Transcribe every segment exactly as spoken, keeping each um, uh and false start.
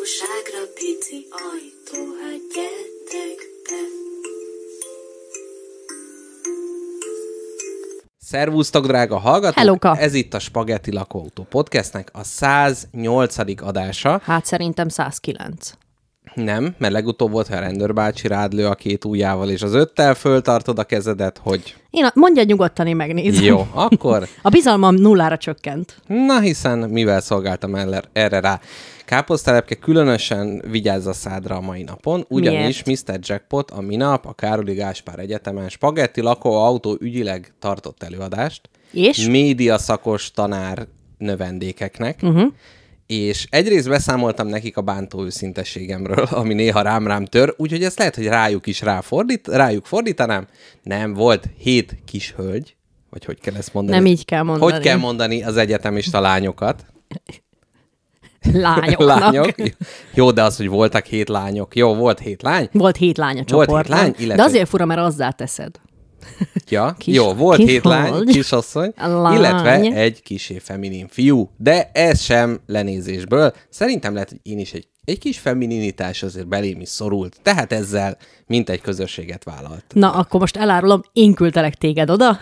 valóságra pici ajtó, hát gyertek be. Szervusztok, drága hallgatók! Helloka. Ez itt a Spagetti Lakóautó Podcastnek a száznyolcadik adása. Hát szerintem százkilenc. Nem, mert legutóbb volt, ha a rendőrbácsi rád lő a két ujjával, és az öttel föltartod a kezedet, hogy... Én a, mondja nyugodtan, én megnézem. Jó, akkor... A bizalmam nullára csökkent. Na, hiszen mivel szolgáltam el erre rá? Káposztelepke, különösen vigyázz a szádra a mai napon, ugyanis Miért? miszter Jackpot a minap a Károli Gáspár Egyetemen Spagetti Lakóautó ügyileg tartott előadást. És? Médiaszakos tanár növendékeknek. Uh-huh. És egyrészt beszámoltam nekik a bántó őszintességemről, ami néha rám-rám tör, úgyhogy ezt lehet, hogy rájuk is ráfordít, rájuk fordítanám. Nem, volt hét kis hölgy, vagy hogy kell ezt mondani? Nem így kell mondani. Hogy kell mondani az egyetemista lányokat? Lányoknak. Lányok. Jó, de az, hogy voltak hét lányok. Jó, volt hét lány. Volt hét lány a csoportban. Volt hét lány, illetve... De azért fura, mert azzá teszed. Ja, Kis- jó, volt kis hét lány, hölgy. kisasszony, Lány. illetve egy kisé feminin fiú, de ez sem lenézésből. Szerintem lehet, hogy én is egy, egy kis femininitás azért belém is szorult, tehát ezzel mintegy közösséget vállalt. Na, akkor most elárulom, én küldtelek téged oda.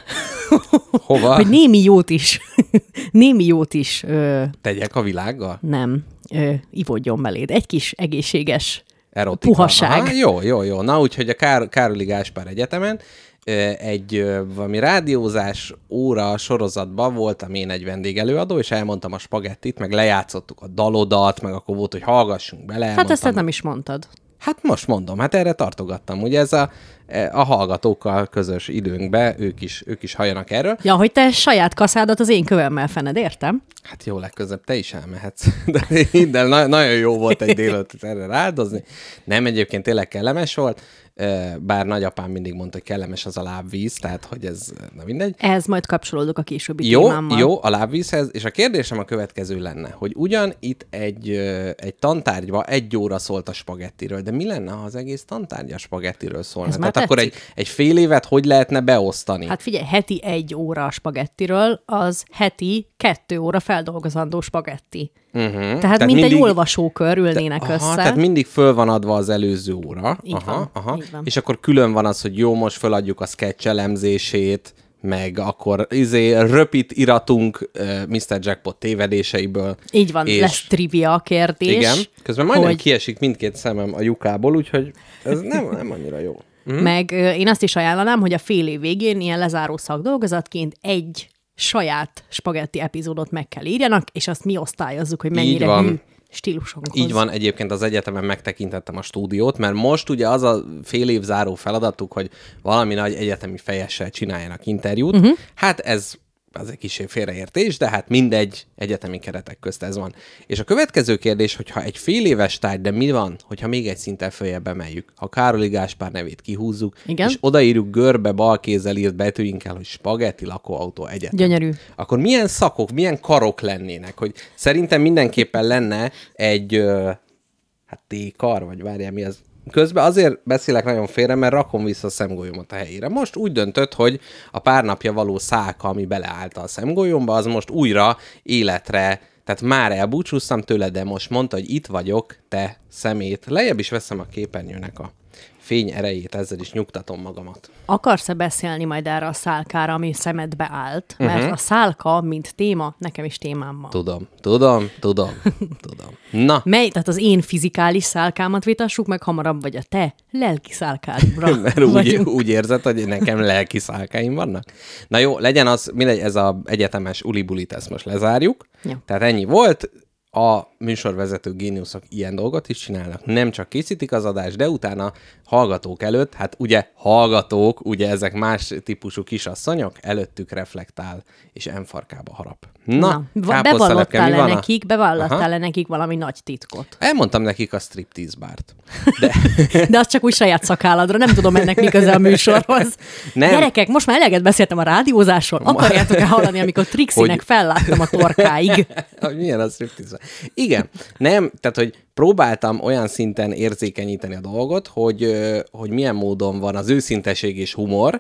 Hova? Hogy némi jót is, némi jót is, ö, Tegyek a világgal? nem, ö, ivódjon beléd. Egy kis egészséges Erotika. puhaság. Aha, jó, jó, jó. Na, úgyhogy a Kár- Károli Gáspár Egyetemen ö, egy ö, valami rádiózás óra sorozatban voltam én egy vendégelőadó, és elmondtam a spagettit, meg lejátszottuk a dalodat, meg akkor volt, hogy hallgassunk bele. Hát elmondtam- ezt te nem is mondtad. Hát most mondom, hát erre tartogattam. Ugye ez a, a hallgatókkal közös időnkbe, ők is, ők is halljanak erről. Ja, hogy te saját kaszádat az én kövemmel fened, értem? Hát jó, legközebb te is elmehetsz. De, de na- nagyon jó volt egy délután erre rádozni. Nem, egyébként tényleg kellemes volt, bár nagyapám mindig mondta, hogy kellemes az a lábvíz, tehát hogy ez, na mindegy. Ehhez majd kapcsolódok a későbbi Jó, témámmal. jó, a lábvízhez, és a kérdésem a következő lenne, hogy ugyan itt egy, ö, egy tantárgyba egy óra szólt a spagettiről, de mi lenne, ha az egész tantárgy a spagettiről szólna? Ez már Tehát akkor egy, tetszik. egy fél évet hogy lehetne beosztani? Hát figyelj, heti egy óra a spagettiről, az heti kettő óra feldolgozandó spagetti. Uh-huh. Tehát, Tehát mint mindig- egy olvasókör ülnének Aha, össze. tehát mindig föl van adva az előző óra. Így aha, van, aha. így van. És akkor külön van az, hogy jó, most föladjuk a sketch elemzését, meg akkor izé, röpit iratunk uh, miszter Jackpot tévedéseiből. Így van, és... lesz trivia kérdés. Igen, közben majdnem hogy... kiesik mindkét szemem a lyukából, úgyhogy ez nem, nem annyira jó. Hm? Meg ö, én azt is ajánlanám, hogy a fél év végén ilyen lezáró szakdolgozatként egy saját spagetti epizódot meg kell írjanak, és azt mi osztályozzuk, hogy mennyire van. hű stílusunkhoz. Így van, egyébként az egyetemen megtekintettem a stúdiót, mert most ugye az a fél év záró feladatuk, hogy valami nagy egyetemi fejessel csináljanak interjút. Uh-huh. Hát ez az egy kicsi félreértés, de hát mindegy, egyetemi keretek közt ez van. És a következő kérdés, hogyha egy fél éves tárgy, de mi van, hogyha még egy szinten följebb emeljük? Ha Károli Gáspár nevét kihúzzuk, Igen? és odaírjuk görbe bal kézzel írt betűinkkel, hogy Spagetti Lakóautó Egyetem. Gyönyörű. Akkor milyen szakok, milyen karok lennének? Hogy szerintem mindenképpen lenne egy, ö, hát T-kar, vagy várjál, mi az? Közben azért beszélek nagyon félre, mert rakom vissza a szemgolyómat a helyére. Most úgy döntött, hogy a pár napja való szálka, ami beleállt a szemgolyómba, az most újra életre, tehát már elbúcsúztam tőle, de most mondta, hogy itt vagyok, te szemét. Lejjebb is veszem a képernyőnek a fény erejét, ezzel is nyugtatom magamat. Akarsz-e beszélni majd erre a szálkára, ami szemedbe állt? Mert Mhm. uh-huh. a szálka, mint téma, nekem is témám van. Tudom, tudom, tudom, tudom. Na, Mely, tehát az én fizikális szálkámat vitassuk meg hamarabb, vagy a te lelki szálkádra mert úgy, vagyunk. úgy érzed, hogy nekem lelki szálkáim vannak. Na jó, legyen az, mindegy, ez az egyetemes ulibulit, ezt most lezárjuk. Ja. Tehát ennyi volt. A műsorvezető géniuszok ilyen dolgot is csinálnak. Nem csak készítik az adást, de utána hallgatók előtt, hát ugye hallgatók, ugye ezek más típusú kisasszonyok, előttük reflektál, és enfarkába harap. Na, Na káposztelepke, mi bevallottál-e van a- nekik, bevallottál-e nekik valami nagy titkot? Elmondtam nekik a striptease bárt. De... De az csak úgy saját szakálladra, nem tudom ennek mi köze a műsorhoz. Nem. Gyerekek, most már eleget beszéltem a rádiózásról, akarjátok-e hallani, amikor Trixinek Hogy- felláttam a torkáig? Hogy milyen a striptease. Igen, nem, tehát, hogy próbáltam olyan szinten érzékenyíteni a dolgot, hogy, ö, hogy milyen módon van az őszinteség és humor,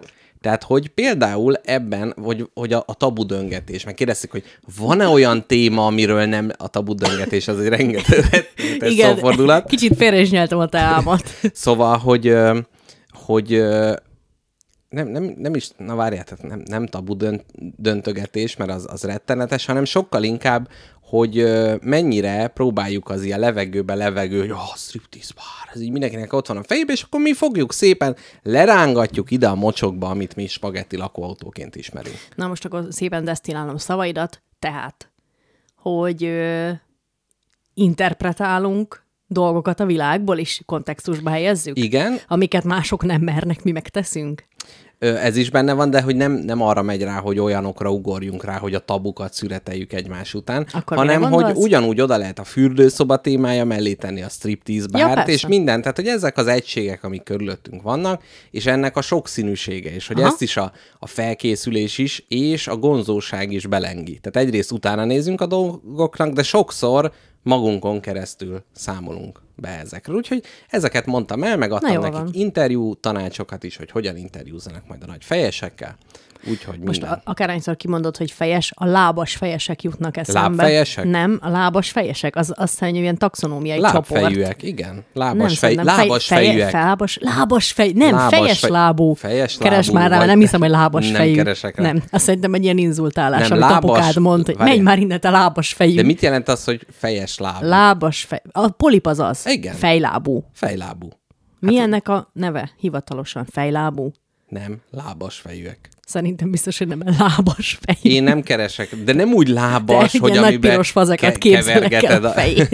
Tehát, hogy például ebben, hogy, hogy a, a tabudöngetés, meg kérdezték, hogy van-e olyan téma, amiről nem a tabudöngetés, az egy rengeteg szófordulat. Kicsit félre is nyeltem a teámat. Szóval, hogy, hogy nem, nem, nem is, na várjál, tehát nem, nem tabu dönt, döntögetés, mert az, az rettenetes, hanem sokkal inkább, hogy mennyire próbáljuk az ilyen levegőbe levegő, hogy oh, striptease bar, ez így mindenkinek ott van a fejében, és akkor mi fogjuk szépen, lerángatjuk ide a mocsokba, amit mi spagetti lakóautóként ismerünk. Na most akkor szépen desztillálom szavaidat, tehát, hogy ö, interpretálunk dolgokat a világból, és kontextusba helyezzük. Igen. Amiket mások nem mernek, mi megteszünk. Ez is benne van, de hogy nem, nem arra megy rá, hogy olyanokra ugorjunk rá, hogy a tabukat szüreteljük egymás után, akkor hanem hogy ugyanúgy oda lehet a fürdőszoba témája mellé tenni a striptease bárt, ja, és minden. Tehát, hogy ezek az egységek, amik körülöttünk vannak, és ennek a sokszínűsége, és hogy Aha. ezt is a, a felkészülés is, és a gonzóság is belengi. Tehát egyrészt utána nézünk a dolgoknak, de sokszor magunkon keresztül számolunk be ezekről. Úgyhogy ezeket mondtam el, meg adtam nekik van. interjú tanácsokat is, hogy hogyan interjúzzanak majd a nagy fejesekkel. Úgyhogy most minden. akárhányszor kimondod, hogy fejes, a lábas fejesek jutnak eszembe. Lábfejesek? Nem, a lábas fejesek, az azt hiszem, hogy ilyen taxonómiai csoport. Lábfejűek, igen. Lábas, nem, fej, lábas fej, fejűek. Feje, lábas, lábas fej, nem, lábas fejes fej, lábú. Fejes Keres lábú, már rá, vagy... nem hiszem, hogy lábas nem fejű. keresek rá. Nem, azt szerintem egy ilyen inzultálás, nem, amit lábas... apukád mond, hogy menj már innen, te lábas fejű. De mit jelent az, hogy fejes lábú? Lábas fej. A polip az az. Igen. Fejlábú. Fejlábú. Mi Hát, ennek a neve hivatalosan? Fejlábú? Nem, lábas fejűek. Szerintem biztos, hogy nem lábas fejű. Én nem keresek, de nem úgy lábas, de hogy nagy amiben piros fazekat ke- képzelek el a fején.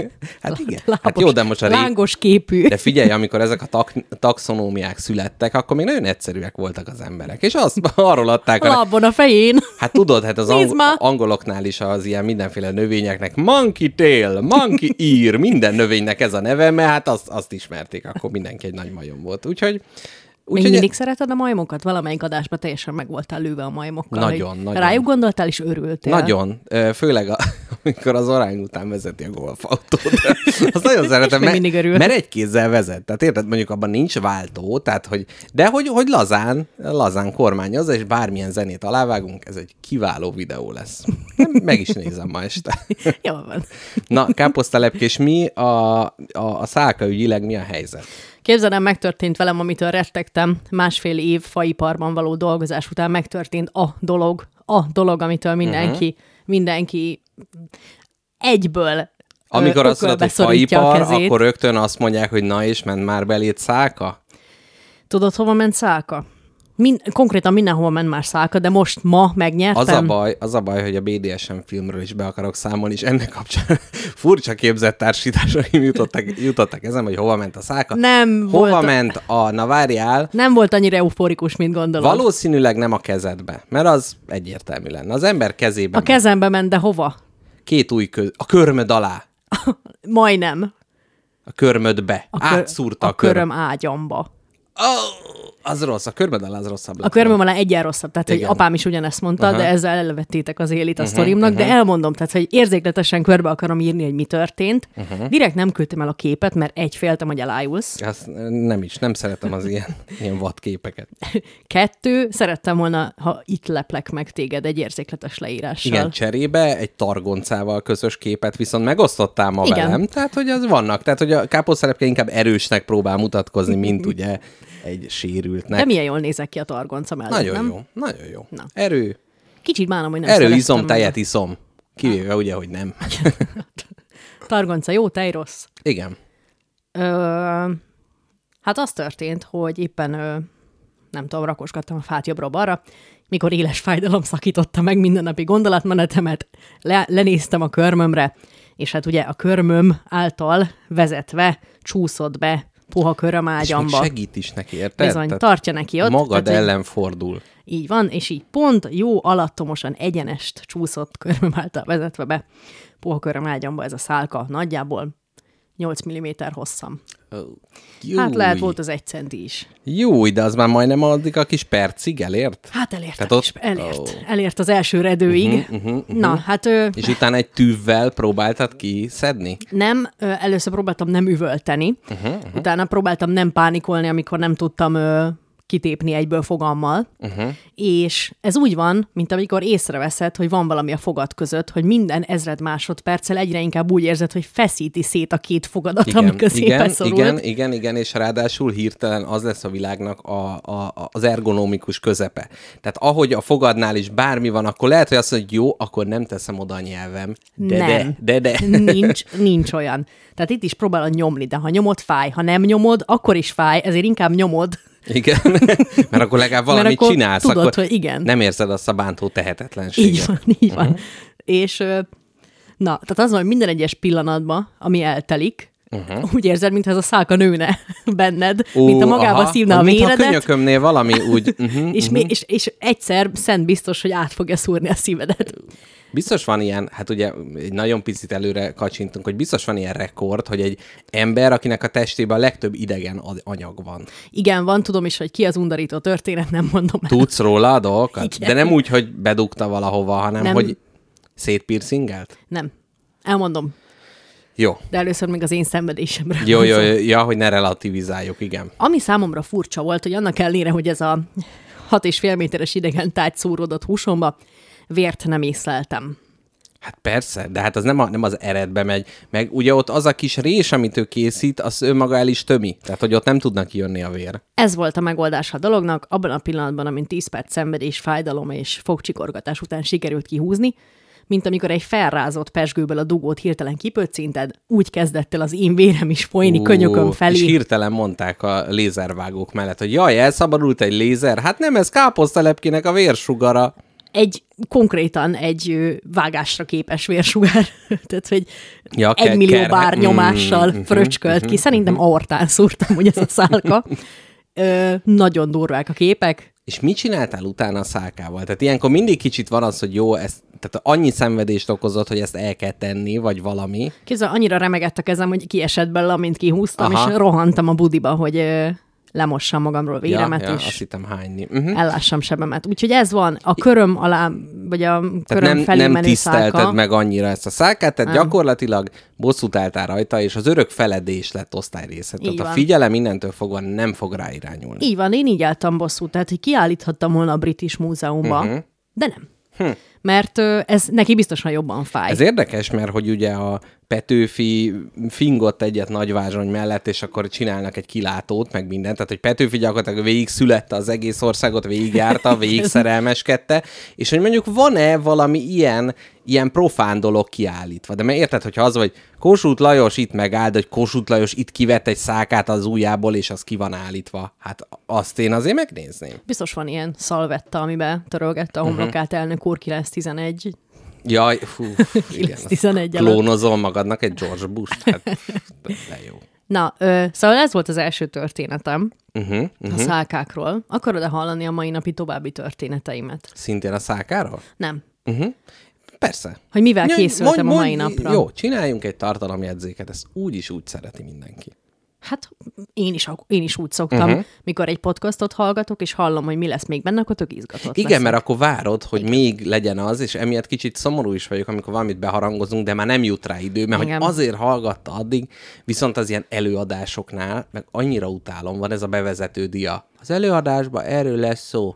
Hát igen. Lábos, hát jó, de most a rég... lángos képű. De figyelj, amikor ezek a tak- taxonómiák születtek, akkor még nagyon egyszerűek voltak az emberek. És azt arról adták... A lábon a fején. Hát tudod, hát az ang- angoloknál is az ilyen mindenféle növényeknek monkey tail, monkey ear, minden növénynek ez a neve, mert hát azt, azt ismerték, akkor mindenki egy nagy majom volt. Úgyhogy Még Úgy, mindig e... szereted a majmokat? Valamelyik adásban teljesen meg voltál lőve a majmokkal. Nagyon, nagyon. Rájuk gondoltál és örültél? Nagyon. Főleg, a, amikor az orány után vezeti a golfautót. Azt nagyon szeretem, mert, mert egy kézzel vezet. Tehát érted, mondjuk abban nincs váltó, tehát hogy, de hogy, hogy lazán, lazán kormányozza, és bármilyen zenét alávágunk, ez egy kiváló videó lesz. Meg is nézem ma este. Jó van. Na, káposztalepkés, mi a, a, a szálka ügyileg mi a helyzet? Képzeld el, megtörtént velem, amitől rettegtem. Másfél év faiparban való dolgozás után megtörtént a dolog, a dolog, amitől mindenki, uh-huh. mindenki egyből Amikor azt mondod, hogy faipar, akkor rögtön azt mondják, hogy na és ment már beléd szálka? Tudod, hova ment szálka? Min- konkrétan mindenhol ment már szálka, de most ma megnyertem. Az a baj, az a baj, hogy a bé dé es em filmről is be akarok számolni, és ennek kapcsán furcsa képzett társításaim jutottak, jutottak ezen, hogy hova ment a szálka. Nem hova volt... ment a, na várjál. Nem volt annyira euforikus, mint gondolod. Valószínűleg nem a kezedbe, mert az egyértelmű lenne. Az ember kezében. A kezembe ment, de hova? Két új köz, a körmöd alá. Majdnem. A körmödbe. A kör... Átszúrta a, a köröm ágyamba. Oh, az rossz, a körmöd alá az rosszabb. A körmöm alá egyen rosszabb, tehát hogy apám is ugyanezt mondta, uh-huh. de ezzel elvettétek az élit a uh-huh, sztorimnak, uh-huh. de elmondom, tehát hogy érzékletesen körbe akarom írni, hogy mi történt. Uh-huh. Direkt nem küldtem el a képet, mert egy, féltem, hogy elájulsz. Azt nem is, nem szeretem az ilyen, ilyen vad képeket. Kettő, szerettem volna, ha itt leplek meg téged egy érzékletes leírással. Igen, cserébe egy targoncával közös képet viszont megosztottál ma Igen. velem, tehát hogy az vannak, tehát hogy a káposztelepke inkább erősnek próbál mutatkozni, mint ugye egy sérültnek. De milyen jól nézek ki a targonca mellett, Nagyon nem? jó, nagyon jó. Na. Erő. Kicsit bánom, hogy nem Erő, izom, tejet iszom. Kivéve ugye, hogy nem. Targonca jó, tej rossz. Igen. Ö, hát az történt, hogy éppen, ö, nem tudom, rakosgattam a fát jobbra-balra, mikor éles fájdalom szakította meg mindennapi gondolatmenetemet, le, lenéztem a körmömre, és hát ugye a körmöm által vezetve csúszott be puha köröm ágyamba. És még segít is neki, érted? Bizony, tehát tartja neki ott. Magad tehát, ellen fordul. Így van, és így pont jó alattomosan egyenest csúszott körmöm által vezetve be puha köröm ágyamba ez a szálka. Nagyjából nyolc milliméter hosszam. Oh, hát lehet volt az egy centi is. Jó, de az már majdnem addig a kis percig elért? Hát elért, Tehát ott... ott... elért, oh. elért az első redőig. Uh-huh, uh-huh, uh-huh. Na, hát... Ö... És utána egy tűvvel próbáltad kiszedni? Nem, ö, először próbáltam nem üvölteni, uh-huh, uh-huh. utána próbáltam nem pánikolni, amikor nem tudtam ö, kitépni egyből fogammal, uh-huh. és ez úgy van, mint amikor észreveszed, hogy van valami a fogad között, hogy minden ezred másodperccel egyre inkább úgy érzed, hogy feszíti szét a két fogadat, igen, ami közé igen, beszorult. igen, igen, igen, és ráadásul hirtelen az lesz a világnak a, a, az ergonomikus közepe. Tehát ahogy a fogadnál is bármi van, akkor lehet, hogy azt mondja, hogy jó, akkor nem teszem oda a nyelvem. De, nem. de, de, de. Nincs, nincs olyan. Tehát itt is próbálod nyomni, de ha nyomod, fáj. Ha nem nyomod, akkor is fáj, ezért inkább nyomod. Igen, mert akkor legalább valamit akkor csinálsz, tudod, akkor hogy igen. nem érzed azt a bántó tehetetlenséget. Így van, így van. Uh-huh. És na, tehát az van, hogy minden egyes pillanatban, ami eltelik, uh-huh. úgy érzed, mintha ez a szálka nőne benned, uh, mint a magába aha, szívna a véredet. Mintha a könyökömnél valami úgy... Uh-huh, és, uh-huh. és, és egyszer szent biztos, hogy át fogja szúrni a szívedet. Biztos van ilyen, hát ugye egy nagyon picit előre kacsintunk, hogy biztos van ilyen rekord, hogy egy ember, akinek a testében a legtöbb idegen anyag van. Igen, van, tudom is, hogy ki az undorító történet, nem mondom el. Tudsz róla a dolgokat? De nem úgy, hogy bedugta valahova, hanem nem. hogy szétpiercingelt? Nem. Elmondom. Jó. De először még az én szenvedésemre. Jó, jó, jó, ja, hogy ne relativizáljuk, igen. Ami számomra furcsa volt, hogy annak ellenére, hogy ez a hat és fél méteres idegen tágy szúródott húsomba, vért nem észleltem. Hát persze, de hát az nem, a, nem az eredbe megy. Meg ugye ott az a kis rés, amit ő készít, az önmaga el is tömi. Tehát, hogy ott nem tudnak kijönni a vér. Ez volt a megoldás a dolognak, abban a pillanatban, amint tíz perc szenvedés, fájdalom és fogcsikorgatás után sikerült kihúzni, mint amikor egy felrázott pezsgőből a dugót hirtelen kipöccinted, úgy kezdett el az én vérem is folyni könyököm felé. És hirtelen mondták a lézervágók mellett, hogy jaj, elszabadult egy lézer, hát nem, ez káposztelepkének a vérsugara. Egy, konkrétan egy ö, vágásra képes vérsugár. Tehát, hogy ja, egy ke- millió ker- bár nyomással mm, fröcskölt mm, ki. Szerintem mm, aortán szúrtam, hogy ez a szálka. Ö, nagyon durvák a képek. És mit csináltál utána a szálkával? Tehát ilyenkor mindig kicsit van az, hogy jó, ez, tehát annyi szenvedést okozott, hogy ezt el kell tenni, vagy valami. Képzel, annyira remegett a kezem, hogy kiesett belőle, amint kihúztam, aha. és rohantam a budiba, hogy ö, lemossam magamról véremet, ja, ja, és azt hittem hányni. Uh-huh. ellássam sebemet. Úgyhogy ez van, a köröm alá, vagy a köröm nem, felé nem menő tisztelted szálka. meg annyira ezt a szálkát, tehát nem. Gyakorlatilag bosszút álltál rajta, és az örök feledés lett osztályrészed. Tehát van. a figyelem innentől fogva nem fog rá irányulni. Így van, én így álltam bosszút, tehát hogy kiállíthattam volna a British Múzeumba, uh-huh. de nem. Hm. Mert ö, ez neki biztosan jobban fáj. Ez érdekes, mert hogy ugye a Petőfi fingott egyet Nagyvázsony mellett, és akkor csinálnak egy kilátót, meg mindent. Tehát, hogy Petőfi gyakorlatilag végig születte az egész országot, végigjárta, végig szerelmeskedte, és hogy mondjuk van-e valami ilyen, ilyen profán dolog kiállítva. De mert érted, hogyha az vagy Kossuth Lajos itt megállt, hogy Kossuth Lajos itt kivett egy szálkát az ujjából, és az ki van állítva. Hát azt én azért megnézném. Biztos van ilyen szalvetta, amiben törölgette a homlokát uh-huh. elnök úr kilenc tizenegy. Jaj, fú, kilenc tizenegy klónozol magadnak egy George Bush-t? Hát, de jó. Na, ö, szóval ez volt az első történetem uh-huh, uh-huh. a szálkákról. Akarod-e hallani a mai napi további történeteimet? Szintén a szálkáról? Nem. Uh-huh. Persze. Hogy mivel Ny- készültem mondj, a mai mondj, napra. Jó, csináljunk egy tartalomjegyzéket, ezt úgy is úgy szereti mindenki. Hát én is, én is úgy szoktam, uh-huh. mikor egy podcastot hallgatok, és hallom, hogy mi lesz még benne, akkor tök izgatott Igen, leszek. mert akkor várod, hogy Igen. még legyen az, és emiatt kicsit szomorú is vagyok, amikor valamit beharangozunk, de már nem jut rá idő, mert Igen. hogy azért hallgatta addig, viszont az ilyen előadásoknál, meg annyira utálom, van ez a bevezető dia. Az előadásban erről lesz szó.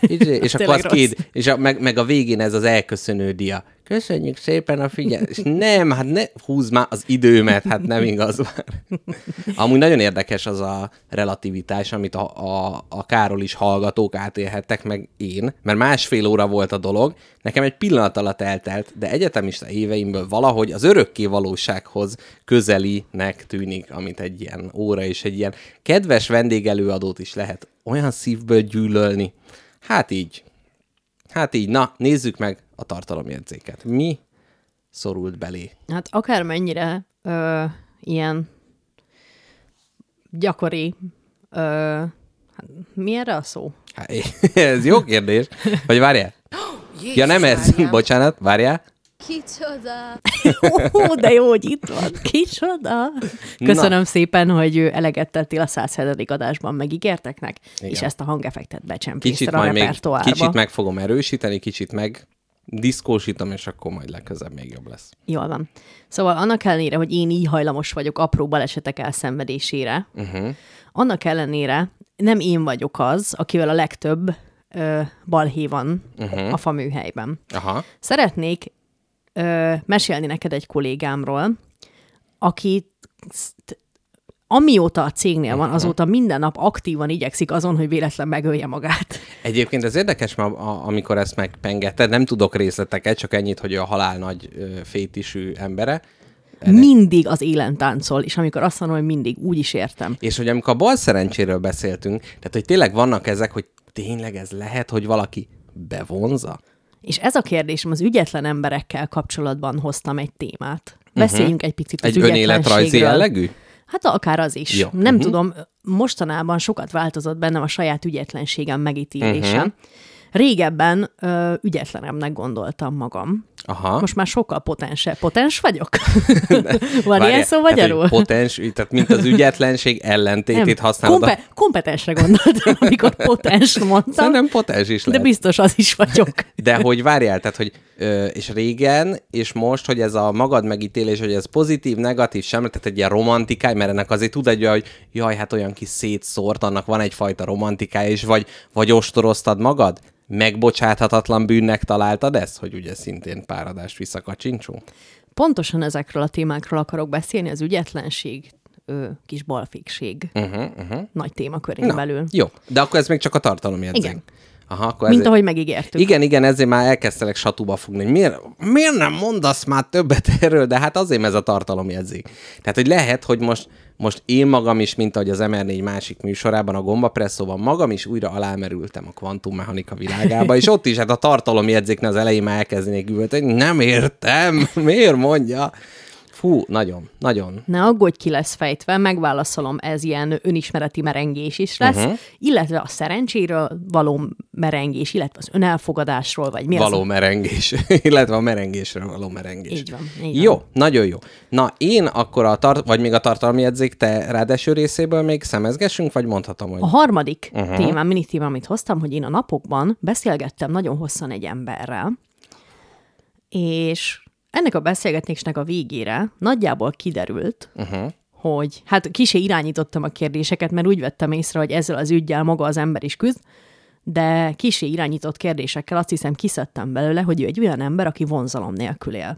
És akkor az két, és a, meg, meg a végén ez az elköszönő dia. Köszönjük szépen a figyelmet. Nem, hát ne húzd már az időmet, hát nem igaz már. Amúgy nagyon érdekes az a relativitás, amit a, a, a Károl is hallgatók átélhettek, meg én, mert másfél óra volt a dolog, nekem egy pillanat alatt eltelt, de egyetemista éveimből valahogy az örökké valósághoz közelinek tűnik, amit egy ilyen óra és egy ilyen kedves vendégelőadót is lehet olyan szívből gyűlölni. Hát így. Hát így. Na, nézzük meg a tartalomjegyzéket. Mi szorult belé? Hát akármennyire ö, ilyen gyakori, ö, hát mi erre a szó? Hát, ez jó kérdés. Vagy várjál? Ja, nem ez. Bocsánat, várjál. Kicsoda! Ó, de jó, hogy itt van. Kicsoda! Köszönöm Na. szépen, hogy eleget tettél a száz hetedik adásban megígérteknek, igen. és ezt a hangeffektet becsempészted a majd repertoárba. Még, kicsit meg fogom erősíteni, kicsit meg diszkósítom, és akkor majd legközelebb még jobb lesz. Jól van. Szóval annak ellenére, hogy én így hajlamos vagyok apró balesetek elszenvedésére, uh-huh. annak ellenére nem én vagyok az, akivel a legtöbb ö, balhé van uh-huh. a faműhelyben. Aha. Szeretnék ö, mesélni neked egy kollégámról, aki amióta a cégnél van, azóta minden nap aktívan igyekszik azon, hogy véletlen megölje magát. Egyébként ez érdekes, mert amikor ezt megpengetted, nem tudok részleteket, csak ennyit, hogy a halál nagy fétisű embere. Ennek... Mindig az élen táncol, és amikor azt mondom, hogy mindig, úgy is értem. És hogy amikor a bal szerencséről beszéltünk, tehát hogy tényleg vannak ezek, hogy tényleg ez lehet, hogy valaki bevonza? És ez a kérdésem, az ügyetlen emberekkel kapcsolatban hoztam egy témát. Beszéljünk uh-huh. egy picit az egy ügyetlenségről. Egy önéletrajzi jellegű? Hát akár az is. Jó. Nem uh-huh. tudom, mostanában sokat változott bennem a saját ügyetlenségem megítélésem. Uh-huh. Régebben ö, ügyetlenebbnek gondoltam magam. Aha. Most már sokkal potensebb. Potens vagyok? Van Várjál, ilyen szó magyarul? Potens, tehát mint az ügyetlenség ellentétét használod. Kompe- a... Kompetensre gondoltam, amikor potens mondtam. Szerintem potens is lehet. De biztos az is vagyok. De hogy várjál, tehát hogy ö, és régen, és most, hogy ez a magad megítélés, hogy ez pozitív, negatív, sem, tehát egy ilyen romantikáj, mert ennek azért tud egy olyan, hogy jaj, hát olyan kis szétszórt, annak van egyfajta romantikája, és vagy, vagy ostoroztad magad? Megbocsáthatatlan bűnnek találtad ezt, hogy ugye szintén páradást visszakacsincsunk? Pontosan ezekről a témákról akarok beszélni, az ügyetlenség, ö, kis balfékség. Uh-huh, uh-huh. Nagy témakörén Na, belül. Jó, de akkor ez még csak a tartalomjegyzék. Igen. Aha, akkor Mint ezért... ahogy megígértük. Igen, igen, ezért már elkezdtelek satúba fogni, hogy miért, miért nem mondasz már többet erről, de hát azért ez a tartalomjegyzék. Tehát, hogy lehet, hogy most, most én magam is, mint ahogy az em er négy másik műsorában, a gombapresszóban magam is újra alámerültem a kvantummechanika világába, és ott is hát a tartalomjegyzéknél az elején már elkezdenék üvölt, hogy nem értem, miért mondja. Fú, nagyon, nagyon. Ne aggódj, ki lesz fejtve, megválaszolom, ez ilyen önismereti merengés is lesz, uh-huh. illetve a szerencséről való merengés, illetve az önelfogadásról, vagy mi való az? merengés, illetve a merengésről való merengés. Így van. Így jó, van. nagyon jó. Na, én akkor a tart, vagy még a tartalmi jegyzék, te rád eső részéből még szemezgessünk, vagy mondhatom, hogy... A harmadik uh-huh. témám, mini témám, amit hoztam, hogy én a napokban beszélgettem nagyon hosszan egy emberrel, és ennek a beszélgetésnek a végére nagyjából kiderült, uh-huh. hogy hát kisé irányítottam a kérdéseket, mert úgy vettem észre, hogy ezzel az üggyel maga az ember is küzd, de kisé irányított kérdésekkel azt hiszem kiszedtem belőle, hogy ő egy olyan ember, aki vonzalom nélkül él.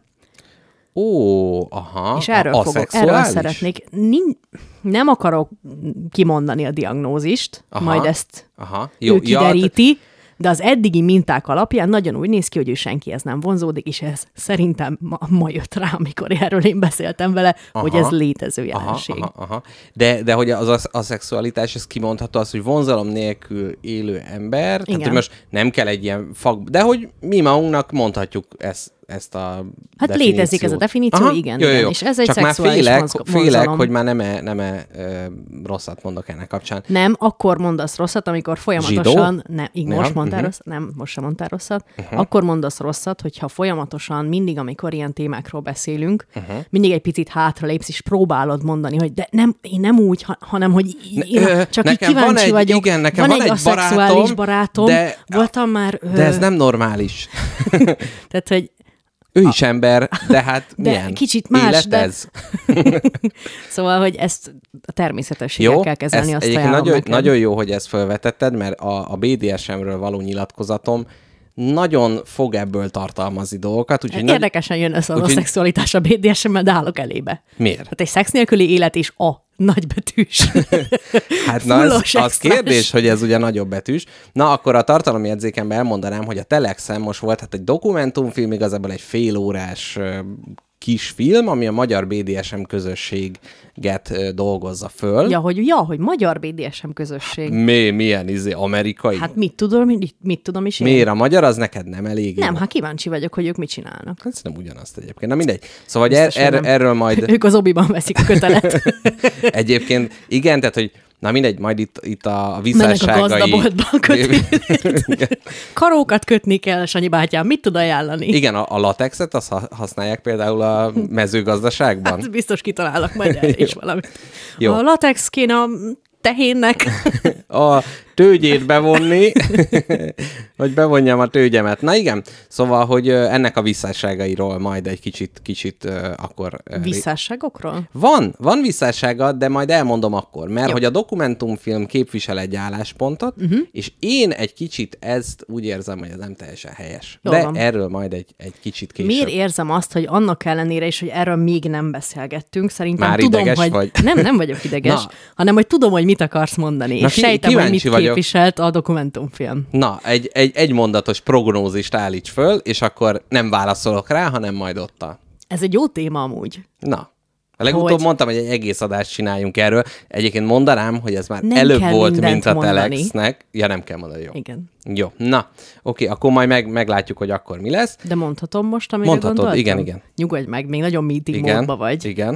Ó, aha. És erről, a, fogok, erről szeretnék. Nin, nem akarok kimondani a diagnózist, aha. majd ezt aha. Jó, ő kideríti, ja, de az eddigi minták alapján nagyon úgy néz ki, hogy ő senkihez nem vonzódik, és ez szerintem ma, ma jött rá, amikor erről én beszéltem vele, aha, hogy ez létező jelenség. Aha, aha, aha. De, de hogy az aszexualitás, ez kimondható az, hogy vonzalom nélkül élő ember, igen. Tehát hogy most nem kell egy ilyen fag, de hogy mi magunknak mondhatjuk ezt, ezt a Hát definíciót. Létezik ez a definíció, aha, igen, jó, jó. igen, és ez egy csak szexuális már félek, vonzalom. félek, hogy már nem-e, nem-e ö, rosszat mondok ennek kapcsán. Nem, akkor mondasz rosszat, amikor folyamatosan... Nem, így most ja, mondtál uh-huh. rosszat, nem, most sem mondtál rosszat. Uh-huh. Akkor mondasz rosszat, hogyha folyamatosan, mindig, amikor ilyen témákról beszélünk, uh-huh. mindig egy picit hátralépsz, és próbálod mondani, hogy de nem, én nem úgy, hanem, hogy én ne, csak így kíváncsi van egy, vagyok. Igen, nekem van, van egy, egy barátom, barátom, barátom de, voltam már... De ez nem normális. Tehát, hogy ő is ember, de hát de milyen kicsit más, élet de... ez? Szóval, hogy ezt a természetességgel kell kezelni, azt ajánlom nagyon, neked. nagyon jó, hogy ezt felvetetted, mert a, a bé dé es em-ről való nyilatkozatom nagyon fog ebből tartalmazni dolgokat. Úgyhogy érdekesen jön ez az úgyhogy... a szexualitás a bé dé es em-mel, de állok elébe. Miért? Hát egy szex nélküli élet és a nagybetűs. Hát na, az, az kérdés, hogy ez ugye nagyobb betűs. Na, akkor a tartalomjegyzékemben elmondanám, hogy a Telexen most volt hát egy dokumentumfilm, igazából egy félórás kis film, ami a magyar bé dé es em közösséget dolgozza föl. Ja, hogy, ja, hogy magyar bé dé es em közösség. Mi, milyen izé, amerikai? Hát mit tudom, mit, mit tudom is én? Miért a magyar, az neked nem elég? Nem, hát kíváncsi vagyok, hogy ők mit csinálnak. Hát nem ugyanazt egyébként. Na mindegy. Szóval er, er, erről majd... Ők az obiban veszik a kötelet. Egyébként igen, tehát hogy na mindegy, majd itt, itt a visszásságai... Mennek a gazdaboltba kötni. Karókat kötni kell, Sanyi bátyám, mit tud ajánlani? Igen, a, a latexet azt használják például a mezőgazdaságban. Hát biztos kitalálok majd erre is valamit. Jó. A latex kéne a tehénnek. A tőgyét bevonni, hogy bevonjam a tőgyemet. Na igen, szóval, hogy ennek a visszásságairól majd egy kicsit, kicsit uh, akkor... Uh, Visszásságokról? Van, van visszássága, de majd elmondom akkor, mert Jó. hogy a dokumentumfilm képvisel egy álláspontot, uh-huh. és én egy kicsit ezt úgy érzem, hogy ez nem teljesen helyes. Jó de van. erről majd egy, egy kicsit később. Miért érzem azt, hogy annak ellenére is, hogy erről még nem beszélgettünk, szerintem Már tudom, ideges hogy... vagy? Nem, nem vagyok ideges, Na. hanem hogy tudom, hogy mit akarsz mondani, Na, és ki- sejtem, hogy mit kíváncsi vagyok. képviselt a dokumentumfilm. Na, egy, egy egymondatos prognózist állíts föl, és akkor nem válaszolok rá, hanem majd ott a... Ez egy jó téma amúgy. Na. A legutóbb Hogy? mondtam, hogy egy egész adást csináljunk erről. Egyébként mondanám, hogy ez már Nem előbb kell volt, mindent mint a mondani. Telexnek. Ja, nem kell mondani, jó. Igen. Jó, na, oké, akkor majd meg, meglátjuk, hogy akkor mi lesz. De mondhatom most, amire Mondhatod, gondoltam? igen, igen. Nyugodj meg, még nagyon meeting Igen, módba vagy. igen.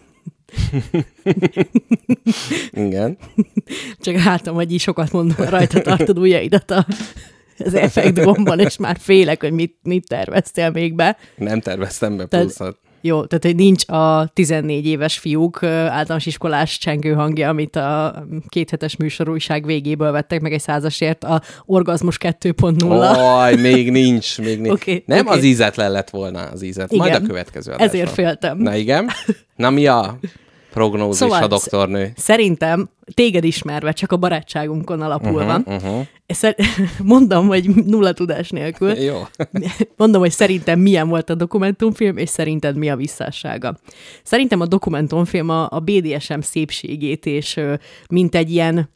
Igen. Csak látom, hogy így sokat mondom, rajta tartod ujjaidat a, az effekt gombon, és már félek, hogy mit, mit terveztél még be. Nem terveztem be Tehát- pluszat. Jó, tehát hogy nincs a tizennégy éves fiúk ö, általános iskolás csengő hangja, amit a kéthetes műsorújság végéből vettek meg egy százasért, a Orgazmus kettő pont nulla. Oj, még nincs, még nincs. Oké, nem oké. az ízetlen lett volna az ízet. Majd Igen. a következő adásban. Ezért féltem. Na igen. Na mi a prognózis Szóval a doktornő? Szerintem téged ismerve, csak a barátságunkon alapulva, Uh-huh, uh-huh. szer- mondom, hogy nulla tudás nélkül, Jó. mondom, hogy szerintem milyen volt a dokumentumfilm, és szerinted mi a visszássága. Szerintem a dokumentumfilm a, a bé dé es em szépségét, és ö, mint egy ilyen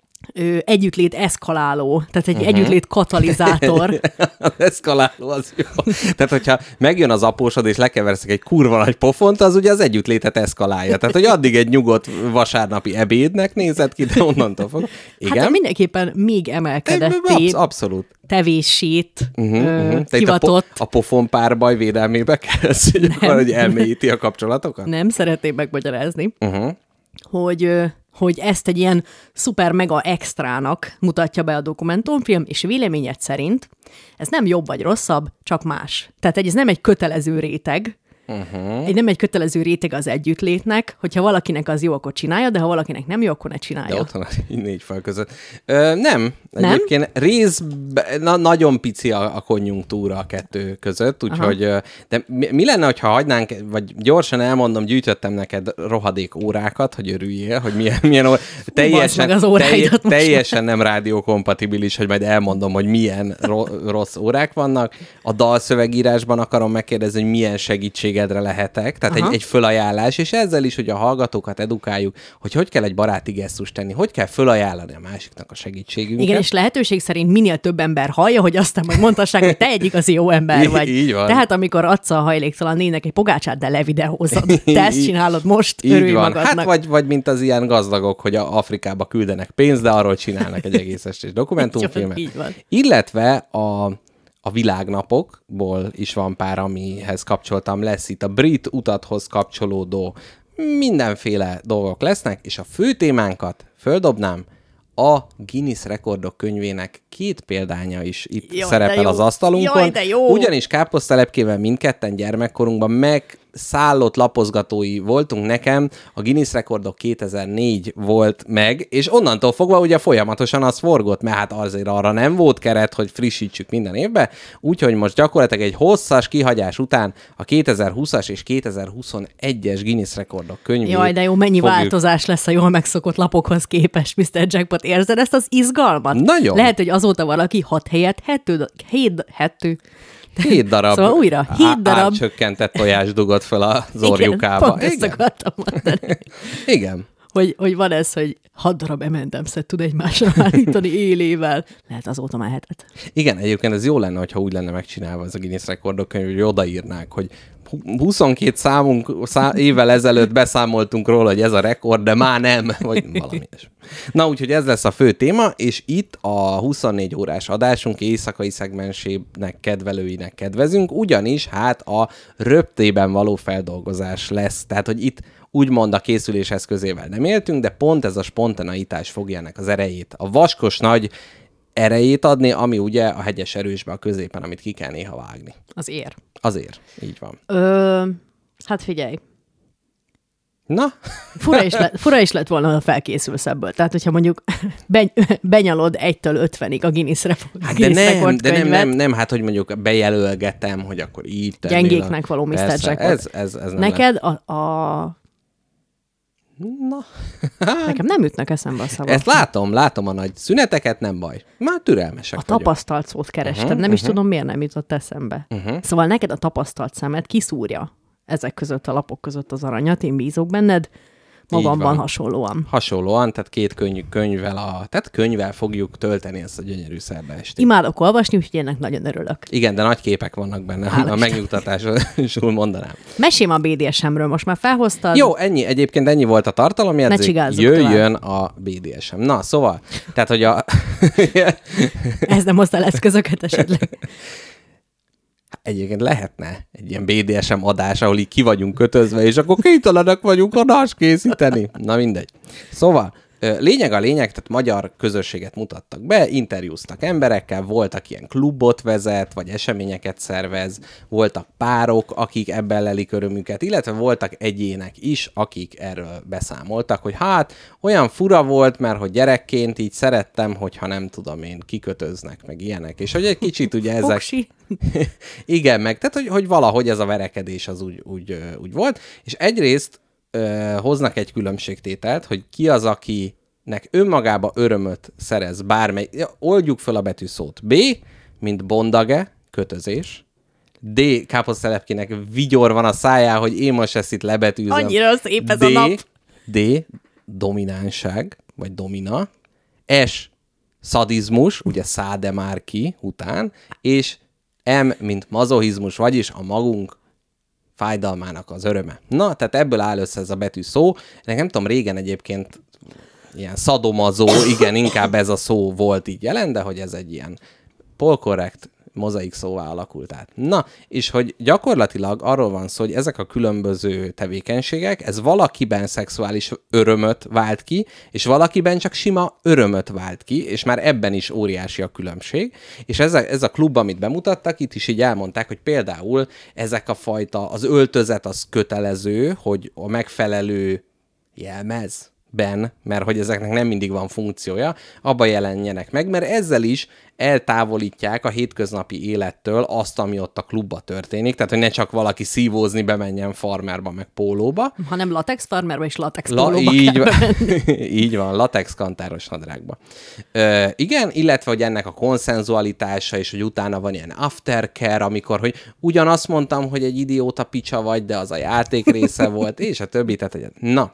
ö, együttlét eszkaláló, tehát egy uh-huh. együttlét katalizátor. Az eszkaláló az jó. Tehát, hogyha megjön az apósod, és lekeverszek egy kurva nagy pofont, az ugye az együttlétet eszkalálja. Tehát, hogy addig egy nyugodt vasárnapi ebédnek nézett ki, de onnantól fog. Igen? Hát mindenképpen még emelkedetté, Absz- abszolút. tevését Uh-huh, ö, uh-huh. Tehát a, hivatott. po- a pofon párbaj védelmébe kezd, hogy akkor, hogy elmélyíti a kapcsolatokat? Nem szeretném megmagyarázni, Uh-huh. hogy, ö, hogy ezt egy ilyen szuper mega extrának mutatja be a dokumentumfilm, és véleményed szerint ez nem jobb vagy rosszabb, csak más. Tehát egy, ez nem egy kötelező réteg, uh-huh. egy, nem egy kötelező réteg az együttlétnek, hogyha valakinek az jó, akkor csinálja, de ha valakinek nem jó, akkor ne csinálja. De ott van a négy fal között. Ö, nem. Egyébként részben na, nagyon pici a, a konjunktúra a kettő között, úgyhogy ö, de mi, mi lenne, hogyha hagynánk, vagy gyorsan elmondom, gyűjtöttem neked rohadék órákat, hogy örüljél, hogy milyen, milyen óra, teljesen, meg az óráidat most teljesen nem rádiókompatibilis, hogy majd elmondom, hogy milyen ro- rossz órák vannak. A dalszövegírásban akarom megkérdezni, hogy milyen segítségedre lehetek, tehát egy, egy fölajánlás, és ezzel is, hogy a hallgatókat edukáljuk, hogy hogy kell egy baráti gesztust tenni, hogy kell fölajánlani a másiknak a segítségünket. Igen, és lehetőség szerint minél több ember hallja, hogy aztán majd mondhassák, hogy te egy igazi jó ember Í- vagy. így van. Tehát amikor adsz a hajléktalan nének egy pogácsát, de levideózod. Te ezt csinálod most, Így örülj van. magadnak. Hát vagy, vagy mint az ilyen gazdagok, hogy a Afrikába küldenek pénzt, de arról csinálnak egy egész estés dokumentumfilmet. Így van. Illetve a, a világnapokból is van pár, amihez kapcsoltam. Lesz itt a brit utathoz kapcsolódó mindenféle dolgok lesznek, és a fő témánkat földobnám, a Guinness rekordok könyvének két példánya is itt Jaj, de szerepel jó. az asztalunkon. Jaj, de jó. Ugyanis káposztelepkével mindketten gyermekkorunkban megszállott lapozgatói voltunk. Nekem a Guinness rekordok kétezer-négy volt meg, és onnantól fogva ugye folyamatosan az forgott, mert hát azért arra nem volt keret, hogy frissítsük minden évben, úgyhogy most gyakorlatilag egy hosszas kihagyás után a kétezer-húszas és kétezer-huszonegyes Guinness rekordok könyvét Jaj, de jó, mennyi fogjuk. változás lesz a jól megszokott lapokhoz képest, miszter Jackpot. Érzed ezt az izgalmat? Nagyon. Lehet, hogy azóta valaki hat helyet, hető, hét, hető, Hét darab, Szóval újra, hét á- darab- árcsökkentett tojást dugott fel az igen, orjukába. pont ezt akartam mondani. Igen. Hogy, hogy van ez, hogy hat darab em and em-szet tud egymásra állítani élével. Lehet azóta már hetet. Igen, egyébként ez jó lenne, hogyha úgy lenne megcsinálva ez a Guinness rekordok könyv, hogy odaírnák, hogy huszonkét számunk szá- évvel ezelőtt beszámoltunk róla, hogy ez a rekord, de már nem, vagy valami is. Na, úgyhogy ez lesz a fő téma, és itt a huszonnégy órás adásunk éjszakai szegmensének kedvelőinek kedvezünk, ugyanis hát a röptében való feldolgozás lesz. Tehát, hogy itt úgymond a készülés eszközével nem éltünk, de pont ez a spontaneitás fogja ennek az erejét, a vaskos nagy erejét adni, ami ugye a hegyes erősbe a középen, amit ki kell néha vágni. Az ér. Azért, így van. Ö, hát figyelj. Na? Fura is, lett, fura is lett volna, ha felkészülsz ebből. Tehát, hogyha mondjuk ben, benyalod egytől ötvenig a Guinness, hát Guinness de nem, rekordkönyvet. de nem, nem, nem, hát hogy mondjuk bejelölgetem, hogy akkor így tennél. Gyengéknek való miszter Jackpot. Ez, ez, ez nem Neked a, a... Na. Nekem nem ütnek eszembe a szavak. Ezt látom, látom a nagy szüneteket, nem baj. Már türelmesek A vagyok. tapasztalt szót kerestem, Uh-huh, nem is uh-huh. tudom, miért nem jutott eszembe. Uh-huh. Szóval neked a tapasztalt szemed kiszúrja ezek között a lapok között az aranyat, én bízok benned, magamban van. hasonlóan. Hasonlóan, tehát két könyv, könyvvel, a, tehát könyvvel fogjuk tölteni ezt a gyönyörű szerda estét. Imádok olvasni, úgyhogy ennek nagyon örülök. Igen, de nagy képek vannak benne, Hál' a megnyugtatásul mondanám. Mesélj a bé dé es em-ről, most már felhoztad. Jó, ennyi, egyébként ennyi volt a tartalomjegyzék, csigázzuk jöjjön a bé dé es em. Na, szóval, tehát, hogy a... Ez nem hoztál eszközöket esetleg. Egyébként lehetne egy ilyen bé dé es em adás, ahol így ki vagyunk kötözve, és akkor kénytelenek vagyunk adást készíteni. Na mindegy. Szóval, lényeg a lényeg, tehát magyar közösséget mutattak be, interjúztak emberekkel, voltak ilyen klubot vezet, vagy eseményeket szervez, voltak párok, akik ebben lelik örömüket, illetve voltak egyének is, akik erről beszámoltak, hogy hát olyan fura volt, mert hogy gyerekként így szerettem, hogyha nem tudom én, kikötöznek, meg ilyenek, és hogy egy kicsit ugye ezek... Foksi. Igen, meg tehát, hogy, hogy valahogy ez a verekedés az úgy, úgy, úgy volt, és egyrészt ö, hoznak egy különbségtételt, hogy ki az, akinek önmagába örömöt szerez bármely, ja, oldjuk fel a betűszót. B, mint bondage, kötözés. D, káposztelepkének vigyor van a száján, hogy én most ezt itt lebetűzöm. Annyira szép ez D, a nap. D, dominánság, vagy domina. S, szadizmus, ugye száde már ki után, és M, mint mazohizmus, vagyis a magunk fájdalmának az öröme. Na, tehát ebből áll össze ez a betű szó. Nekem nem tudom, régen egyébként ilyen szadomazó, igen, inkább ez a szó volt így jelen, de hogy ez egy ilyen polkorrekt mozaik szóvá alakult át. Na, és hogy gyakorlatilag arról van szó, hogy ezek a különböző tevékenységek, ez valakiben szexuális örömöt vált ki, és valakiben csak sima örömöt vált ki, és már ebben is óriási a különbség. És ez a, ez a klub, amit bemutattak, itt is így elmondták, hogy például ezek a fajta, az öltözet az kötelező, hogy a megfelelő jelmez, ben, mert hogy ezeknek nem mindig van funkciója, abba jelenjenek meg, mert ezzel is eltávolítják a hétköznapi élettől azt, ami ott a klubba történik, tehát hogy ne csak valaki szívózni bemenjen farmerba, meg pólóba. Hanem latex farmerba és latex La, pólóba így, kell van, bemenni. így van, latex kantáros nadrágba. Ö, igen, illetve, hogy ennek a konszenzualitása, és hogy utána van ilyen aftercare, amikor, hogy ugyanazt mondtam, hogy egy idióta picsa vagy, de az a játék része volt, és a többi, tehát, hogy na,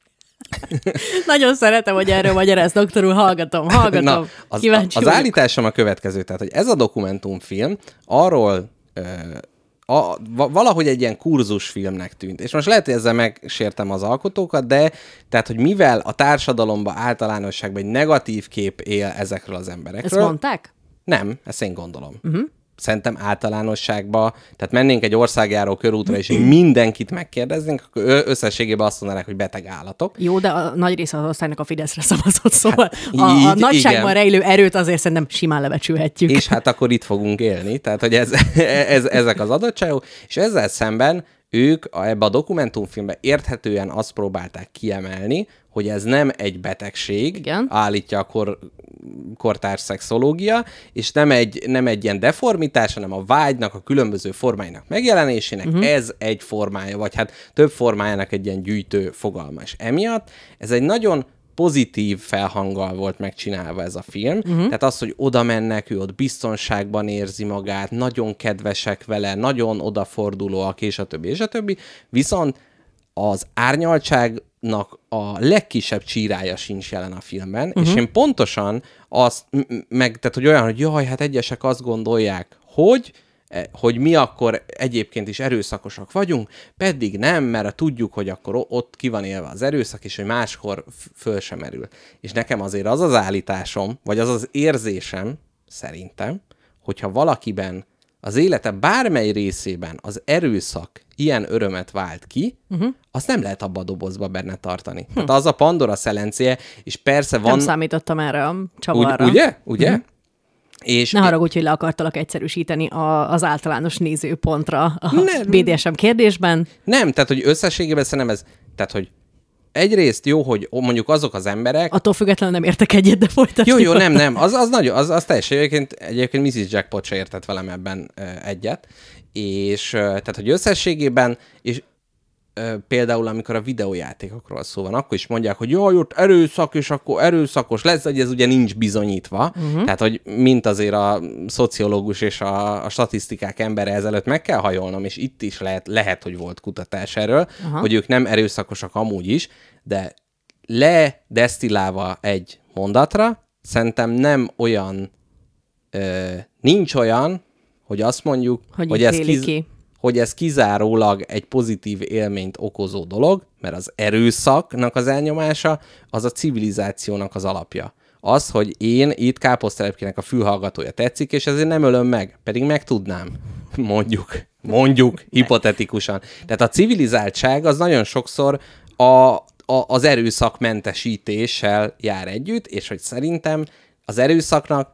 Nagyon szeretem, hogy erről magyaráz, doktor úr, hallgatom, hallgatom. Na, az, Kíváncsi az vagyok. állításom a következő, tehát, hogy ez a dokumentumfilm arról ö, a, valahogy egy ilyen kurzusfilmnek tűnt. És most lehet, hogy ezzel megsértem az alkotókat, de tehát, hogy mivel a társadalomban általánosságban egy negatív kép él ezekről az emberekről. Ezt mondták? Nem, ezt én gondolom. Uh-huh. Szerintem általánosságban, tehát mennénk egy országjáró körútra, és mindenkit megkérdeznénk, akkor összességében azt mondanák, hogy beteg állatok. Jó, de a nagy része az országnak a Fideszre szavazott, szóval Hát, a, a így, nagyságban igen. rejlő erőt azért szerintem simán lebecsülhetjük. És hát akkor itt fogunk élni, tehát hogy ez, ez, ezek az adottságok, és ezzel szemben ők a, ebbe a dokumentumfilmbe érthetően azt próbálták kiemelni, hogy ez nem egy betegség, Igen. állítja a kor, kortárs szexológia, és nem egy, nem egy ilyen deformitás, hanem a vágynak, a különböző formáinak megjelenésének uh-huh. ez egy formája, vagy hát több formájának egy ilyen gyűjtő fogalma. És emiatt ez egy nagyon pozitív felhanggal volt megcsinálva ez a film. Uh-huh. Tehát az, hogy oda mennek, ő ott biztonságban érzi magát, nagyon kedvesek vele, nagyon odafordulóak, és a többi, és a többi. Viszont az árnyaltságnak a legkisebb csírája sincs jelen a filmben, uh-huh. és én pontosan azt, meg, tehát, hogy olyan, hogy jaj, hát egyesek azt gondolják, hogy hogy mi akkor egyébként is erőszakosak vagyunk, pedig nem, mert tudjuk, hogy akkor ott ki van élve az erőszak, és hogy máskor föl sem merül. És nekem azért az az állításom, vagy az az érzésem, szerintem, hogyha valakiben az élete bármely részében az erőszak ilyen örömet vált ki, uh-huh. azt nem lehet abba a dobozba benne tartani. Hm. Tehát az a Pandora szelencéje, és persze van... Nem számítottam erre a csavarra. Ugy, ugye? Ugye? Uh-huh. És ne haragudj, hogy le akartalak egyszerűsíteni a, az általános nézőpontra a nem, bé dé es em kérdésben. Nem, tehát hogy összességében szerintem ez, tehát hogy egyrészt jó, hogy mondjuk azok az emberek... Attól függetlenül nem értek egyet, de folytasd. Jó, jó, nem, nem, az, az nagyon, az, az teljesen egyébként, egyébként missziz Jackpot se értett velem ebben uh, egyet, és uh, tehát, hogy összességében, és uh, például, amikor a videójátékokról szó van, akkor is mondják, hogy jaj, ott erőszak, és akkor erőszakos lesz, hogy ez ugye nincs bizonyítva, uh-huh. tehát, hogy mint azért a szociológus és a, a statisztikák embere ezelőtt meg kell hajolnom, és itt is lehet, lehet hogy volt kutatás erről, uh-huh. hogy ők nem erőszakosak amúgy is, de ledesztillálva egy mondatra, szerintem nem olyan, ö, nincs olyan, hogy azt mondjuk, hogy, hogy, ez kiz, hogy ez kizárólag egy pozitív élményt okozó dolog, mert az erőszaknak az elnyomása, az a civilizációnak az alapja. Az, hogy én itt káposztelepkének a fülhallgatója tetszik, és ezért nem ölöm meg, pedig meg tudnám. Mondjuk, mondjuk, hipotetikusan. Tehát a civilizáltság az nagyon sokszor a A, az erőszakmentesítéssel jár együtt, és hogy szerintem az erőszaknak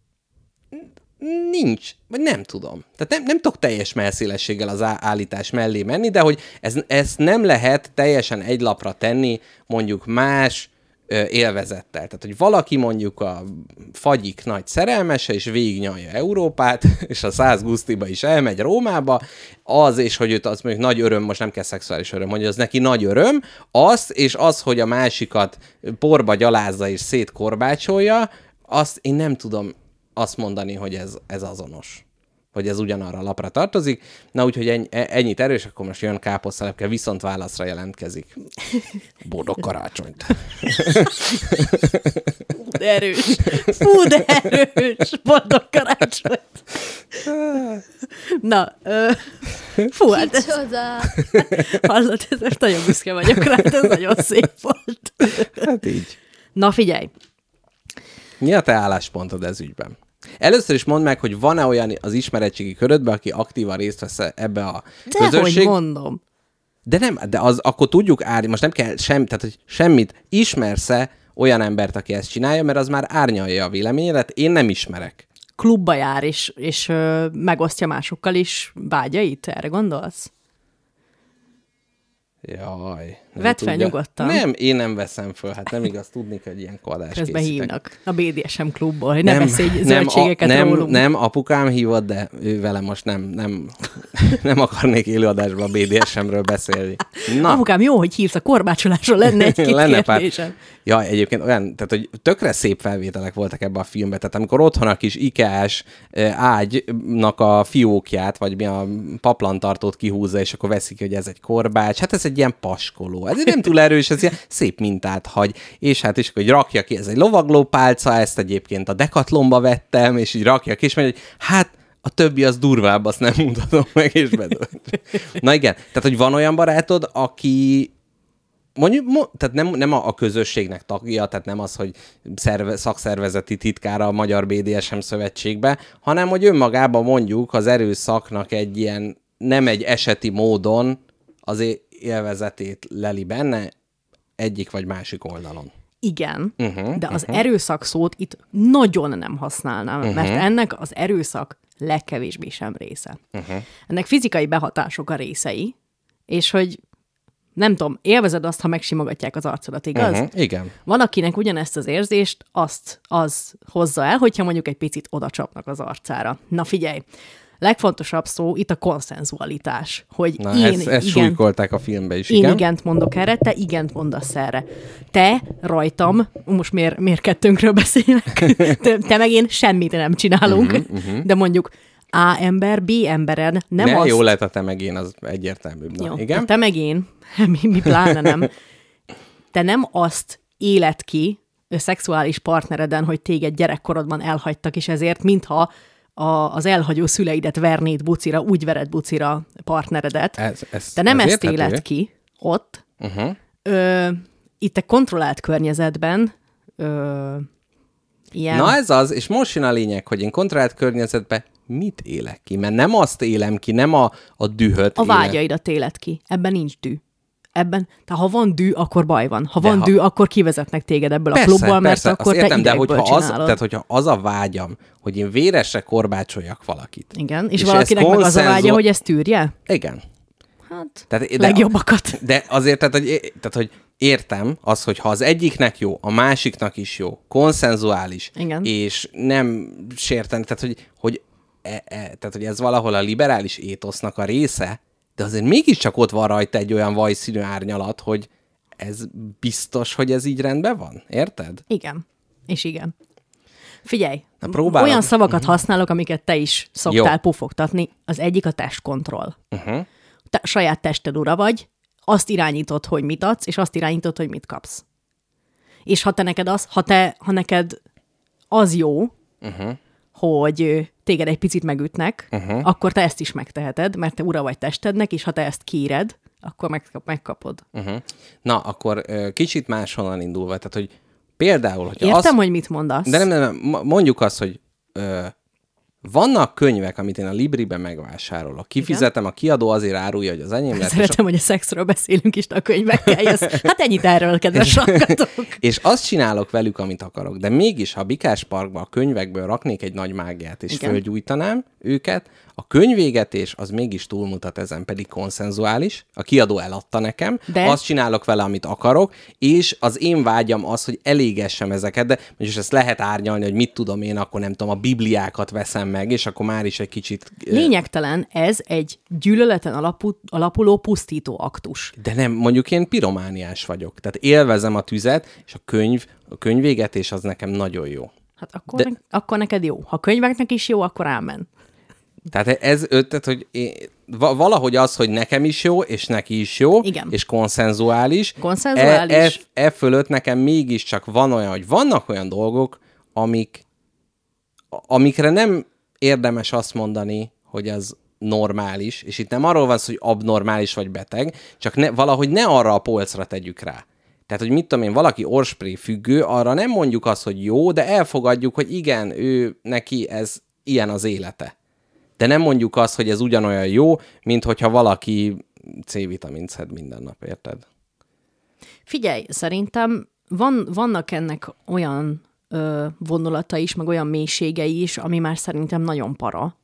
nincs, vagy nem tudom. Tehát nem, nem tudok teljes mellszélességgel az állítás mellé menni, de hogy ez, ez nem lehet teljesen egy lapra tenni mondjuk más ö, élvezettel. Tehát, hogy valaki mondjuk a fagyik nagy szerelmese, és végignyalja Európát, és a száz gusztiba is elmegy Rómába, az, és hogy őt az mondjuk nagy öröm, most nem kell szexuális öröm, hogy az neki nagy öröm, azt, és az, hogy a másikat porba gyalázza és szétkorbácsolja, azt én nem tudom azt mondani, hogy ez, ez azonos. Hogy ez ugyanarra a lapra tartozik. Na úgyhogy ennyi, ennyit erős, akkor most jön káposztelepke, viszont válaszra jelentkezik. Boldog karácsonyt! Fú, de erős! Fú, de erős! Boldog karácsonyt! Na, ö, fú, hát ez... Hallod, ez most nagyon büszke vagyok rá, ez nagyon szép volt. Hát így. Na figyelj! Mi a te álláspontod ez ügyben? Először is mondd meg, hogy van-e olyan az ismeretségi körödben, aki aktívan részt vesz ebbe a de közösség. Dehogy mondom. De nem, de az, akkor tudjuk árni, most nem kell sem, tehát, hogy semmit, ismersz-e olyan embert, aki ezt csinálja, mert az már árnyalja a véleményedet, én nem ismerek. Klubba jár, és, és ö, megosztja másokkal is vágyait, erre gondolsz? Jaj. Vedd fel nyugodtan. Nem, én nem veszem föl, hát nem igaz, tudni, hogy ilyen adás közben készítek. hívnak a bé dé es em klubból, hogy ne beszélj zöldségeket nem, rólunk. Nem, nem, apukám hívott, de ő vele most nem, nem, nem akarnék élőadásban a bé dé es emről beszélni. Na. Apukám, jó, hogy hívsz, a korbácsolásról lenne egy-két lenne kérdésem. Pár... Ja, egyébként olyan, tehát hogy tökre szép felvételek voltak ebben a filmben, tehát amikor otthon a kis IKEA-s ágynak a fiókját, vagy mi a paplantartót kihúzza, és akkor veszik, hogy ez egy korbács, hát ez egy ilyen paskoló, ez nem túl erős, ez ilyen szép mintát hagy, és hát is, hogy rakja ki, ez egy lovaglópálca, ezt egyébként a Decathlonba vettem, és így rakja ki, és mondja, hogy hát a többi az durvább, azt nem mutatom meg, és bedölt. Na igen, tehát, hogy van olyan barátod, aki mondjuk, mo- tehát nem, nem a, a közösségnek tagja, tehát nem az, hogy szerve, szakszervezeti titkára a Magyar bé dé es em Szövetségbe, hanem, hogy önmagában mondjuk az erőszaknak egy ilyen, nem egy eseti módon az élvezetét leli benne egyik vagy másik oldalon. Igen, uh-huh, de az uh-huh. erőszak szót itt nagyon nem használnám, uh-huh. mert ennek az erőszak legkevésbé sem része. Uh-huh. Ennek fizikai behatások a részei, és hogy nem tudom, élvezed azt, ha megsimogatják az arcodat, igaz? Uh-huh, igen. Van, akinek ugyanezt az érzést azt az hozza el, hogyha mondjuk egy picit odacsapnak az arcára. Na figyelj, legfontosabb szó itt a konszenzualitás, hogy Na, én ezt, ezt igen, súlykolták a filmbe is, én igen? igent mondok erre, te igent mondasz erre. Te rajtam, most miért, miért kettőnkről beszélek, te, te meg én semmit nem csinálunk, uh-huh, uh-huh. de mondjuk A ember, B emberen nem ne, azt... jó lett a te meg én, az egyértelműbb. Na, jó, igen? te meg én, mi, mi pláne nem. Te nem azt éled ki a szexuális partnereden, hogy téged gyerekkorodban elhagytak, és ezért mintha a, az elhagyó szüleidet vernéd bucira, úgy vered bucira partneredet. Ez, ez, Te nem ez ezt érthető. Éled ki ott. Uh-huh. Ö, itt a kontrollált környezetben ö, ilyen... Na ez az, és most jön a lényeg, hogy én kontrollált környezetben mit élek ki? Mert nem azt élem ki, nem a, a dühöt A vágyaidat éled ki. Ebben nincs dű. Ebben, tehát ha van dű, akkor baj van. Ha de van ha... dű, akkor kivezetnek téged ebből persze, a klubból, mert persze, akkor értem, te idegből de hogyha az, csinálod. Tehát, hogyha az a vágyam, hogy én véresre korbácsoljak valakit. Igen, és, és valakinek meg az a vágya, hogy ezt tűrje? Igen. Hát, tehát, legjobbakat. De azért, tehát hogy, tehát, hogy értem az, hogy ha az egyiknek jó, a másiknak is jó, konszenzuális, Igen. és nem sérteni, tehát hogy, hogy, e, e, tehát, hogy ez valahol a liberális étosznak a része, de azért mégiscsak ott van rajta egy olyan vajszínű árnyalat, hogy ez biztos, hogy ez így rendben van? Érted? Igen. És igen. Figyelj, Na, próbálom. olyan szavakat uh-huh. használok, amiket te is szoktál Jó. pufogtatni. Az egyik a testkontroll. Uh-huh. Te saját tested ura vagy, azt irányítod, hogy mit adsz, és azt irányítod, hogy mit kapsz. És ha te neked az, ha te, ha neked az jó, Uh-huh. hogy ö, téged egy picit megütnek, Uh-huh. akkor te ezt is megteheted, mert te ura vagy testednek, és ha te ezt kéred, akkor megkap, megkapod. Uh-huh. Na, akkor ö, kicsit máshonnan indulva, tehát, hogy például, hogyha Értem, azt... hogy mit mondasz. De nem, nem, nem, ma- mondjuk azt, hogy ö, vannak könyvek, amit én a Libriben megvásárolok. Kifizetem, a kiadó azért árulja, hogy az enyém lett. Szeretem, hogy a szexről beszélünk is, de a könyvekkel jössz. Hát ennyit erről, kedves hallgatók. És azt csinálok velük, amit akarok. De mégis, ha a Bikás Parkba a könyvekből raknék egy nagy mágiát, és Igen. fölgyújtanám őket, a könyvégetés az mégis túlmutat ezen, pedig konszenzuális. A kiadó eladta nekem, De- azt csinálok vele, amit akarok, és az én vágyam az, hogy elégessem ezeket, de most ezt lehet árnyalni, hogy mit tudom én, akkor nem tudom, a bibliákat veszem meg, és akkor már is egy kicsit... Lényegtelen, ez egy gyűlöleten alapú, alapuló pusztító aktus. De nem, mondjuk én piromániás vagyok. Tehát élvezem a tüzet, és a könyv, a könyvégetés az nekem nagyon jó. Hát akkor, De- ne, akkor neked jó. Ha könyveknek is jó, akkor ámen. Tehát ez ötlet, hogy én, va- valahogy az, hogy nekem is jó, és neki is jó, Igen. és konszenzuális. Konszenzuális. E, e, e fölött nekem mégiscsak van olyan, hogy vannak olyan dolgok, amik, amikre nem érdemes azt mondani, hogy az normális, és itt nem arról van szó, hogy abnormális vagy beteg, csak ne, valahogy ne arra a polcra tegyük rá. Tehát, hogy mit tudom én, valaki orspré függő, arra nem mondjuk azt, hogy jó, de elfogadjuk, hogy igen, ő neki ez ilyen az élete. De nem mondjuk azt, hogy ez ugyanolyan jó, mint hogyha valaki C-vitamint szed minden nap, érted? Figyelj, szerintem van, vannak ennek olyan ö, vonulata is, meg olyan mélységei is, ami már szerintem nagyon para.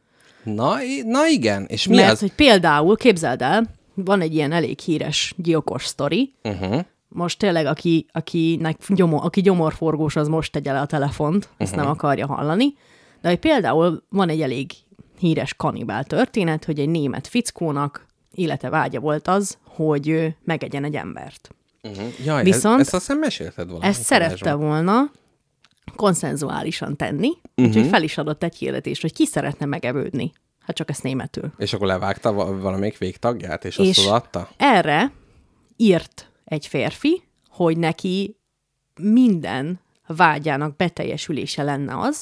Na, i- na igen, és mi Mert az? hogy például, képzeld el, van egy ilyen elég híres gyilkos sztori, Uh-huh. most tényleg, aki, akinek gyomor, aki gyomorforgós, az most tegye le a telefont, ezt uh-huh. nem akarja hallani, de hogy például van egy elég híres kanibál történet, hogy egy német fickónak élete vágya volt az, hogy ő megegyen egy embert. Uh-huh. Jaj, Viszont ezt, ezt azt hiszem mesélted valamit. Ezt szerette volna konszenzuálisan tenni, uh-huh. úgyhogy fel is adott egy hirdetést, hogy ki szeretne megevődni. Hát csak ezt németül. És akkor levágta val- valamelyik végtagját, és, És azt odaadta? erre írt egy férfi, hogy neki minden vágyának beteljesülése lenne az,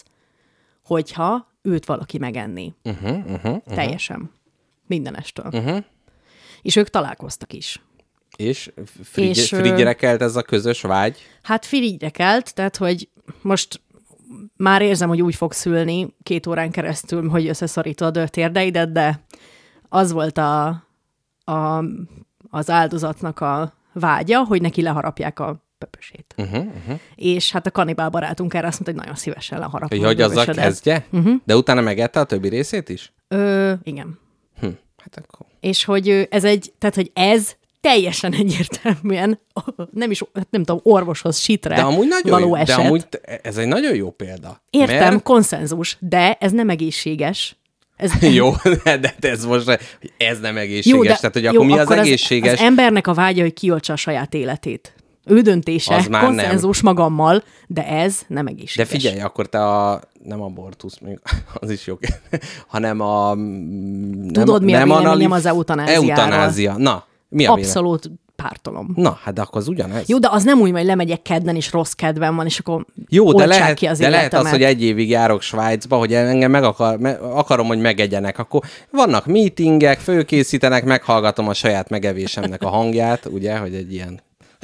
hogyha őt valaki megenné. Uh-huh, uh-huh, uh-huh. Teljesen. Mindenestől. Uh-huh. És ők találkoztak is. És, frigy- És, ö, frigyre kelt ez a közös vágy? Hát firigyre kelt, tehát, hogy most már érzem, hogy úgy fog szülni két órán keresztül, hogy összeszorítod a térdeidet, de az volt a, a, az áldozatnak a vágya, hogy neki leharapják a pöpösét. Uh-huh, uh-huh. És hát a kanibál barátunk erre azt mondta, hogy nagyon szívesen leharapom. Hogy, hogy a azzal pöpösödet. kezdje? Uh-huh. De utána megette a többi részét is? Ö, igen. Hm. Hát akkor... És hogy ö, ez egy, tehát, hogy ez teljesen egyértelműen, nem is, nem tudom, orvoshoz sitre De amúgy nagyon való jó, eset. de amúgy ez egy nagyon jó példa. Értem, Mert... konszenzus, de ez nem egészséges. Ez Jó, de, de ez most, hogy ez nem egészséges. jó, de, Tehát, hogy jó, akkor mi az akkor egészséges? Az, az embernek a vágya, hogy kioltsa a saját életét. Ő döntése, Az már konszenzus magammal, de ez nem De egészséges. figyelj, akkor te a, nem abortusz, még az is jó, hanem a... Nem, Tudod, mi a nem véleményem analif- az eutanáziáról? Eutanázia. Na, mi a vélemény? Abszolút pártolom. Na, hát de akkor az ugyanez. Jó, de az nem úgy, hogy lemegyek kedden, és rossz kedvem van, és akkor Jó, de oltsák lehet, ki az de lehet az, életemet. hogy egy évig járok Svájcba, hogy engem meg akar, me, akarom, hogy megegyenek. Akkor vannak meetingek, fölkészítenek, meghallgatom a saját megevésemnek a hangját, ugye, hogy egy ilyen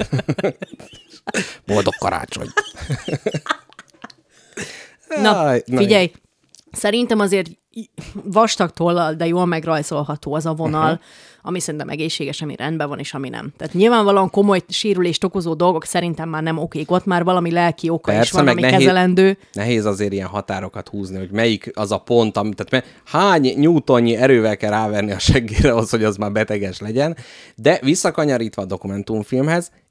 boldog karácsony. Na, Aj, na, figyelj, szerintem azért vastag tollal, de jól megrajzolható az a vonal, uh-huh. ami szerintem egészséges, ami rendben van, és ami nem. Tehát nyilvánvalóan komoly sérülést okozó dolgok szerintem már nem okék. Ott már valami lelki oka Persze, is van, meg ami nehéz- kezelendő. Nehéz azért ilyen határokat húzni, hogy melyik az a pont, amit, tehát me- hány newtonnyi erővel kell ráverni a seggére ahhoz, hogy az már beteges legyen. De visszakanyarítva a dokumentumfilmhez,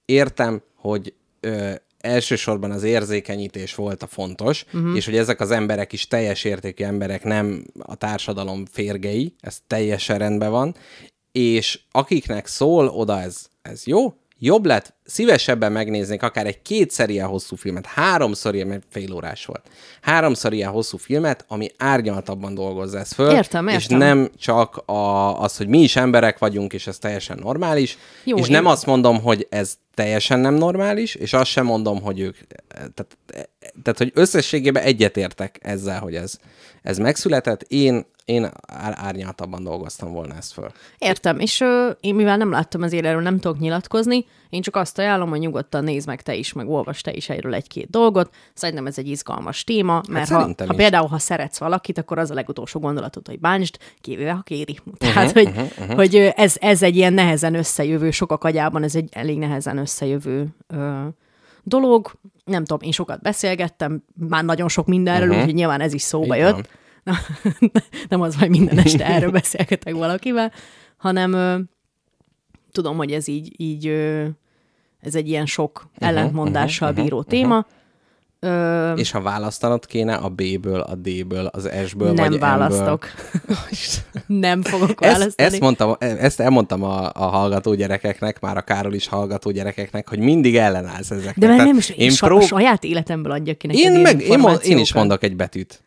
értem, hogy ö, elsősorban az érzékenyítés volt a fontos, uh-huh. és hogy ezek az emberek is teljes értékű emberek, nem a társadalom férgei, ez teljesen rendben van, és akiknek szól oda ez, ez jó, jobb lett, szívesebben megnéznék akár egy kétszer ilyen hosszú filmet, háromszor ilyen fél órás volt. Háromszor ilyen hosszú filmet, ami árnyaltabban dolgozza ezt föl. Értem, értem. És nem csak a, az, hogy mi is emberek vagyunk, és ez teljesen normális. Jó, és én... nem azt mondom, hogy ez teljesen nem normális, és azt sem mondom, hogy ők... Tehát, tehát hogy összességében egyetértek ezzel, hogy ez, ez megszületett. Én Én árnyaltabban dolgoztam volna ezt föl. Értem, és ö, én mivel nem láttam, ezért erről nem tudok nyilatkozni, én csak azt ajánlom, hogy nyugodtan nézd meg te is, meg olvasd te is erről egy-két dolgot. Szerintem ez egy izgalmas téma, mert hát ha, ha például, ha szeretsz valakit, akkor az a legutolsó gondolatod, hogy bántsd, kivéve, ha kéri. Tehát, uh-huh, hogy, uh-huh, uh-huh. hogy ez, ez egy ilyen nehezen összejövő, sokak agyában ez egy elég nehezen összejövő ö, dolog. Nem tudom, én sokat beszélgettem, már nagyon sok mindenről, uh-huh. úgyhogy nyilván ez is szóba Így jött. van. Na, nem az, hogy minden este erről beszélgetek valakivel, hanem ö, tudom, hogy ez így, így ö, ez egy ilyen sok ellentmondással uh-huh, bíró uh-huh, téma. Ö, És ha választanod kéne a B-ből, a D-ből, az S-ből, nem vagy választok. Nem fogok választani. Ezt, ezt, mondtam, ezt elmondtam a, a hallgató gyerekeknek, már a Károl is hallgató gyerekeknek, hogy mindig ellenállsz ezeknek. De mert nem is, én prób... a saját életemből adjak ki neked én, ilyen meg, én, mond, én is mondok egy betűt.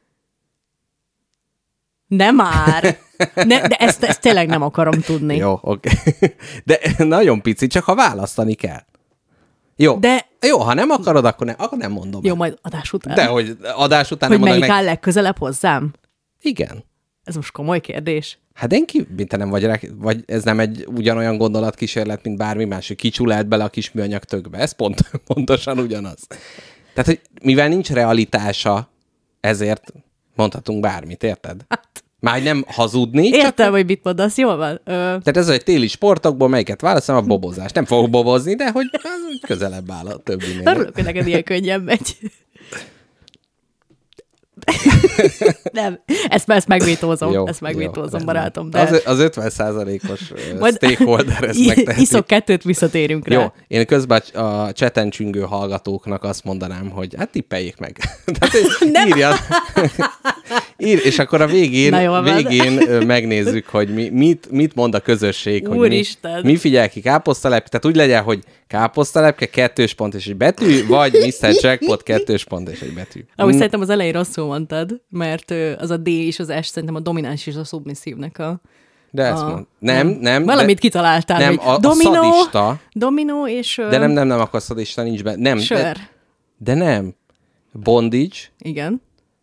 Nem már! Ne, de ezt, ezt tényleg nem akarom tudni. Jó, oké. Okay. De nagyon pici, csak ha választani kell. Jó, de... jó, ha nem akarod, akkor, ne, akkor nem mondom. Jó, el. majd adás után. De hogy adás után hogy nem mondom melyik meg... áll legközelebb hozzám? Igen. Ez most komoly kérdés. Hát én ki, mint te nem vagy, rá, vagy ez nem egy ugyanolyan gondolatkísérlet, mint bármi más, hogy kicsulált bele a kis műanyag tökbe. Ez pont, pontosan ugyanaz. Tehát, hogy mivel nincs realitása, ezért mondhatunk bármit, érted? Hát... Már nem hazudni. Értem, csak... hogy mit mondasz, jól van. Ö... Tehát ez egy téli sportokból, melyiket választom, a bobozás. Nem fogok bobozni, de hogy közelebb áll a többinél. Örülök, hogy neked ilyen könnyen megy. Nem, ezt, ezt megvétózom, jó, ezt megvétózom, jó, barátom. De... Az, az ötven százalékos stakeholder ezt megteheti. Iszok kettőt, visszatérünk rá. Jó, én közben a cseten csüngő hallgatóknak azt mondanám, hogy hát tippeljék meg. Tehát írjad. Ír, és akkor a végén, jó, végén megnézzük, hogy mi, mit, mit mond a közösség. Úristen. Hogy mi, mi figyel ki, káposztalepke, tehát úgy legyen, hogy káposztalepke, kettős pont és egy betű, vagy miszter Jackpot, kettős pont és egy betű. Ahogy hmm. szerintem az elején rosszul mondtad, mert az a D és az S szerintem a domináns és a szubmisszívnek a... De ezt a... mond. Nem, nem. Valamit de... kitaláltál, nem, hogy a, a dominó, szadista. Dominó és... De nem, nem, nem, akkor szadista nincs benne. Nem. Sör. De, de nem. Bondage. Igen.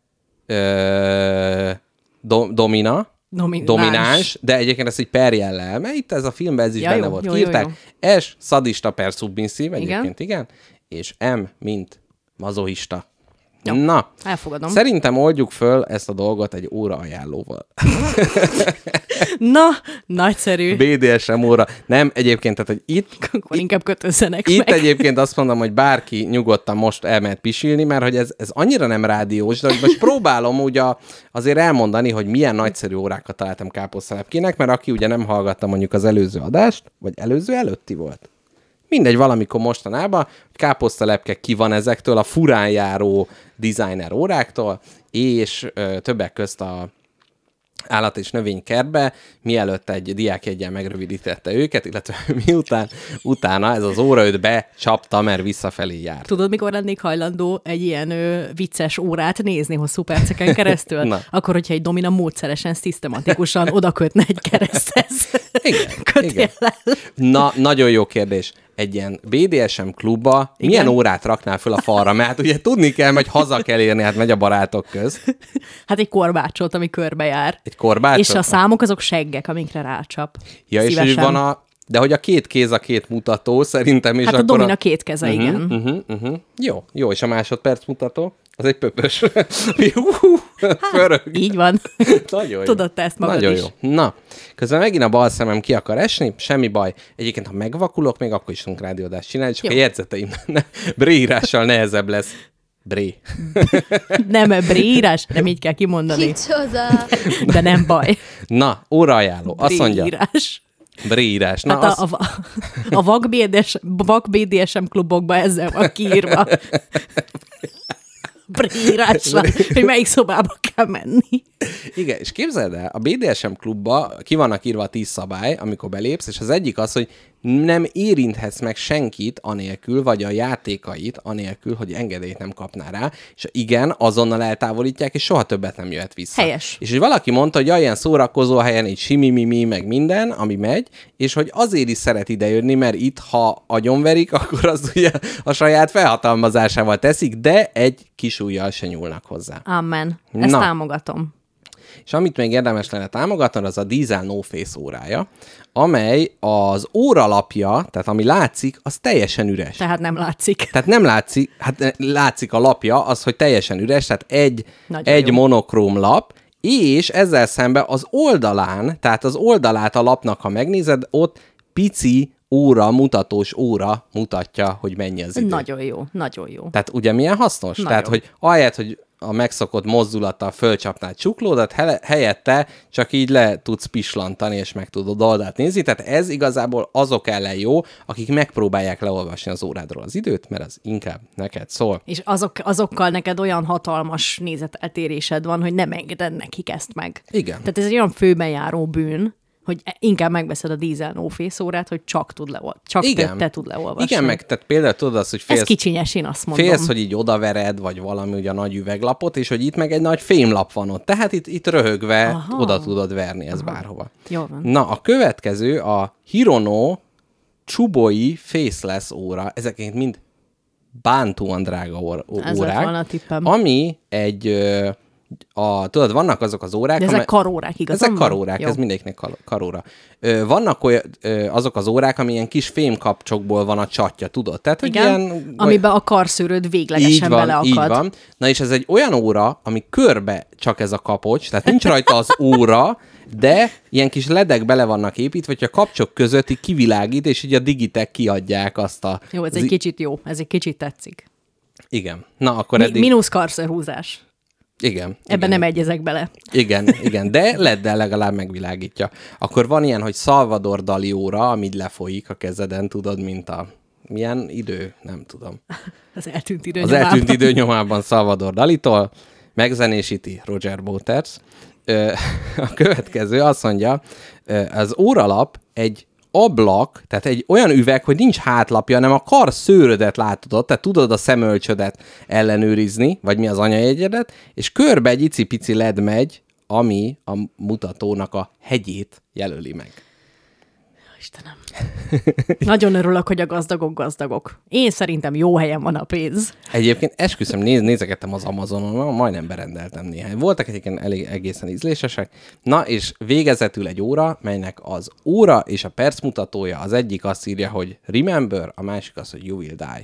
Ö, do, domina. Domináns. Domináns, de egyébként ezt így perjellel, mert itt ez a filmben ez is ja, benne jó, volt. Jó, Írták. jó, jó. S, szadista per szubmisszív, egyébként igen. igen. És M, mint mazohista. Jó, na, elfogadom. Szerintem oldjuk föl ezt a dolgot egy óra ajánlóval. Na, nagyszerű. bé dé es em óra. Nem, egyébként, tehát, hogy itt... Akkor inkább kötözzenek Itt meg. egyébként azt mondom, hogy bárki nyugodtan most elmehet pisilni, mert hogy ez, ez annyira nem rádiós, de most próbálom ugye azért elmondani, hogy milyen nagyszerű órákat találtam káposztalepkének, mert aki ugye nem hallgatta mondjuk az előző adást, vagy előző előtti volt. Mindegy, valamikor mostanában káposztalepke ki van ezektől a furán járó designer óráktól, és ö, többek közt a állat- és növénykertbe, mielőtt egy diákjeggyel megrövidítette őket, illetve miután utána ez az óra őt becsapta, mert visszafelé járt. Tudod, mikor lennék hajlandó egy ilyen ö, vicces órát nézni hosszú perceken keresztül? Na. Akkor, hogyha egy domina módszeresen, szisztematikusan oda kötne egy kereszthez. Igen, igen. Na, nagyon jó kérdés. Egy ilyen bé dé es em klubba igen? Milyen órát raknál föl a falra? Mert hát ugye tudni kell, hogy haza kell érni, hát megy a barátok közt. Hát egy korbácsot, ami körbe jár. Egy korbácsot? És a számok azok seggek, amikre rácsap. Ja, szívesen. És van a... De hogy a két kéz a két mutató, szerintem is hát akkor... Hát a domina a... két keze, uh-huh, igen. Uh-huh, uh-huh. Jó, jó, és a másodperc mutató? Az egy pöpös. Hát, így van. Nagyon jó. Tudod te ezt magad Nagyon is. Jó. Na, közben megint a bal szemem ki akar esni, semmi baj. Egyébként, ha megvakulok, még akkor is tudunk rádióadást csinálni, csak jó. A jegyzeteim bréírással nehezebb lesz. Bré. Nem bréírás, nem így kell kimondani. Kicsoda. De nem baj. Na, óraajánló. Azt mondja. Bréírás. Brírás. Na, Hát az... a, a, a vak bé dé es em klubokban ezzel van kiírva. Brírásra, hogy melyik szobába kell menni. Igen, és képzeld el, a bé dé es em klubba ki vannak írva a tíz szabály, amikor belépsz, és az egyik az, hogy nem érinthetsz meg senkit anélkül, vagy a játékait anélkül, hogy engedélyt nem kapnál rá, és igen, azonnal eltávolítják, és soha többet nem jöhet vissza. Helyes. És hogy valaki mondta, hogy ilyen szórakozó helyen így simimimi, meg minden, ami megy, és hogy azért is szeret idejönni, mert itt, ha agyonverik, akkor az ugye a saját felhatalmazásával teszik, de egy kis ujjal se nyúlnak hozzá. Amen. Ezt Na. támogatom. És amit még érdemes lenne támogatni, az a Diesel No Face órája, amely az óralapja, tehát ami látszik, az teljesen üres. Tehát nem látszik. Tehát nem látszik, hát látszik a lapja, az, hogy teljesen üres, tehát egy, egy monokróm lap, és ezzel szemben az oldalán, tehát az oldalát a lapnak, ha megnézed, ott pici óra, mutatós óra mutatja, hogy mennyi az idő. Nagyon jó, nagyon jó. Tehát ugye milyen hasznos? Nagyon. Tehát, hogy ahelyett, hogy a megszokott mozdulattal fölcsapnád csuklódat, helyette csak így le tudsz pislantani, és meg tudod oldalt nézni. Tehát ez igazából azok ellen jó, akik megpróbálják leolvasni az órádról az időt, mert az inkább neked szól. És azok, azokkal neked olyan hatalmas nézeteltérésed van, hogy nem engeded nekik ezt meg. Igen. Tehát ez egy olyan főben járó bűn, hogy inkább megveszed a Diesel No Face órát, hogy csak tud leolvasni. Csak Igen. te, te tud leolvasni. Igen, meg tehát például tudod azt, hogy félsz, ez kicsinyes, én azt mondom. félsz, hogy így odavered, vagy valami ugye a nagy üveglapot, és hogy itt meg egy nagy fémlap van ott. Tehát itt, itt röhögve Aha. oda tudod verni ez Aha. bárhova. Jó van. Na, a következő a Hirono Chuboi Faceless óra. Ezek mind bántóan drága óra, ez órák. Van a tippem. Ami egy... A, tudod, vannak azok az órák... De ezek amely... karórák, igazán? Ezek karórák, ez mindegyiknek karóra. Ö, vannak olyan, ö, azok az órák, ami ilyen kis fémkapcsokból van a csatja, tudod? Tehát, hogy igen, ilyen, amiben a karszőröd véglegesen így van, beleakad. Így van. Na és ez egy olyan óra, ami körbe csak ez a kapocs, tehát nincs rajta az óra, de ilyen kis ledek bele vannak építve, hogy a kapcsok közötti kivilágít, és így a digitek kiadják azt a... Jó, ez egy kicsit jó, ez egy kicsit tetszik. Igen. Na, akkor Mi, eddig... Mínusz karszörhúzás. Igen. Ebben igen. nem egyezek bele. Igen, igen, de leddel legalább megvilágítja. Akkor van ilyen, hogy Salvador Dali óra, amit lefolyik a kezeden, tudod, mint a... Milyen idő? Nem tudom. Az eltűnt idő Az nyomában. eltűnt idő nyomában Salvador Dalitól. Megzenésíti Roger Waters. A következő azt mondja, az óralap egy ablak, tehát egy olyan üveg, hogy nincs hátlapja, hanem a karszőrödet látod ott, tehát tudod a szemölcsödet ellenőrizni, vagy mi az anyajegyedet, és körbe egy icipici led megy, ami a mutatónak a hegyét jelöli meg. Istenem. Nagyon örülök, hogy a gazdagok gazdagok. Én szerintem jó helyen van a pénz. Egyébként esküszöm, néz, nézegettem az Amazonon, majdnem berendeltem néhány. Voltak egyébként elég egészen ízlésesek. Na, és végezetül egy óra, melynek az óra és a percmutatója, az egyik azt írja, hogy remember, a másik az, hogy you will die.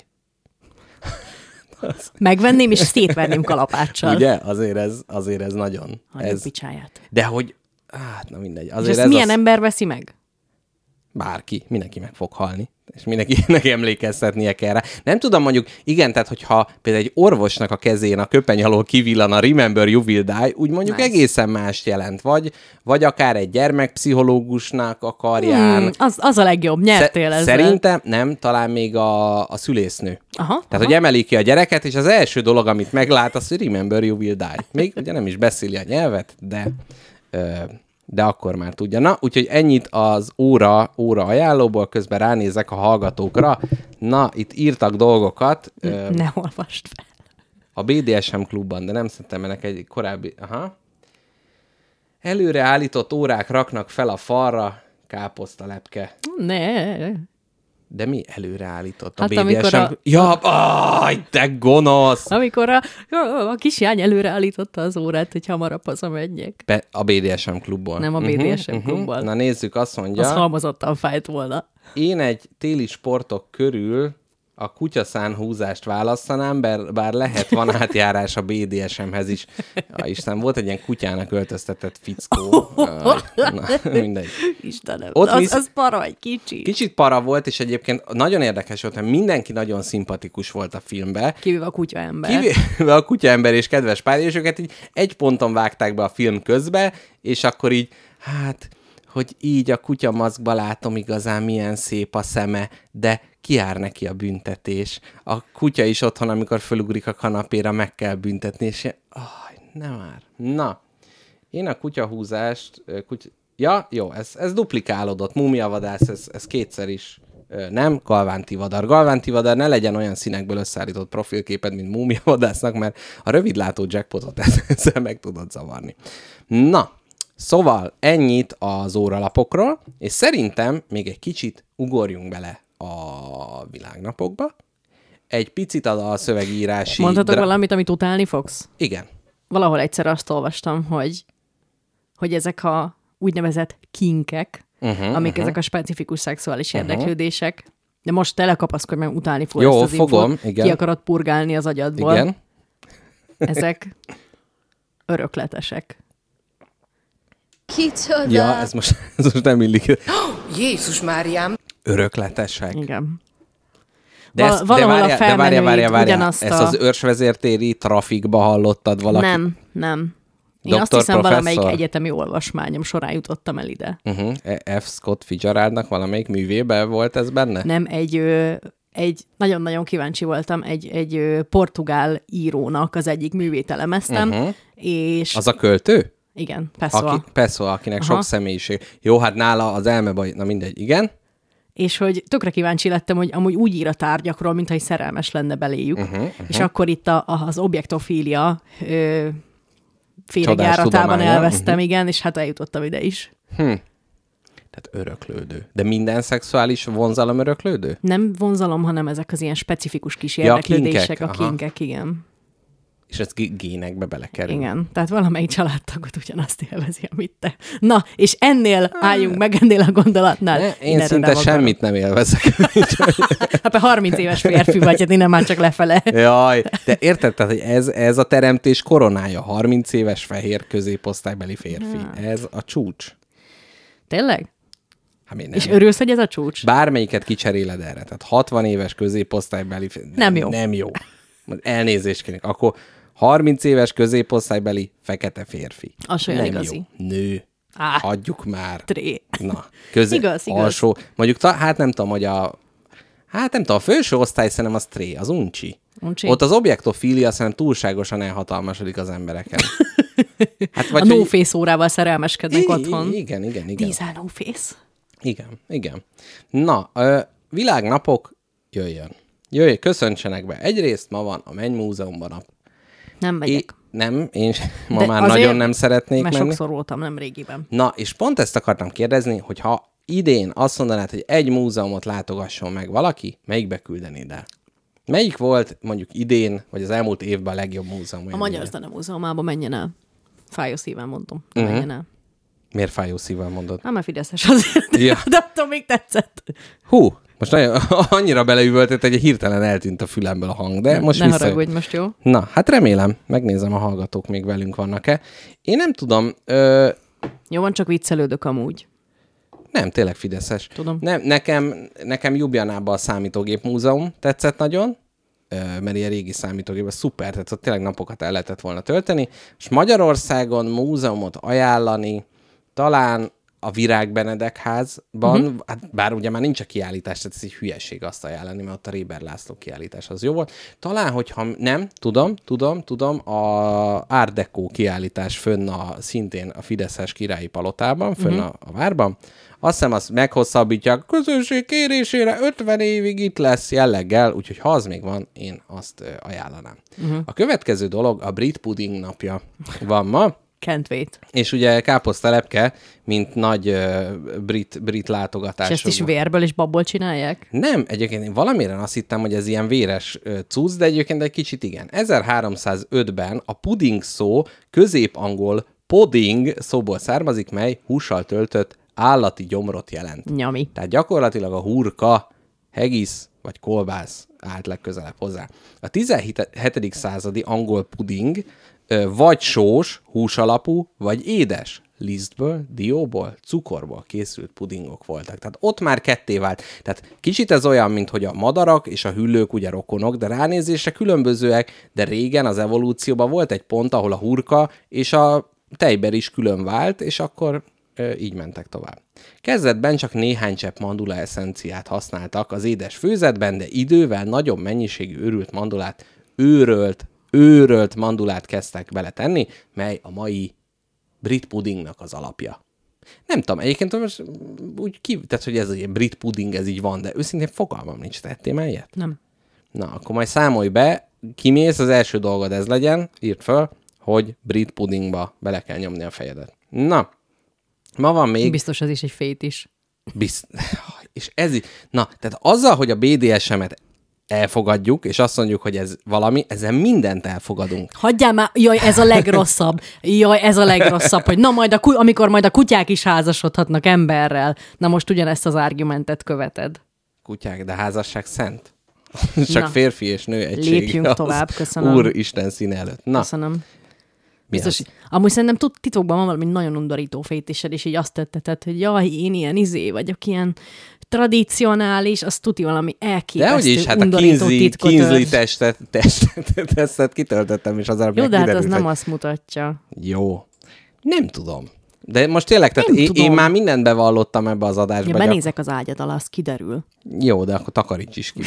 Megvenném, és szétverném kalapáccsal. Ugye? Azért ez, azért ez nagyon... Hagyjuk ez... picsáját. De hogy... Hát, na mindegy. Azért és ezt ez milyen az... ember veszi meg? Bárki, mindenki meg fog halni, és mindenkinek emlékeztetnie kell rá. Nem tudom, mondjuk, igen, tehát hogyha például egy orvosnak a kezén a köpeny alól kivillan a remember you will die, úgy mondjuk nice. Egészen mást jelent, vagy, vagy akár egy gyermekpszichológusnak a karján. Hmm, az, az a legjobb, nyertél ezzel. Szerintem nem, talán még a, a szülésznő. Aha, tehát, aha. hogy emeli ki a gyereket, és az első dolog, amit meglát, az, hogy remember you will die. Még ugye nem is beszéli a nyelvet, de... Ö, de akkor már tudja. Na, úgyhogy ennyit az óra, óra ajánlóból, közben ránézek a hallgatókra. Na, itt írtak dolgokat. Ne olvasd fel. A bé dé es em klubban, de nem szerintem ennek egy korábbi... Aha. Előre állított órák raknak fel a falra, káposztalepke. Ne. De mi előreállított a Hát bé dé es em? A... Ja, aj, te gonosz! Amikor a, a kisjány előreállította az órát, hogy hamarabb hazamegyek. Be, a bé dé es em klubból. Nem a bé dé es em uh-huh, klubból. Uh-huh. Na nézzük, azt mondja... Az halmozottan fájt volna. Én egy téli sportok körül a kutyaszán húzást választanám, bár, bár lehet van átjárás a bé dé es emhez is. Ja, Isten, volt egy ilyen kutyának öltöztetett fickó. Na, mindegy. Istenem, Ott az, visz... az para egy kicsi. Kicsit para volt, és egyébként nagyon érdekes volt, mert mindenki nagyon szimpatikus volt a filmbe. Kivéve a kutyaember. Kivéve a kutyaember és kedves párja, és őket így egy ponton vágták be a film közbe, és akkor így, hát... hogy így a kutyamaszkba látom igazán milyen szép a szeme, de kijár neki a büntetés. A kutya is otthon, amikor fölugrik a kanapéra, meg kell büntetni, és én... Oh, nem már. Na, én a kutyahúzást... Kutya... Ja, jó, ez, ez duplikálódott. Múmiavadász, ez, ez kétszer is nem, galvántivadar. Galvántivadar, ne legyen olyan színekből összeállított profilképed, mint múmiavadásznak, mert a rövidlátó jackpotot ezzel meg tudod zavarni. Na, szóval ennyit az óralapokról, és szerintem még egy kicsit ugorjunk bele a világnapokba. Egy picit a szövegírási... Mondhatok dra- valamit, amit utálni fogsz? Igen. Valahol egyszer azt olvastam, hogy, hogy ezek a úgynevezett kinkek, uh-huh, amik uh-huh. ezek a specifikus szexuális uh-huh. érdeklődések, de most telekapaszkodj, mert utálni fogod Jó, ezt az fogom, infót, igen. ki akarod purgálni az agyadból. Igen. Ezek örökletesek. Kicsoda? Ja, ez most, ez most nem illik. Jézus Máriám! Örökletesek. Igen. De, ezt, de Valahol várjál, a de várjál, várjál, felmenőid várjál. ugyanazt Ezt a... az őrsvezértéri trafikba hallottad valaki? Nem, nem. Én Doktor azt hiszem, professzor? valamelyik egyetemi olvasmányom során jutottam el ide. Uh-huh. F. Scott Fitzgeraldnak valamelyik művében volt ez benne? Nem, egy, ö, egy nagyon-nagyon kíváncsi voltam, egy, egy ö, portugál írónak az egyik művét elemeztem, Uh-huh. és... Az a költő? Igen, Pessoa. Aki, Pessoa, akinek Aha. sok személyiség. Jó, hát nála az elmebaj, na mindegy, igen. És hogy tökre kíváncsi lettem, hogy amúgy úgy ír a tárgyakról, mintha egy szerelmes lenne beléjük. Uh-huh, uh-huh. És akkor itt a, a, az objektofília ö, féregjáratában tudománya. elvesztem, Uh-huh. igen, és hát eljutottam ide is. Hm. Tehát öröklődő. De minden szexuális vonzalom öröklődő? Nem vonzalom, hanem ezek az ilyen specifikus kis Ja, érdeklődések, kinkek, a aha. kinkek, igen. És ez gé- génekbe belekerül. Igen, tehát valamelyik családtagot ugyanazt élvezi, amit te. Na, és ennél álljunk meg, ennél a gondolatnál. Ne, Én én erről szinte nem akarok. semmit nem élvezek. Hát a harminc éves férfi vagy, hát innen már csak lefele. Jaj, de érted, tehát, hogy ez, ez a teremtés koronája, harminc éves fehér középosztálybeli férfi. Ja. Ez a csúcs. Tényleg? Hát én nem. És örülsz, hogy ez a csúcs? Bármelyiket kicseréled erre. Tehát hatvan éves középosztálybeli férfi. Nem jó. Nem jó. Elnézést kérek. Akkor harminc éves középosztálybeli fekete férfi. Az olyan nem igazi. Jó. Nő. Á. Hagyjuk már. Tré. Na, közé, Igaz, igaz. alsó. Mondjuk, ta, hát nem tudom, hogy a hát nem tudom, a felső osztály szerintem az tré, az uncsi. Uncsi? Ott az objektofília szerintem túlságosan elhatalmasodik az embereken. Hát, A no-face órával szerelmeskednek I- otthon. Igen, igen, igen. Dízel no-face. Igen, igen. Na, ö, világnapok jöjjön. Jöjjön, köszöntsenek be. Egyrészt ma van a Mennymúzeumban nap. Nem É, megyek. nem, én ma De már azért, nagyon nem szeretnék mert menni. sokszor voltam nem régiben. Na, és pont ezt akartam kérdezni, hogy ha idén azt mondanád, hogy egy múzeumot látogasson meg valaki, melyikbe küldenéd el? Melyik volt mondjuk idén, vagy az elmúlt évben a legjobb múzeum? A Magyar Zene Múzeumába menjen el. Fájó szíven mondom. Mhm. Uh-huh. Menjen el. Miért fájó szívvel mondod? Hát már fideszes azért, Ja. de attól még tetszett. Hú, most nagyon, annyira beleüvöltött, hogy hirtelen eltűnt a fülemből a hang, de most Ne vissza... haragudj most, jó? Na, hát remélem, megnézem, a hallgatók még velünk vannak-e. Én nem tudom, ö, Jó, van, csak viccelődök amúgy. nem, tényleg fideszes. Tudom. Nem, nekem, nekem Ljubljanában a számítógép múzeum tetszett nagyon, ö, mert ilyen régi számítógép, szuper, tehát ott tényleg napokat el lehetett volna tölteni, és Magyarországon múzeumot ajánlani, talán a Virág Benedek házban, uh-huh. hát bár ugye már nincs a kiállítás, tehát ez egy hülyeség azt ajánlani, mert ott a Réber László kiállítás az jó volt. Talán, hogyha nem, tudom, tudom, tudom, a Art Deco kiállítás fönn a, szintén a Fideszes Királyi Palotában, fönn uh-huh. a, a várban. Azt hiszem, azt meghosszabbítják a közönség kérésére, ötven évig itt lesz jelleggel, úgyhogy ha az még van, én azt ö, ajánlanám. Uh-huh. A következő dolog a Brit Pudding napja van ma. Can't wait. És ugye káposztelepke, mint nagy uh, brit, brit látogatás. És ezt is vérből és babból csinálják? Nem, egyébként én valamire azt hittem, hogy ez ilyen véres uh, cucc, de egyébként egy kicsit igen. ezerháromszázötben a pudding szó középangol pudding szóból származik, mely hússal töltött állati gyomrot jelent. Nyami. Tehát gyakorlatilag a hurka, hegisz vagy kolbász állt legközelebb hozzá. A tizenhetedik századi angol puding vagy sós, húsalapú, vagy édes, lisztből, dióból, cukorból készült pudingok voltak. Tehát ott már ketté vált. Tehát kicsit ez olyan, mint hogy a madarak és a hüllők ugye rokonok, de ránézésre különbözőek, de régen az evolúcióban volt egy pont, ahol a hurka és a tejber is külön vált, és akkor ö, így mentek tovább. Kezdetben csak néhány csepp mandula eszenciát használtak az édes főzetben, de idővel nagyobb mennyiségű őrült mandulát, őrölt, őrölt mandulát kezdtek beletenni, mely a mai brit pudingnak az alapja. Nem tudom, egyébként most úgy ki, tehát, hogy ez egy brit puding, ez így van, de őszintén fogalmam nincs, tettél már ilyet? Nem. Na, akkor majd számolj be, kimész, az első dolgod ez legyen, írd föl, hogy brit pudingba bele kell nyomni a fejedet. Na, ma van még... Biztos ez is egy fétis. Bizt... És ez így... Na, tehát azzal, hogy a bé dé es em-et elfogadjuk, és azt mondjuk, hogy ez valami, ezzel mindent elfogadunk. Hagyjál már, jaj, ez a legrosszabb. Jaj, ez a legrosszabb, hogy na majd a ku- amikor majd a kutyák is házasodhatnak emberrel. Na most ugyanezt az argumentet követed. Kutyák, de házasság szent. Csak Na. férfi és nő egysége. Lépjünk az tovább, köszönöm. Úr Isten színe előtt. Na, Köszönöm. mi Biztos, az? amúgy szerintem tud, titokban van valami nagyon undorító fétised, és így azt tetteted, hogy jaj, én ilyen izé vagyok, ilyen tradicionális, az tuti valami elképesztő, De hogy is, hát a undorító Kinsey, titkot Kinsey őrz. testet, testet, testet kitöltöttem, és az alapján Jó, de hát az kiderült, nem hogy... azt mutatja. Jó. Nem tudom. De most tényleg, tehát Nem én, tudom. én már mindent bevallottam ebbe az adásba. Ja, gyak- benézek az ágyad alá, az kiderül. Jó, de akkor takaríts is ki.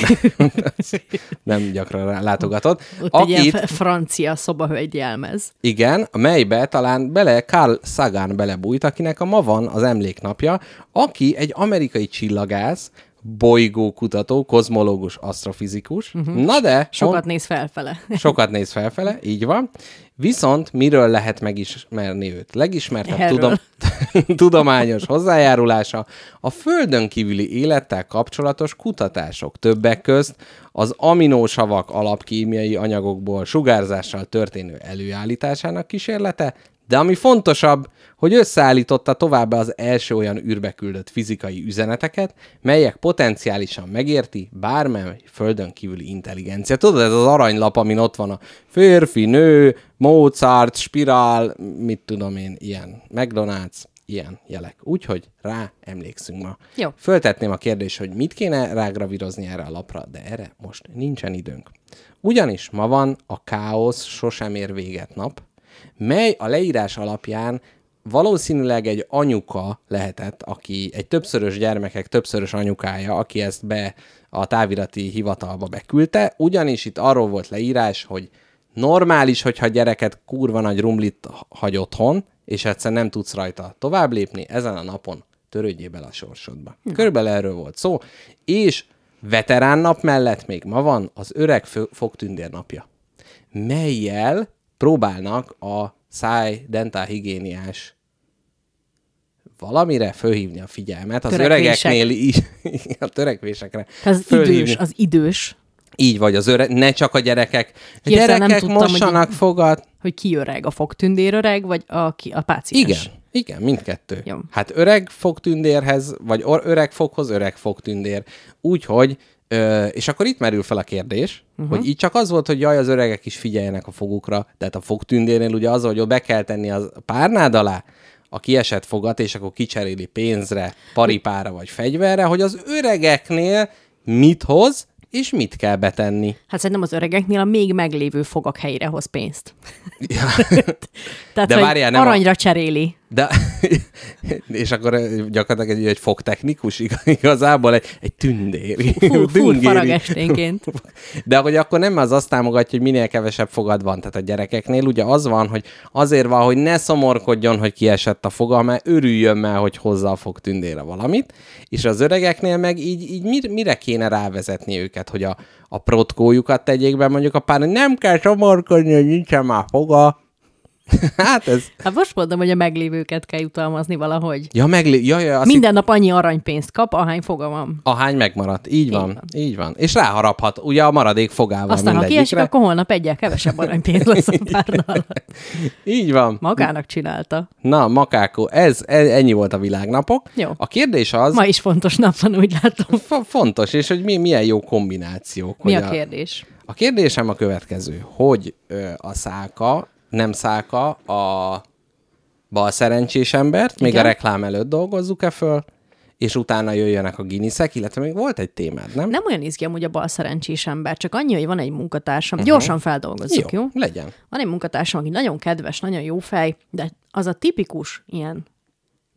Nem gyakran rá- látogatod. Ott egy ilyen Akit, f- francia szobahölgy jelmez. igen, melybe talán bele Carl Sagan belebújt, akinek a ma van az emléknapja, aki egy amerikai csillagász, bolygókutató, kozmológus, asztrofizikus. Uh-huh. Na de... Sokat néz felfele. Sokat néz felfele, így van. Viszont miről lehet megismerni őt? Legismertebb Erről. tudom, tudományos hozzájárulása a földön kívüli élettel kapcsolatos kutatások, többek közt az aminósavak alapkémiai anyagokból sugárzással történő előállításának kísérlete, de ami fontosabb, hogy összeállította továbbá az első olyan űrbe küldött fizikai üzeneteket, melyek potenciálisan megérti bármely földön kívüli intelligencia. Tudod, ez az aranylap, amin ott van a férfi, nő, Mozart, spirál, mit tudom én, ilyen, McDonald's, ilyen jelek. Úgyhogy rá emlékszünk ma. Jó. Föltetném a kérdést, hogy mit kéne rágravírozni erre a lapra, de erre most nincsen időnk. Ugyanis ma van a káosz sosem ér véget nap, mely a leírás alapján valószínűleg egy anyuka lehetett, aki egy többszörös gyermekek többszörös anyukája, aki ezt be a távirati hivatalba beküldte, ugyanis itt arról volt leírás, hogy normális, hogyha gyereket kurva nagy rumlit hagy otthon, és egyszer nem tudsz rajta tovább lépni, ezen a napon törődjél bele a sorsodba. Hmm. Körülbelül erről volt szó, és veterán nap mellett még ma van az öreg fogtündér napja, mellyel próbálnak a száj-dentálhigiéniás valamire fölhívni a figyelmet. Az Törekvések. öregeknél is, a törekvésekre. Az fölhívni. idős, az idős, Így vagy, az öreg, ne csak a gyerekek. A Hirtelen nem gyerekek tudtam, hogy mossanak így- fogat. hogy ki öreg, a fogtündér öreg, vagy a, ki, a páciens. Igen, igen, mindkettő. Jó. Hát öreg fogtündérhez, vagy or- öreg foghoz öreg fogtündér. Úgyhogy, ö, és akkor itt merül fel a kérdés, uh-huh. hogy így csak az volt, hogy jaj, az öregek is figyeljenek a fogukra, tehát a fogtündérnél ugye az, hogy ott be kell tenni a párnád alá a kiesett fogat, és akkor kicseréli pénzre, paripára vagy fegyverre, hogy az öregeknél mit hoz, és mit kell betenni. Hát szerintem az öregeknél a még meglévő fogak helyére hoz pénzt. Ja. Tehát, De hogy várjál, nem a- aranyra cseréli. De, és akkor gyakorlatilag egy, egy fogtechnikus ig- igazából egy, egy tündéri. Full, full tündéri. farag esténként. De hogy akkor nem az azt támogatja, hogy minél kevesebb fogad van. Tehát a gyerekeknél ugye az van, hogy azért van, hogy ne szomorkodjon, hogy kiesett a foga, mert örüljön már, hogy hozza a fogtündére valamit. És az öregeknél meg így, így mir- mire kéne rávezetni őket, hogy a, a protkójukat tegyék be, mondjuk a pár, hogy nem kell szomorkodni, hogy nincsen már foga. Hát ez... Hát most mondom, hogy a meglévőket kell jutalmazni valahogy. Ja, meglé... ja, ja, azt Minden nap annyi aranypénzt kap, ahány foga van. Ahány megmaradt. Így van, van. így van. És ráharaphat ugye a maradék fogával Aztán, ha kiesik, mindegyikre. akkor holnap egyel kevesebb aranypénz lesz a párna alatt. Így van. Magának csinálta. Na, makákó, ez, ez, ennyi volt a világnapok. Jó. A kérdés az, Ma is fontos nap van, úgy látom. f- fontos, és hogy mi, milyen jó kombinációk. Mi hogy a kérdés? A kérdésem a következő, hogy ö, a szálka, nem szálka, a bal szerencsés embert, még Igen. a reklám előtt dolgozzuk-e föl, és utána jöjjenek a Guinnessek, illetve még volt egy témád, nem? Nem olyan izgi amúgy a bal szerencsés ember, csak annyi, hogy van egy munkatársam. Uh-huh. Gyorsan feldolgozzuk, jó? jó? Legyen. Van egy munkatársam, aki nagyon kedves, nagyon jó fej, de az a tipikus ilyen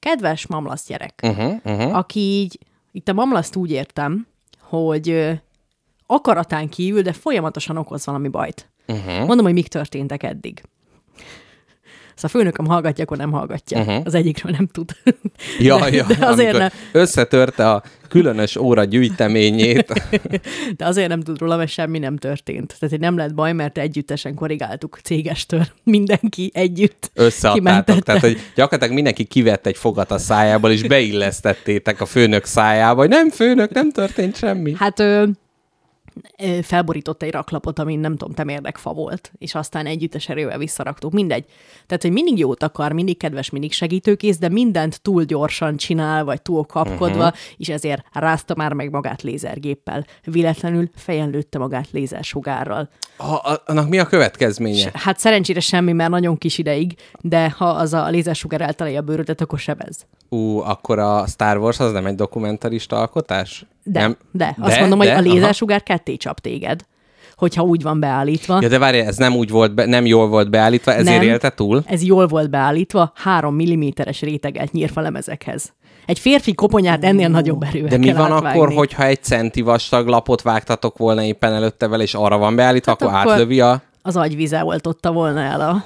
kedves mamlasz gyerek, Uh-huh, uh-huh. aki így, itt a mamlaszt úgy értem, hogy ö, akaratán kívül, de folyamatosan okoz valami bajt. Uh-huh. Mondom, hogy mik történtek eddig. Szóval a főnököm hallgatja, akkor nem hallgatja. Uh-huh. Az egyikről nem tud. Ja, de, ja, de azért nem. Összetörte a különös óra gyűjteményét. De azért nem tud róla, mert semmi nem történt. Tehát nem lett baj, mert együttesen korrigáltuk cégestől. Mindenki együtt Összeadtátok. kimentette. Tehát, hogy gyakorlatilag mindenki kivett egy fogat a szájából, és beillesztettétek a főnök szájába, hogy nem főnök, nem történt semmi. Hát ö, ö, felborított egy raklapot, amin nem tudom, temérdek fa volt, és aztán együttes erővel visszaraktuk. Mindegy. Tehát, hogy mindig jót akar, mindig kedves, mindig segítőkész, de mindent túl gyorsan csinál, vagy túl kapkodva, uh-huh. és ezért rázta már meg magát lézergéppel. Véletlenül fejen lőtte magát lézersugárral. A, a, annak mi a következménye? Hát szerencsére semmi, mert nagyon kis ideig, de ha az a lézersugár eltalálja a bőrödet, akkor sebez. Ú, akkor a Star Wars az nem egy dokumentarista alkotás? De, nem? de. Azt de, mondom, de, hogy a aha. lézersugár ketté csap téged, hogyha úgy van beállítva. Ja, de várj, ez nem úgy volt, be, nem jól volt beállítva, ezért Nem. élte túl? Ez jól volt beállítva, három milliméteres rétegelt nyírfalemezekhez. Egy férfi koponyát ennél nagyobb erővel De mi kell van átvágni. akkor, hogyha egy centi vastag lapot vágtatok volna éppen előtte vele, és arra van beállítva, Hát akkor, akkor- átlövi a... Az agyvize oltotta volna el a,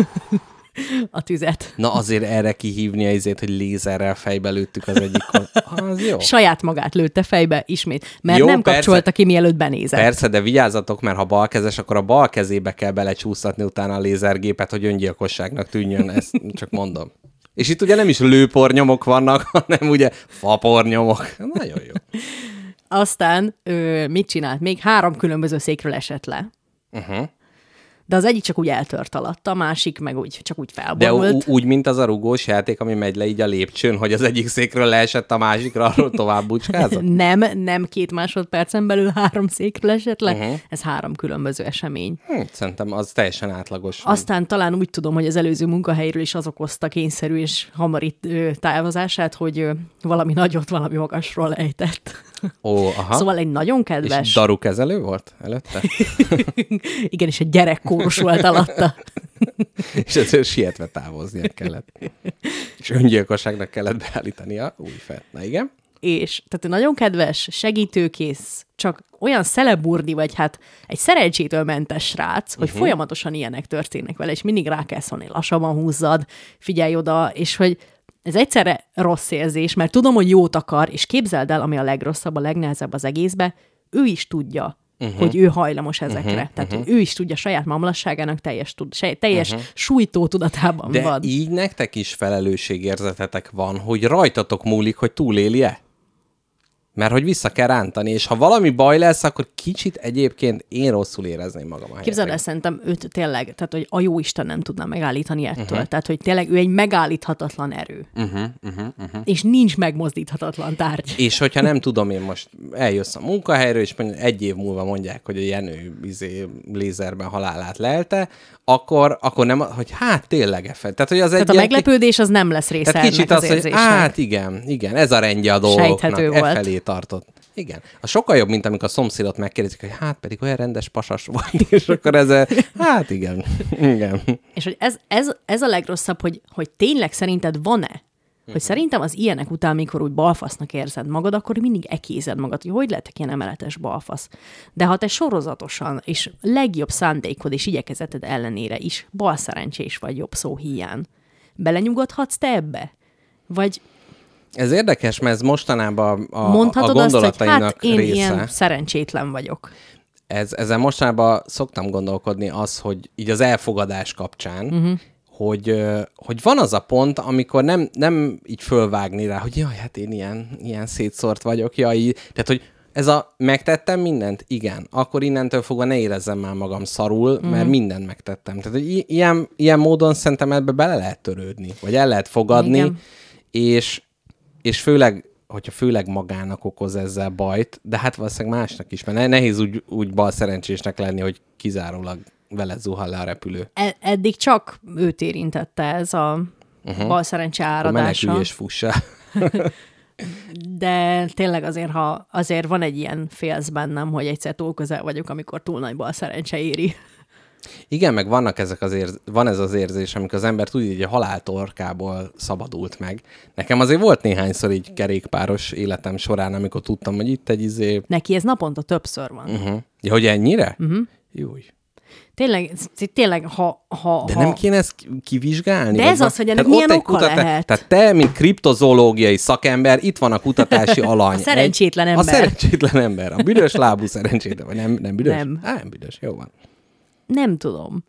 a tüzet. Na azért erre kihívni a izét, hogy lézerrel fejbe lőttük az egyik... Az jó. Saját magát lőtte fejbe ismét, mert Jó, nem persze. kapcsolta ki, mielőtt benézett. Persze, de vigyázzatok, mert ha balkezes, akkor a bal kezébe kell belecsúsztatni utána a lézergépet, hogy öngyilkosságnak tűnjön, ezt csak mondom. És itt ugye nem is lőpornyomok vannak, hanem ugye fapornyomok. Nagyon jó. Aztán ö, mit csinált? Még három különböző székről esett le. Uh-huh. De az egyik csak úgy eltört alatta, a másik meg úgy, csak úgy De felborult. ú- úgy, mint az a rugós játék, ami megy le így a lépcsőn, hogy az egyik székről leesett a másikra, arról tovább bucskázott? Nem, nem két másodpercen belül három székről esett le. Uh-huh. Ez három különböző esemény. Hm, szerintem az teljesen átlagos. Aztán talán úgy tudom, hogy az előző munkahelyről is az okozta kényszerű és hamari ö, távozását, hogy ö, valami nagyot, valami magasról ejtett. Ó, aha. Szóval egy nagyon És kedves... darukezelő volt előtte? Igen, és egy gyerekkórus volt alatta. És ezért sietve távoznia kellett. És öngyilkosságnak kellett beállítania új fel. Na igen? És tehát egy nagyon kedves, segítőkész, csak olyan szeleburdi, vagy hát egy szerencsétől mentes srác, hogy uh-huh. folyamatosan ilyenek történnek vele, és mindig rá kell szólni, lassabban húzzad, figyelj oda, és hogy ez egyszerre rossz érzés, mert tudom, hogy jót akar, és képzeld el, ami a legrosszabb, a legnehezebb az egészbe, ő is tudja, uh-huh. hogy ő hajlamos ezekre. Uh-huh. Tehát uh-huh. ő is tudja, saját mamlasságának teljes, tud, teljes uh-huh. sújtó tudatában De van. így nektek is felelősségérzetetek van, hogy rajtatok múlik, hogy túlélje? Mert hogy vissza kell rántani, és ha valami baj lesz, akkor kicsit egyébként én rosszul érezném magam a Képzeld el, helyzetben. szerintem őt tényleg, tehát hogy a jóisten nem tudná megállítani ettől. Uh-huh. Tehát, hogy tényleg ő egy megállíthatatlan erő. Uh-huh, uh-huh, uh-huh. És nincs megmozdíthatatlan tárgy. És hogyha nem tudom, én most eljössz a munkahelyről, és mondjuk egy év múlva mondják, hogy a Jenő izé, lézerben halálát lelte, akkor, akkor nem, hogy hát tényleg e fel. Tehát, hogy az Tehát egy a ilyen meglepődés az nem lesz része Tehát kicsit ennek az, az hogy érzésnek. hát igen, igen, ez a rendje a dolgoknak, Sejthető e volt. felé tartott. Igen. A sokkal jobb, mint amikor a szomszédot megkérdezik, hogy hát pedig olyan rendes pasas volt, és akkor ez, hát igen, igen. És hogy ez, ez, ez a legrosszabb, hogy, hogy tényleg szerinted van-e? Hogy szerintem az ilyenek után, mikor úgy balfasznak érzed magad, akkor mindig ekézed magad, hogy hogy lehetek ilyen emeletes balfasz. De ha te sorozatosan és legjobb szándékod és igyekezeted ellenére is balszerencsés vagy jobb szó híján, belenyugodhatsz te ebbe? Vagy Ez érdekes, mert ez mostanában a, a mondhatod azt, hogy gondolatainak hát én része. ilyen szerencsétlen vagyok. Ez, ezen mostanában szoktam gondolkodni az, hogy így az elfogadás kapcsán, uh-huh. hogy, ö, hogy van az a pont, amikor nem, nem így fölvágni rá, hogy jaj, hát én ilyen, ilyen szétszórt vagyok, jaj, így. Tehát, hogy ez a megtettem mindent? Igen. Akkor innentől fogva ne érezzem már magam szarul, uh-huh. mert mindent megtettem. Tehát, hogy i- ilyen, ilyen módon szerintem ebbe bele lehet törődni, vagy el lehet fogadni, Igen. és, és főleg hogyha főleg magának okoz ezzel bajt, de hát valószínűleg másnak is, mert ne- nehéz úgy, úgy balszerencsésnek lenni, hogy kizárólag veled zuhan le a repülő. E- eddig csak őt érintette ez a uh-huh. balszerencse Akkor áradása. menekülj és fussál. De tényleg azért, ha azért van egy ilyen félsz bennem, hogy egyszer túl közel vagyok, amikor túl nagy balszerencse éri. Igen, meg vannak ezek az érz... van ez az érzés, amikor az ember tudja, hogy a halál torkából szabadult meg. Nekem azért volt néhányszor így kerékpáros életem során, amikor tudtam, hogy itt egy izé... Neki ez naponta többször van. Uh-huh. Ja, hogy ennyire? Uh-huh. Júj. Tényleg, tényleg, ha... ha De ha... nem kéne ezt kivizsgálni? De ez az, hogy ennek milyen oka lehet. Tehát te, mint kriptozoológiai szakember, itt van a kutatási alany. A szerencsétlen egy... ember. A szerencsétlen ember. A büdös lábú szerencsétlen. Vagy nem, nem büdös? Nem. Á, nem büdös. Jó van. Nem tudom.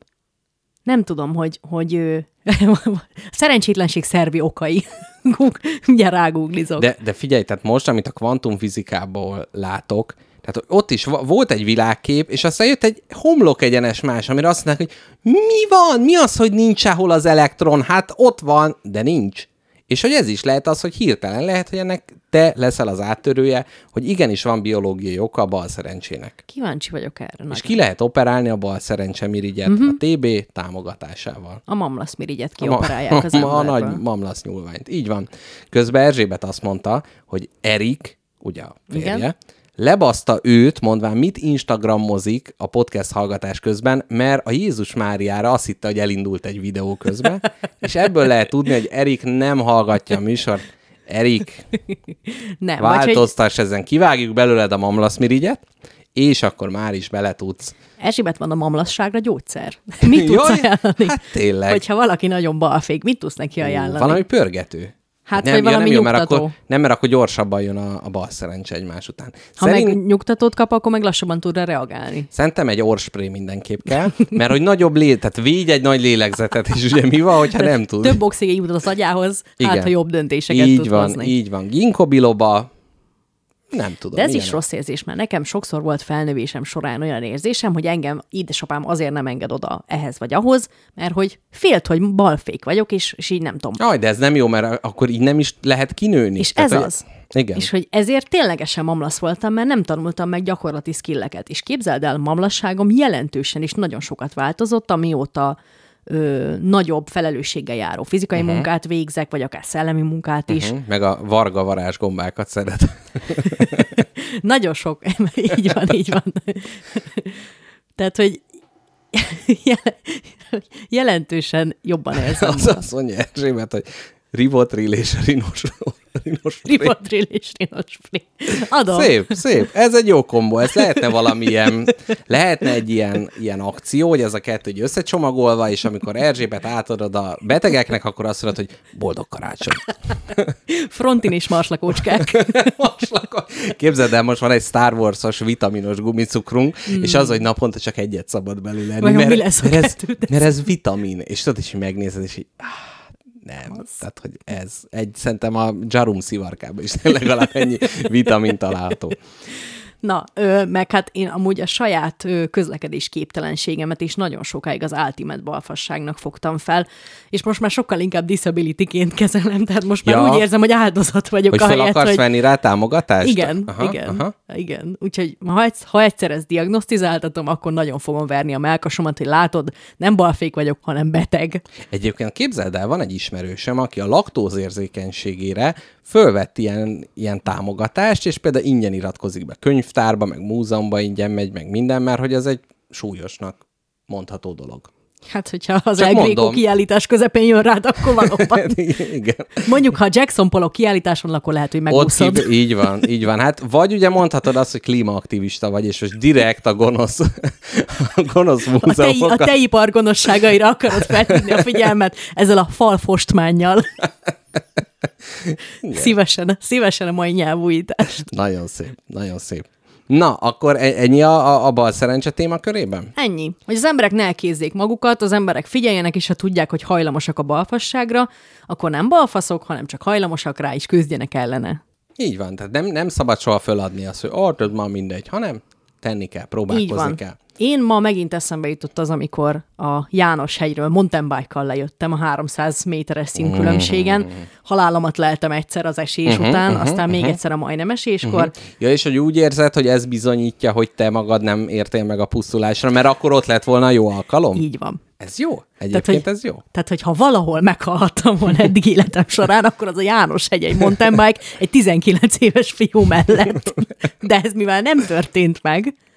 Nem tudom, hogy, hogy ő... szerencsétlenség szervi okai. Ugye rágooglizok. De, de figyelj, tehát most, amit a kvantumfizikából látok, tehát ott is volt egy világkép, és aztán jött egy homlok egyenes más, amire azt mondják, hogy mi van? Mi az, hogy nincs sehol az elektron? Hát ott van, de nincs. És hogy ez is lehet az, hogy hirtelen lehet, hogy ennek te leszel az áttörője, hogy igenis van biológiai oka a bal szerencsének. Kíváncsi vagyok erre. És nagyon. Ki lehet operálni a bal szerencsemirigyet uh-huh. a té bé támogatásával. A mamlaszmirigyet kioperálják az emberből. A nagy mamlasz nyúlványt. Így van. Közben Erzsébet azt mondta, hogy Erik, ugye a férje, igen? lebaszta őt, mondván mit instagramozik a podcast hallgatás közben, mert a Jézus Máriára azt hitte, hogy elindult egy videó közben, és ebből lehet tudni, hogy Erik nem hallgatja a műsort. Erik, nem, változtass hogy... ezen, kivágjuk belőled a mamlaszmirigyet, és akkor már is bele tudsz. Erzsébet, van a mamlasságra gyógyszer. Mit tudsz Jaj, ajánlani? Hát tényleg. Hogyha valaki nagyon balfék, mit tudsz neki ajánlani? Valami pörgető. Hát, nem, vagy valami ja, nem nyugtató. Jó, mert akkor, nem, mert akkor gyorsabban jön a, a bal szerencse egymás után. Ha Szerint... meg nyugtatót kap, akkor meg lassabban tud rá reagálni. Szerintem egy orrspré mindenképp kell, mert hogy nagyobb lé... tehát védj egy nagy lélegzetet, és ugye mi van, hogyha tehát nem tud. Több oxigén jutott az agyához, igen. Hát ha jobb döntéseket így tud van, hozni. Így van, ginkgo biloba, nem tudom. De ez is rossz érzés, mert nekem sokszor volt felnövésem során olyan érzésem, hogy engem édesapám azért nem enged oda ehhez vagy ahhoz, mert hogy félt, hogy balfék vagyok, és, és így nem tudom. Aj, de ez nem jó, mert akkor így nem is lehet kinőni. És Tehát, ez hogy... az. Igen. És hogy ezért ténylegesen mamlasz voltam, mert nem tanultam meg gyakorlati skilleket. És képzeld el, mamlasságom jelentősen és nagyon sokat változott, amióta ö, nagyobb felelősséggel járó fizikai uh-huh. munkát végzek, vagy akár szellemi munkát is. Uh-huh. Meg a varga varázs gombákat szeret. Nagyon sok. Így van, így van. Tehát, hogy jelentősen jobban érzem. Az azt mondja Erzsébet, hogy Rivotril és Rinospray. Rivotril és Rinospray. Adom. Szép, szép. Ez egy jó kombó. Ez lehetne valamilyen, lehetne egy ilyen, ilyen akció, hogy ez a kettő összecsomagolva, és amikor Erzsébet átadod a betegeknek, akkor azt mondod, hogy boldog karácsony. Frontin és marslakócskák. Marslako... Képzeld el, most van egy Star Wars-os vitaminos gumicukrunk, mm. és az, hogy naponta csak egyet szabad belőle enni, mert, mi lesz mert, ez, mert ez vitamin. És tudod, és megnézed, és így... Nem, az. Tehát, hogy ez egy, szerintem a Jarum szivarkában is legalább ennyi vitamin található. Na, ö, meg hát én amúgy a saját ö, közlekedés képtelenségemet is nagyon sokáig az ultimate balfasságnak fogtam fel, és most már sokkal inkább disability-ként kezelem, tehát most már ja. úgy érzem, hogy áldozat vagyok. Hogy fel ahelyett, akarsz hogy... venni rá támogatást? Igen, aha, igen, aha. igen. Úgyhogy ha, ha egyszer ezt diagnosztizáltatom, akkor nagyon fogom verni a mellkasomat, hogy látod, nem balfék vagyok, hanem beteg. Egyébként képzeld el, van egy ismerősöm, aki a laktózérzékenységére fölvett ilyen, ilyen támogatást, és például ingyen iratkozik be könyvtárba, meg múzeumba ingyen megy, meg minden, mert hogy ez egy súlyosnak mondható dolog. Hát, hogyha az El Greco kiállítás közepén jön rád, akkor valóban. Igen. Mondjuk, ha Jackson Pollock kiállításon, akkor lehet, hogy megúszod. Ott így van, így van. Hát vagy ugye mondhatod azt, hogy klímaaktivista vagy, és most direkt a gonosz, a gonosz múzeumokat. A, te, a teipar gonoszságaira akarod felhívni a figyelmet ezzel a falfostmánnyal. Szívesen, szívesen a mai nyelvújítást. Nagyon szép, nagyon szép. Na, akkor ennyi a, a, a bal szerencse téma körében? Ennyi. Hogy az emberek ne elkézzék magukat, az emberek figyeljenek, és ha tudják, hogy hajlamosak a balfasságra, akkor nem balfaszok, hanem csak hajlamosak rá, és küzdjenek ellene. Így van, tehát nem, nem szabad soha föladni azt, hogy ortod ma mindegy, hanem tenni kell, próbálkozni kell. Én ma megint eszembe jutott az, amikor a János hegyről mountain bike-kal lejöttem a háromszáz méteres színkülönbségen. Halálomat leltem egyszer az esés uh-huh, után, uh-huh, aztán uh-huh. még egyszer a majdnem eséskor. Uh-huh. Ja, és hogy úgy érzed, hogy ez bizonyítja, hogy te magad nem értél meg a pusztulásra, mert akkor ott lett volna jó alkalom? Így van. Ez jó? Egyébként tehát, hogy, ez jó? Tehát, hogy ha valahol meghalhattam volna eddig életem során, akkor az a János hegy egy mountain bike egy tizenkilenc éves fiú mellett. De ez mivel nem történt meg,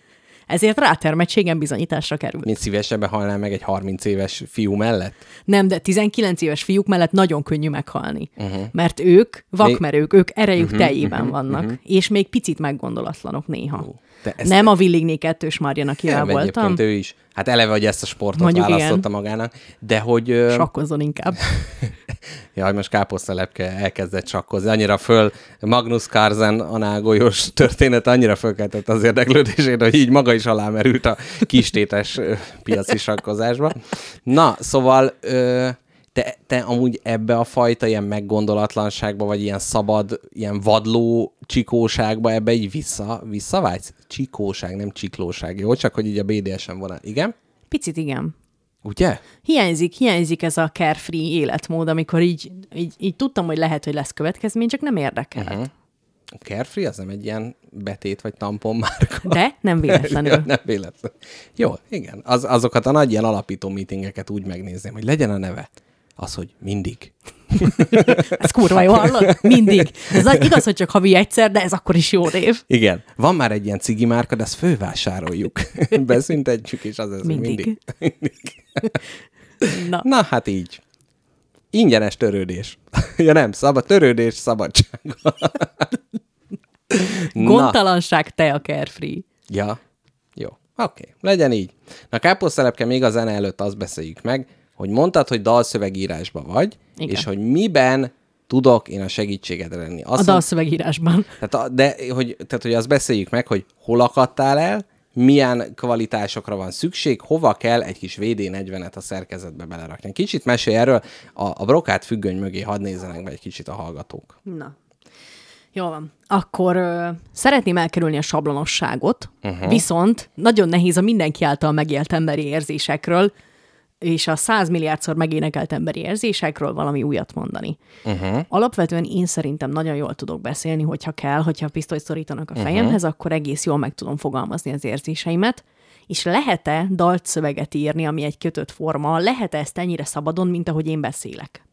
Ezért rátermettségem bizonyításra került. Mint szívesebben halnál meg egy harminc éves fiú mellett? Nem, de tizenkilenc éves fiúk mellett nagyon könnyű meghalni. Uh-huh. Mert ők vakmerők, ők erejük uh-huh, teljében uh-huh, vannak, uh-huh. és még picit meggondolatlanok néha. Uh, nem a Villigné kettős Marjan, akivel voltam. Egyébként ő is. Hát eleve, hogy ezt a sportot mondjuk választotta igen. magának. De hogy... Sakkozzon inkább. Ja, hogy most káposztalepke elkezdett sakkozni. Annyira föl Magnus Carlsen anágolyos történet annyira fölkeltett az érdeklődését, hogy így maga is alámerült a kistétes piaci sakkozásba. Na, szóval te, te amúgy ebbe a fajta ilyen meggondolatlanságba, vagy ilyen szabad, ilyen vadló csikóságba ebbe így vissza, visszavágysz? Csikóság, nem csiklóság. Jó, csak hogy így a bé dé es em vonal. Igen? Picit igen. Ugye? Hiányzik, hiányzik ez a carefree életmód, amikor így, így, így tudtam, hogy lehet, hogy lesz következmény, csak nem érdekelt. Uh-huh. A carefree az nem egy ilyen betét vagy tampon márka. De nem véletlenül. Ja, nem véletlenül. Jó, igen. Az, azokat a nagy ilyen alapító meetingeket úgy megnézném, hogy legyen a neve. Az, hogy mindig. Ez kurva jó, hallod? Mindig. Ez igaz, hogy csak havi egyszer, de ez akkor is jó név. Igen. Van már egy ilyen cigi márka, de ezt fölvásároljuk. Beszüntetjük, és az ez mindig. mindig. mindig. Na. Na, hát így. Ingyenes törődés. Ja nem, szabad, törődés szabadsága. Gondtalanság, te a carefree. Ja, jó. Oké, okay. Legyen így. Na, káposztelepke, még a zene előtt azt beszéljük meg, hogy mondtad, hogy dalszövegírásban vagy, igen. És hogy miben tudok én a segítségedre lenni. Azt a dalszövegírásban. Tehát, a, de, hogy, tehát, hogy azt beszéljük meg, hogy hol akadtál el, milyen kvalitásokra van szükség, hova kell egy kis vé dé negyvenet a szerkezetbe belerakni. Kicsit mesélj erről, a, a brokát függöny mögé hadd nézzenek be egy kicsit a hallgatók. Na. Jól van. Akkor ö, szeretném elkerülni a sablonosságot, uh-huh. viszont nagyon nehéz a mindenki által megélt emberi érzésekről, és a százmilliárdszor megénekelt emberi érzésekről valami újat mondani. Uh-huh. Alapvetően én szerintem nagyon jól tudok beszélni, hogyha kell, hogyha pisztolyt szorítanak a fejemhez, uh-huh. akkor egész jól meg tudom fogalmazni az érzéseimet, és lehet-e dalt szöveget írni, ami egy kötött forma, lehet-e ezt ennyire szabadon, mint ahogy én beszélek?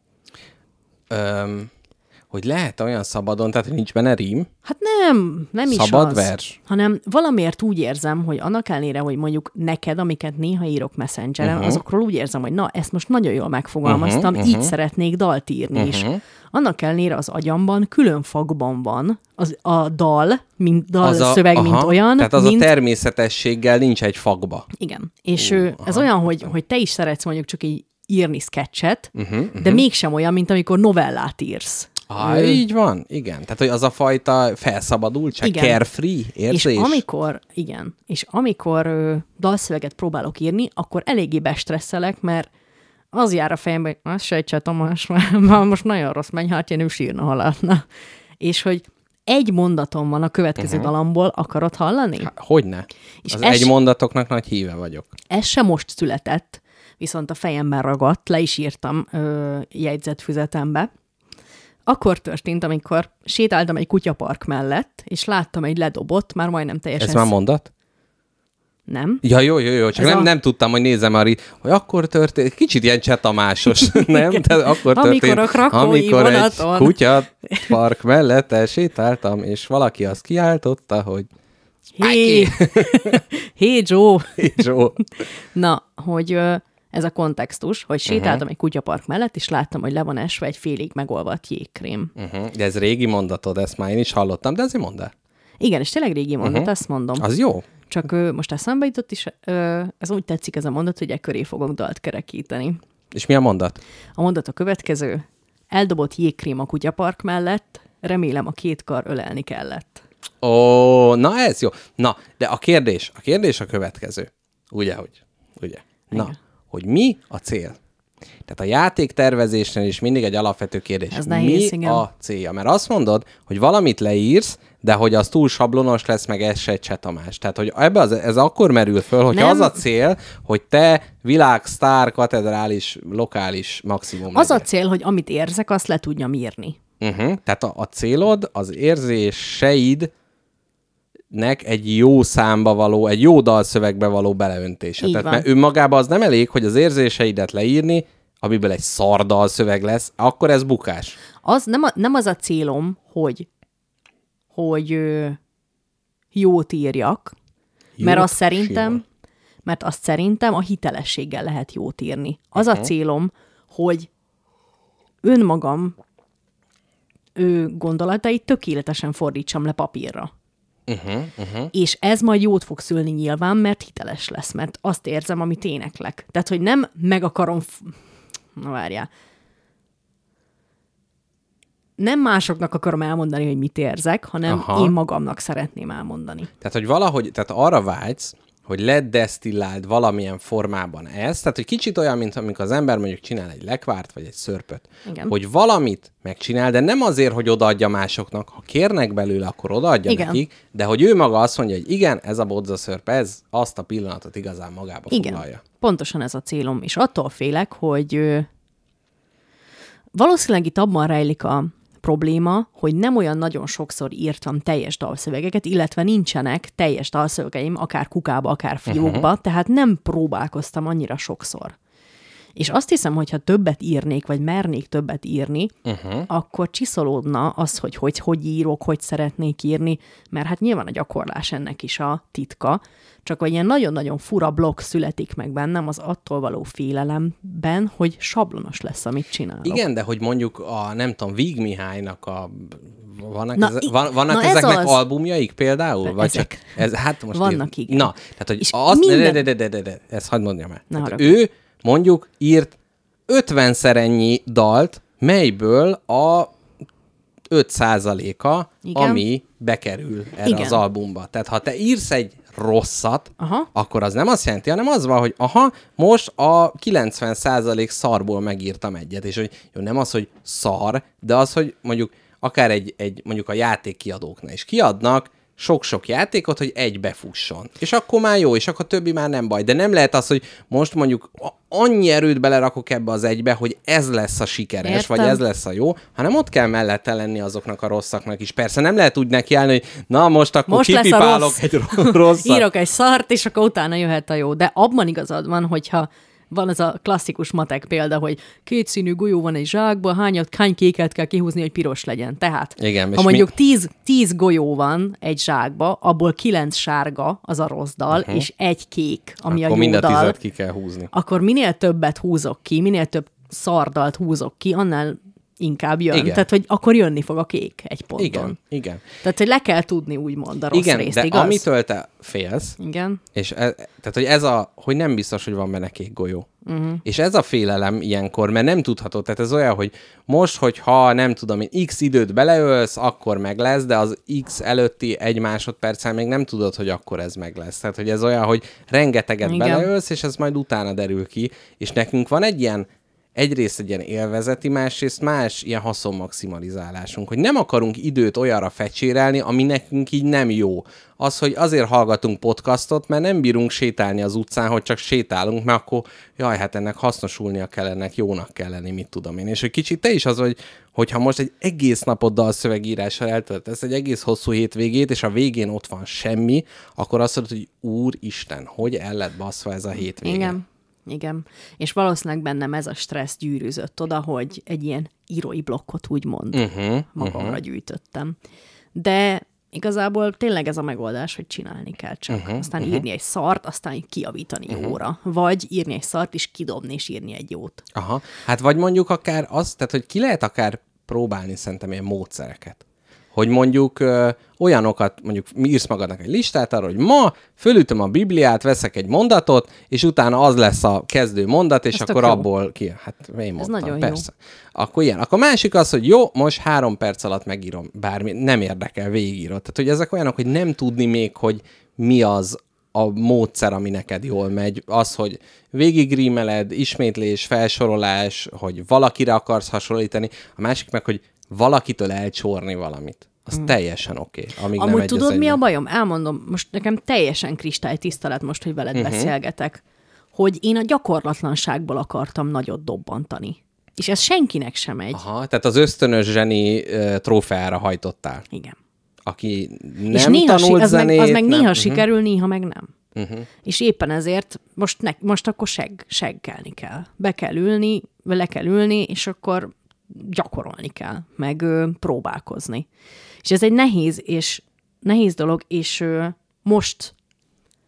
Um, hogy lehet olyan szabadon, tehát hogy nincs benne rím? Hát nem, nem is Szabad az. vers? Hanem valamiért úgy érzem, hogy annak ellenére, hogy mondjuk neked, amiket néha írok Messengeren, uh-huh. azokról úgy érzem, hogy na, ezt most nagyon jól megfogalmaztam, uh-huh, így uh-huh. szeretnék dalt írni uh-huh. is. Annak ellenére az agyamban külön fagban van az, a dal, mint dalszöveg, mint aha, olyan. Tehát az mint... a természetességgel nincs egy fagba. Igen. És uh, ez aha. olyan, hogy, hogy te is szeretsz mondjuk csak így írni sketchet, uh-huh, de uh-huh. mégsem olyan, mint amikor novellát írsz. Ah, ő... így van, igen. Tehát, hogy az a fajta felszabadultság, igen. Carefree érzés. És amikor, igen, és amikor ö, dalszöveget próbálok írni, akkor eléggé bestresszelek, mert az jár a fejembe, hogy az se Tamás, már most nagyon rossz menyhártya, nem sírna, ha látna. És hogy egy mondatom van a következő uh-huh. dalamból, akarod hallani? Há, hogyne. És az egy mondatoknak nagy híve vagyok. Ez sem most született, viszont a fejemben ragadt, le is írtam ö, jegyzetfüzetembe. Akkor történt, amikor sétáltam egy kutyapark mellett, és láttam egy ledobott, már majdnem teljesen... Ez már mondat? Nem. Ja, jó, jó, jó, csak nem, a... nem tudtam, hogy nézem már, hogy akkor történt, kicsit ilyen csetamásos, nem? Tehát akkor történt, amikor a krakói amikor vonaton... egy kutyapark mellett elsétáltam, és valaki azt kiáltotta, hogy... Hé, hé, Joe! Hé, Joe! Na, hogy... Ez a kontextus, hogy sétáltam uh-huh. egy kutyapark mellett, és láttam, hogy le van esve egy félig megolvadt jégkrém. Uh-huh. De ez régi mondatod, ezt már én is hallottam, de azért mondd el. Igen, és tényleg régi mondat, uh-huh. ezt mondom. Az jó. Csak ö, most eszembe jutott is, ö, ez úgy tetszik ez a mondat, hogy e köré fogok dalt kerekíteni. És mi a mondat? A mondat a következő. Eldobott jégkrém a kutyapark mellett, remélem a két kar ölelni kellett. Ó, na ez jó. Na, de a kérdés, a kérdés a következő. Ugye, hogy? Ugye? Na. Igen. Hogy mi a cél? Tehát a játéktervezésnél is mindig egy alapvető kérdés. Ez nehéz, mi igen. a célja? Mert azt mondod, hogy valamit leírsz, de hogy az túl sablonos lesz, meg ez se egy Csetamás. Tehát, hogy ebbe az, ez akkor merül föl, hogyha nem. Az a cél, hogy te világsztár, katedrális, lokális maximum Az legyen. a cél, hogy amit érzek, azt le tudjam írni. Uh-huh. Tehát a, a célod, az érzéseid nek egy jó számba való, egy jó dalszövegbe való beleöntése. Így Tehát van. mert önmagában az nem elég, hogy az érzéseidet leírni, amiből egy szar dalszöveg lesz, akkor ez bukás. Az nem, a, nem az a célom, hogy, hogy ö, jót írjak, Mert Jót azt szerintem, simul. mert azt szerintem a hitelességgel lehet jót írni. Az uh-huh. a célom, hogy önmagam ő gondolatait tökéletesen fordítsam le papírra. Uh-huh, uh-huh. És ez majd jót fog szülni nyilván, mert hiteles lesz, mert azt érzem, amit éneklek. Tehát, hogy nem meg akarom... F- Na várjál. Nem másoknak akarom elmondani, hogy mit érzek, hanem Aha. én magamnak szeretném elmondani. Tehát, hogy valahogy, tehát arra vágysz, hogy ledesztilláld valamilyen formában ezt, tehát, hogy kicsit olyan, mint amikor az ember mondjuk csinál egy lekvárt, vagy egy szörpöt. Igen. Hogy valamit megcsinál, de nem azért, hogy odaadja másoknak. Ha kérnek belőle, akkor odaadja igen. nekik, de hogy ő maga azt mondja, hogy igen, ez a bodzaszörp, ez azt a pillanatot igazán magába igen. foglalja. Pontosan ez a célom, és attól félek, hogy ö, valószínűleg itt abban rejlik a probléma, hogy nem olyan nagyon sokszor írtam teljes dalszövegeket, illetve nincsenek teljes dalszövegeim, akár kukába, akár fiókba, uh-huh. tehát nem próbálkoztam annyira sokszor. És azt hiszem, hogyha többet írnék, vagy mernék többet írni, uh-huh. akkor csiszolódna az, hogy, hogy hogy írok, hogy szeretnék írni, mert hát nyilván a gyakorlás ennek is a titka, csak hogy ilyen nagyon-nagyon fura blokk születik meg bennem az attól való félelemben, hogy sablonos lesz, amit csinálok. Igen, de hogy mondjuk a, nem tudom, Víg Mihálynak a... Vannak, na, ez, van, vannak na ezeknek ez albumjaik például? De vagy ezek. Ez, hát most vannak, ír... igen. Na, tehát, hogy azt... minden... De, de, de, de, de, ezt hagyd mondjam el. Tehát ő ő mondjuk írt ötvenszer ennyi dalt, melyből a öt százaléka, ami bekerül erre igen. az albumba. Tehát ha te írsz egy rosszat, aha. akkor az nem azt jelenti, hanem az van, hogy aha, most a kilencven százalék szarból megírtam egyet, és hogy jó, nem az, hogy szar, de az, hogy mondjuk akár egy, egy mondjuk a játékkiadóknál is kiadnak sok-sok játékot, hogy egy befusson. És akkor már jó, és akkor többi már nem baj. De nem lehet az, hogy most mondjuk annyi erőt belerakok ebbe az egybe, hogy ez lesz a sikeres, értem. Vagy ez lesz a jó, hanem ott kell mellette lenni azoknak a rosszaknak is. Persze nem lehet úgy nekiállni, hogy na most akkor most kipipálok rossz. Egy rosszat. Írok egy szart, és akkor utána jöhet a jó. De abban igazad van, hogyha van ez a klasszikus matek példa, hogy kétszínű golyó van egy zsákban, hányat, hány kéket kell kihúzni, hogy piros legyen. Tehát, igen, ha mondjuk mi... tíz, tíz golyó van egy zsákba, abból kilenc sárga, az a rossz dal, uh-huh. és egy kék, ami akkor a jó mind a dal. tizet ki kell húzni. Akkor minél többet húzok ki, minél több szardalt húzok ki, annál inkább jön. Igen. Tehát, hogy akkor jönni fog a kék egy ponton. Igen, igen. Tehát, hogy le kell tudni úgymond a rossz igen, részt, de igaz? amitől te félsz, igen. és ez, tehát, hogy ez a, hogy nem biztos, hogy van benne kék golyó. Uh-huh. És ez a félelem ilyenkor, mert nem tudható. Tehát ez olyan, hogy most, hogyha nem tudom én, x időt beleölsz, akkor meg lesz, de az x előtti egy másodperccel még nem tudod, hogy akkor ez meg lesz. Tehát, hogy ez olyan, hogy rengeteget igen. beleölsz, és ez majd utána derül ki. És nekünk van egy ilyen egyrészt egy ilyen élvezeti, másrészt más ilyen haszonmaximalizálásunk, hogy nem akarunk időt olyanra fecsérelni, ami nekünk így nem jó. Az, hogy azért hallgatunk podcastot, mert nem bírunk sétálni az utcán, hogy csak sétálunk, mert akkor jaj, hát ennek hasznosulnia kell, ennek jónak kell lenni, mit tudom én. És hogy kicsit te is az, hogy hogyha most egy egész napoddal szövegírással eltöltesz egy egész hosszú hétvégét, és a végén ott van semmi, akkor azt mondod, hogy úristen, hogy el lett baszva ez a hétvége. Igen. Igen. És valószínűleg bennem ez a stressz gyűrűzött oda, hogy egy ilyen írói blokkot úgymond uh-huh, magamra uh-huh. gyűjtöttem. De igazából tényleg ez a megoldás, hogy csinálni kell csak. Uh-huh, aztán uh-huh. írni egy szart, aztán kijavítani uh-huh. jóra. Vagy írni egy szart, és kidobni, és írni egy jót. Aha. Hát vagy mondjuk akár az, tehát hogy ki lehet akár próbálni szerintem ilyen módszereket. Hogy mondjuk ö, olyanokat, mondjuk írsz magadnak egy listát arra, hogy ma fölütöm a Bibliát, veszek egy mondatot, és utána az lesz a kezdő mondat, és ez akkor abból ki. Hát én mondtam, nagyon persze. Jó. Akkor ilyen. Akkor másik az, hogy jó, most három perc alatt megírom bármi, nem érdekel, végigírod. Tehát, hogy ezek olyanok, hogy nem tudni még, hogy mi az a módszer, ami neked jól megy. Az, hogy végigrímeled, ismétlés, felsorolás, hogy valakire akarsz hasonlítani. A másik meg, hogy valakitől elcsorni valamit. Az hmm. teljesen oké. Okay, amúgy tudod, mi a bajom? Elmondom, most nekem teljesen kristálytiszta lett most, hogy veled uh-huh. beszélgetek, hogy én a gyakorlatlanságból akartam nagyot dobbantani. És ez senkinek sem megy. Aha, tehát az ösztönös zseni uh, trófeára hajtottál. Igen. Aki nem és néha tanult si- zenét. Meg, az meg nem. néha uh-huh. sikerül, néha meg nem. Uh-huh. És éppen ezért most, ne, most akkor seg, seggelni kell. Be kell ülni, le kell ülni, és akkor gyakorolni kell, meg ö, próbálkozni. És ez egy nehéz és nehéz dolog, és ö, most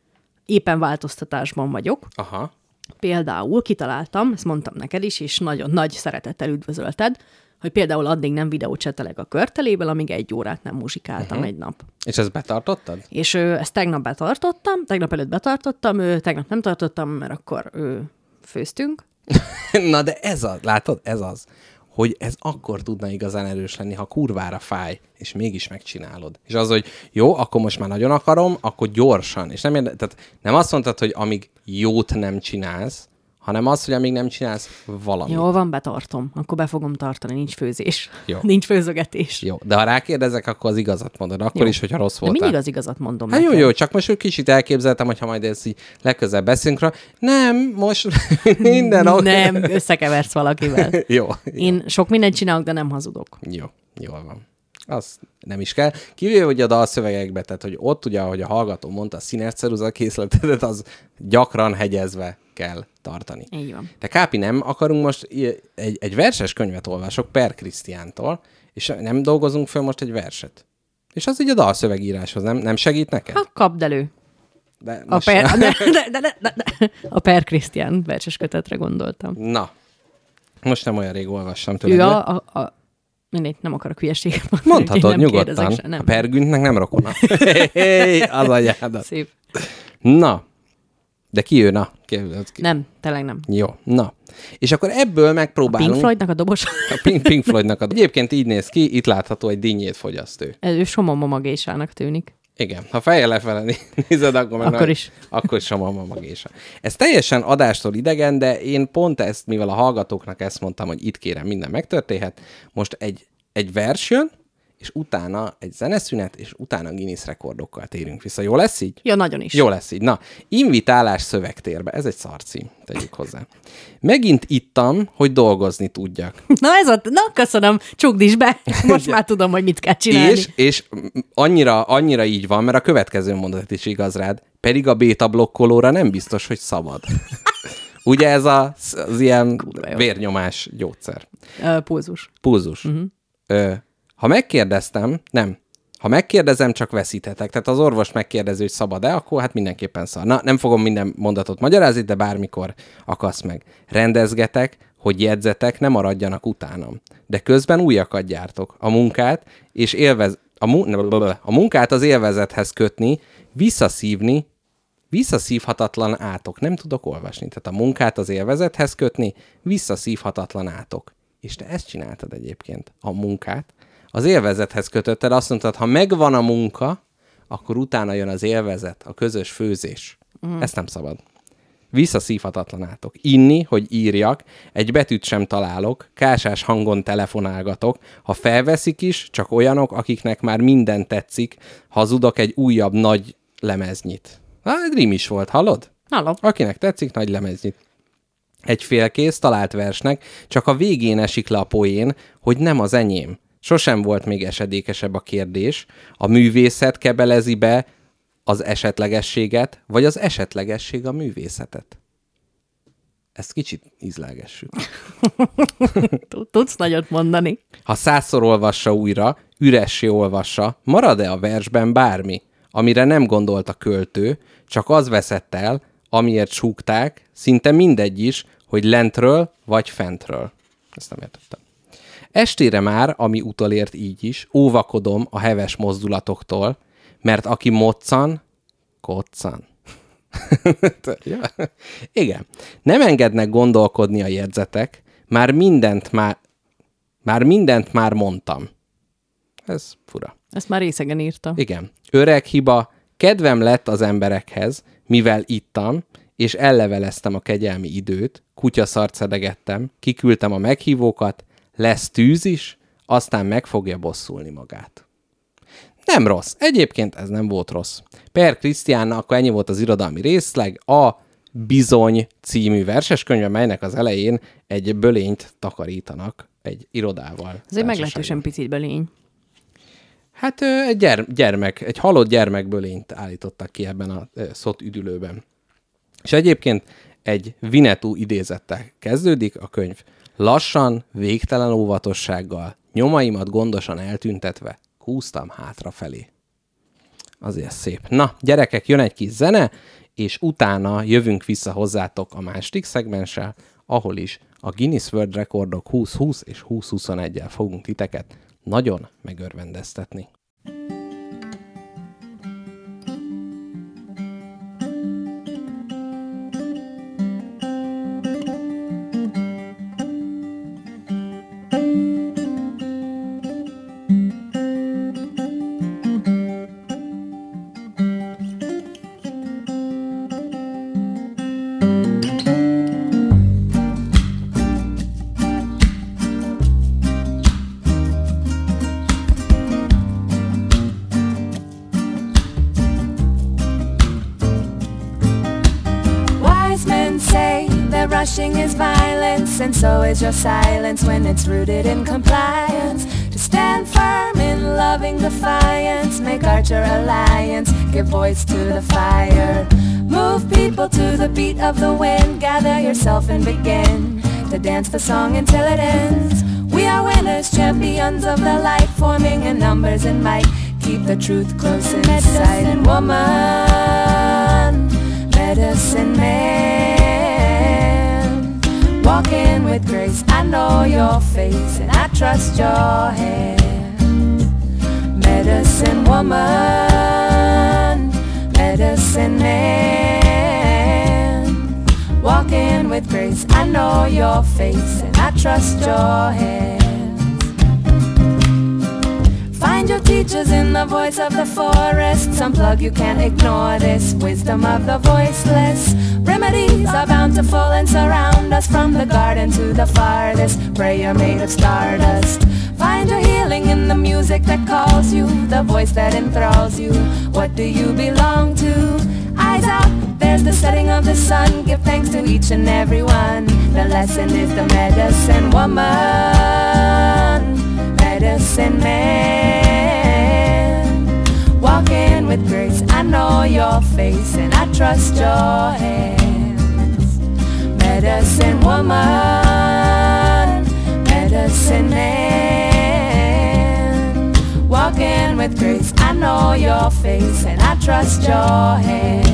éppen változtatásban vagyok. Aha. Például kitaláltam, ezt mondtam neked is, és nagyon nagy szeretettel üdvözölted, hogy például addig nem videócsetelek a körtelével, amíg egy órát nem muzsikáltam uh-huh. egy nap. És ezt betartottad? És ö, ezt tegnap betartottam, tegnap előtt betartottam, ö, tegnap nem tartottam, mert akkor ö, főztünk. Na de ez az, látod, ez az, hogy ez akkor tudna igazán erős lenni, ha kurvára fáj, és mégis megcsinálod. És az, hogy jó, akkor most már nagyon akarom, akkor gyorsan. És nem, érde, tehát nem azt mondtad, hogy amíg jót nem csinálsz, hanem az, hogy amíg nem csinálsz valamit. Jó, van, betartom. Akkor be fogom tartani, nincs főzés. Jó. Nincs főzögetés. Jó, de ha rákérdezek, akkor az igazat mondod. Akkor jó. Is, hogyha rossz de voltál. mindig az igazat mondom Hát neked. jó, jó, csak most egy kicsit elképzeltem, hogyha majd ezt így legközelebb beszélünk rá. Nem, most minden oké. Nem, összekeversz valakivel. Jó. Én sok mindent csinálok, de nem hazudok. Jó, jól van. Az nem is kell. Kivéve, hogy a dalszövegekbe, tehát, hogy ott ugye, ahogy a hallgató mondta, a színes ceruza készletedet, az gyakran hegyezve kell tartani. Így van. De Kápi, nem akarunk most egy, egy verses könyvet olvasok Per Krisztiántól, és nem dolgozunk föl most egy verset. És az így a dalszövegíráshoz nem, nem segít neked? Ha kapd elő. De A most... Per, de, de, de, de, de, a Per Krisztián verses kötetre gondoltam. Na, most nem olyan rég olvassam tőled. Ő a, a, a mindegy, nem akarok hülyeséget mondani. Mondhatod nem nyugodtan. Se, nem. A Per Güntnek nem rokona. Hey, az anyádat. Szép. Na, de ki ő? Na, kérdez ki. Nem, tényleg nem. Jó, na. És akkor ebből megpróbálunk... Pink Floydnak a dobos. A Pink, Pink Floydnak a... Egyébként így néz ki, itt látható egy dinnyét fogyaszt ő. Ő somomama gésának tűnik. Igen, ha fejjel lefele nézed, akkor, meg Akkor nagy, is. akkor is somomama gésa. Ez teljesen adástól idegen, de én pont ezt, mivel a hallgatóknak ezt mondtam, hogy itt kérem, minden megtörténhet, most egy, egy vers jön, és utána egy zeneszünet, és utána Guinness rekordokkal térünk vissza. Jó lesz így? Ja, nagyon is. Jó lesz így. Na, invitálás szövegtérbe. Ez egy szarcím, tegyük hozzá. Megint ittam, hogy dolgozni tudjak. Na ez a... Na, köszönöm, csukd is be. Most már tudom, hogy mit kell csinálni. És, és annyira, annyira így van, mert a következő mondat is igaz rád, pedig a béta blokkolóra nem biztos, hogy szabad. Ugye ez a, az ilyen vérnyomás gyógyszer. Uh, pulzus. Pulzus. Uh-huh. Ö, ha megkérdeztem, nem, ha megkérdezem, csak veszíthetek. Tehát az orvos megkérdezi, hogy szabad-e, akkor hát mindenképpen szar. Na, nem fogom minden mondatot magyarázni, de bármikor akasz meg. Rendezgetek, hogy jegyzetek ne maradjanak utánam. De közben újakat gyártok. A munkát és élvez... A, mu... a munkát az élvezethez kötni, visszaszívni, visszaszívhatatlan átok. Nem tudok olvasni. Tehát a munkát az élvezethez kötni, visszaszívhatatlan átok. És te ezt csináltad egyébként, a munkát. Az élvezethez kötötted, azt mondtad, ha megvan a munka, akkor utána jön az élvezet, a közös főzés. Mm. Ezt nem szabad. Visszaszívhatatlan átok. Inni, hogy írjak, egy betűt sem találok, kásás hangon telefonálgatok, ha felveszik is, csak olyanok, akiknek már minden tetszik, hazudok egy újabb nagy lemeznyit. Hát, rím is volt, hallod? Hallom. Akinek tetszik, nagy lemeznyit. Egy félkész talált versnek, csak a végén esik le a poén, hogy nem az enyém. Sosem volt még esedékesebb a kérdés. A művészet kebelezi be az esetlegességet, vagy az esetlegesség a művészetet? Ezt kicsit ízlelgessük. Tudsz nagyot mondani. Ha százszor olvassa újra, üressé olvassa, marad-e a versben bármi, amire nem gondolt a költő, csak az veszett el, amiért súgták, szinte mindegy is, hogy lentről vagy fentről. Ezt nem értettem. Estére már, ami utolért így is, óvakodom a heves mozdulatoktól, mert aki moccan, koccan. Ja. Igen. Nem engednek gondolkodni a jegyzetek, már mindent már, már mindent már mondtam. Ez fura. Ezt már részegen írta. Igen. Öreg hiba, kedvem lett az emberekhez, mivel ittam, és elleveleztem a kegyelmi időt, kutyaszart szedegettem, kiküldtem a meghívókat, lesz tűz is, aztán meg fogja bosszulni magát. Nem rossz. Egyébként ez nem volt rossz. Per Krisztiánnak akkor ennyi volt az irodalmi részleg, a Bizony című verseskönyve, melynek az elején egy bölényt takarítanak egy irodával. Ez egy meglehetősen picit bölény. Hát egy gyerm- gyermek, egy halott gyermekbölényt állítottak ki ebben a szot üdülőben. És egyébként egy Winnetou idézettel kezdődik a könyv. Lassan, végtelen óvatossággal, nyomaimat gondosan eltüntetve, kúztam hátrafelé. Azért szép. Na, gyerekek, jön egy kis zene, és utána jövünk vissza hozzátok a második szegmenssel, ahol is a Guinness World Recordok húsz húsz és húsz huszonegyel fogunk titeket nagyon megörvendeztetni. Rushing is violence, and so is your silence when it's rooted in compliance. To stand firm in loving defiance, make Archer alliance, give voice to the fire. Move people to the beat of the wind, gather yourself and begin to dance the song until it ends. We are winners, champions of the light, forming in numbers and might. Keep the truth close in sight. And woman, medicine man, walking with grace, I know your face and I trust your hand. Medicine woman, medicine man, walking with grace, I know your face and I trust your hands. Find your teachers in the voice of the forest. Unplug, you can't ignore this wisdom of the voiceless. Remedies are bountiful and surround us, from the garden to the farthest. Prayer made of stardust. Find your healing in the music that calls you, the voice that enthralls you. What do you belong to? Eyes out, there's the setting of the sun. Give thanks to each and every one. The lesson is the medicine woman, medicine man, walking with grace, I know your face and I trust your hands. Medicine woman, medicine man, walking with grace, I know your face and I trust your hands.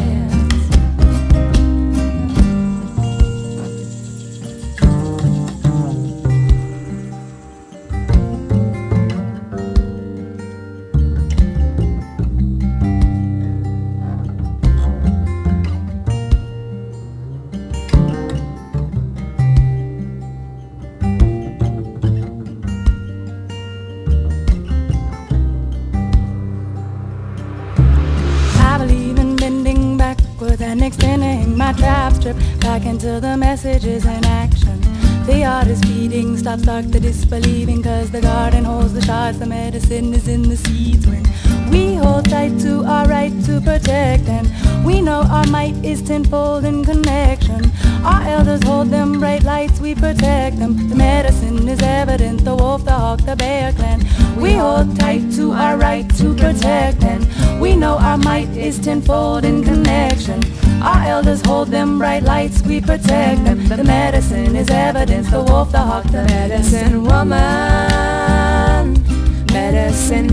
And extending my trap strip back into the messages in action. The art is feeding, stop, start the disbelieving, cause the garden holds the shards, the medicine is in the seeds. When we hold tight to our right to protect, and we know our might is tenfold in connection. Our elders hold them bright lights, we protect them. The medicine is evident, the wolf, the hawk, the bear clan. We hold tight to our right to protect, and we know our might is tenfold in connection. Our elders hold them bright lights, we protect them. The medicine is evidence, the wolf, the hawk, the medicine woman, medicine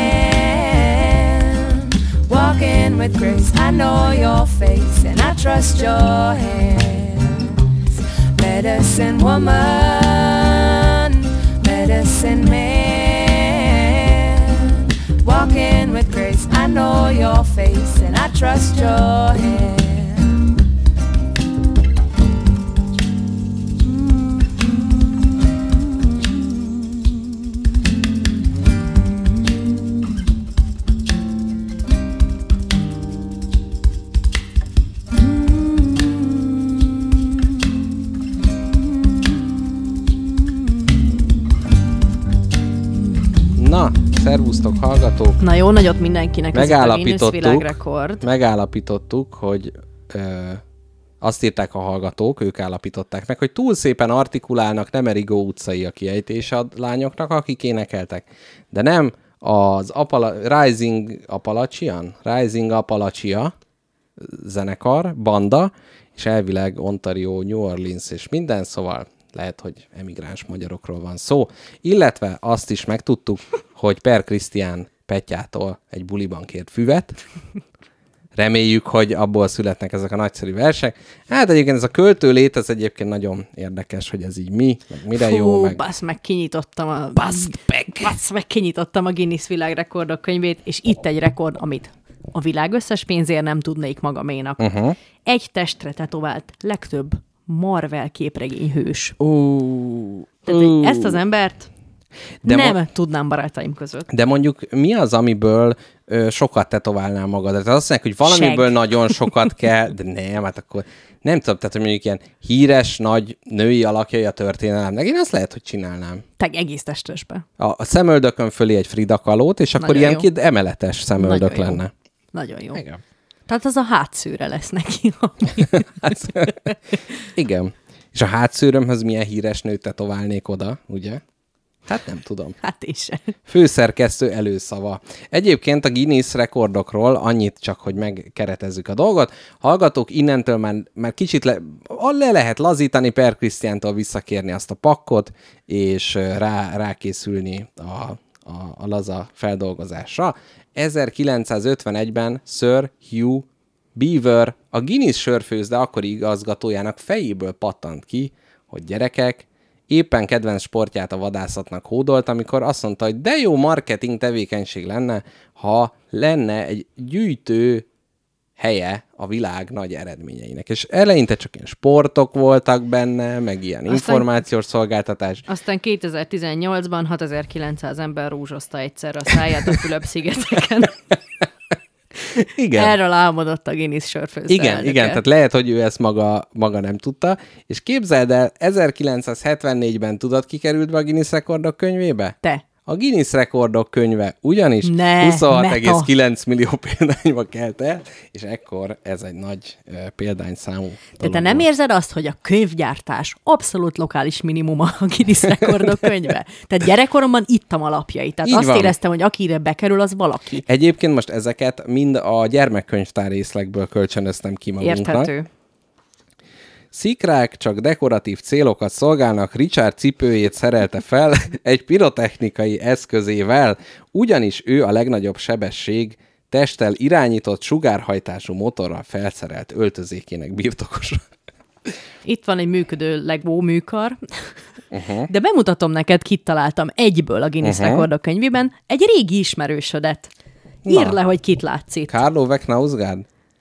man, walking with grace, I know your face and I trust your hands. Medicine woman, medicine man, walking with grace, I know your face and I trust your hands. Na, szervusztok hallgatók! Na jó nagyot mindenkinek, ez a Guinness világrekord. Megállapítottuk, hogy ö, azt írták a hallgatók, ők állapították meg, hogy túl szépen artikulálnak, nem Erigó utcai a kiejtés a lányoknak, akik énekeltek. De nem az Apala- Rising Appalachian, Rising Appalachia zenekar, banda, és elvileg Ontario, New Orleans és minden, szóval lehet, hogy emigráns magyarokról van szó. Illetve azt is megtudtuk, hogy Per Krisztián Pettyától egy buliban kért füvet. reméljük, hogy abból születnek ezek a nagyszerű versek. Hát egyébként ez a költő lét, ez egyébként nagyon érdekes, hogy ez így mi, meg mire Fú, jó, meg... bassz, meg kinyitottam a... Baszd meg! Bassz, meg kinyitottam a Guinness világrekordok könyvét, és itt egy rekord, amit a világ összes pénzért nem tudnék magaménak. Uh-huh. Egy testre tetovált legtöbb Marvel képregény hős. Uh, Tehát uh. ezt az embert De nem mo- tudnám barátaim között. De mondjuk mi az, amiből ö, sokat tetoválnál magad? Tehát azt mondják, hogy valamiből Seg. nagyon sokat kell, de nem, hát akkor nem tudom, tehát hogy mondjuk ilyen híres, nagy női alakjai a történelemnek. Én azt lehet, hogy csinálnám. Te egész testesbe. A, a szemöldökön fölé egy Frida Kalót, és akkor Nagyon ilyen jó. két emeletes szemöldök Nagyon jó. lenne. Nagyon jó. Igen. Tehát az a hátszőre lesz neki. Hát, igen. És a hátszőrömhöz milyen híres nőt tetoválnék oda, ugye? Hát nem tudom. Hát is. Főszerkesztő előszava. Egyébként a Guinness rekordokról annyit csak, hogy megkeretezzük a dolgot. Hallgatók, innentől már, már kicsit le, le lehet lazítani, Per Krisztiántól visszakérni azt a pakkot, és rá, rákészülni a, a, a laza feldolgozásra. ezerkilencszázötvenegyben Sir Hugh Beaver, a Guinness sörfőzde akkori igazgatójának fejéből pattant ki, hogy gyerekek, éppen kedvenc sportját a vadászatnak hódolt, amikor azt mondta, hogy de jó marketing tevékenység lenne, ha lenne egy gyűjtő helye a világ nagy eredményeinek. És eleinte csak ilyen sportok voltak benne, meg ilyen Aztán- információs szolgáltatás. Aztán kétezer-tizennyolcban hatezer-kilencszáz ember rúzsozta egyszerre a száját a Fülöp-szigeteken. Igen. Erről álmodott a Guinness sörfőzde Igen, elnöke. igen, tehát lehet, hogy ő ezt maga, maga nem tudta, és képzeld el, ezerkilencszázhetvennégyben tudod, ki került be a Guinness rekordok könyvébe? Te. A Guinness rekordok könyve ugyanis Ne, huszonhat egész kilenc meta. millió példányba kelt el, és ekkor ez egy nagy uh, példányszámú. De dolog te nem volt. érzed azt, hogy a könyvgyártás abszolút lokális minimuma a Guinness rekordok könyve? Tehát gyerekkoromban ittam alapjait. Tehát Így azt van. éreztem, hogy akire bekerül, az valaki. Egyébként most ezeket mind a gyermekkönyvtár részlegből kölcsönöztem ki magunknak. Érthető. Szikrák csak dekoratív célokat szolgálnak, Richard cipőjét szerelte fel egy pirotechnikai eszközével, ugyanis ő a legnagyobb sebesség testtel irányított sugárhajtású motorral felszerelt öltözékének birtokosa. Itt van egy működő legó műkar, uh-huh. de bemutatom neked, kit találtam egyből a Guinness Uh-huh. rekordok könyvében, egy régi ismerősödet. Írd Na. le, hogy kit látsz itt. Carlo Veknausgard?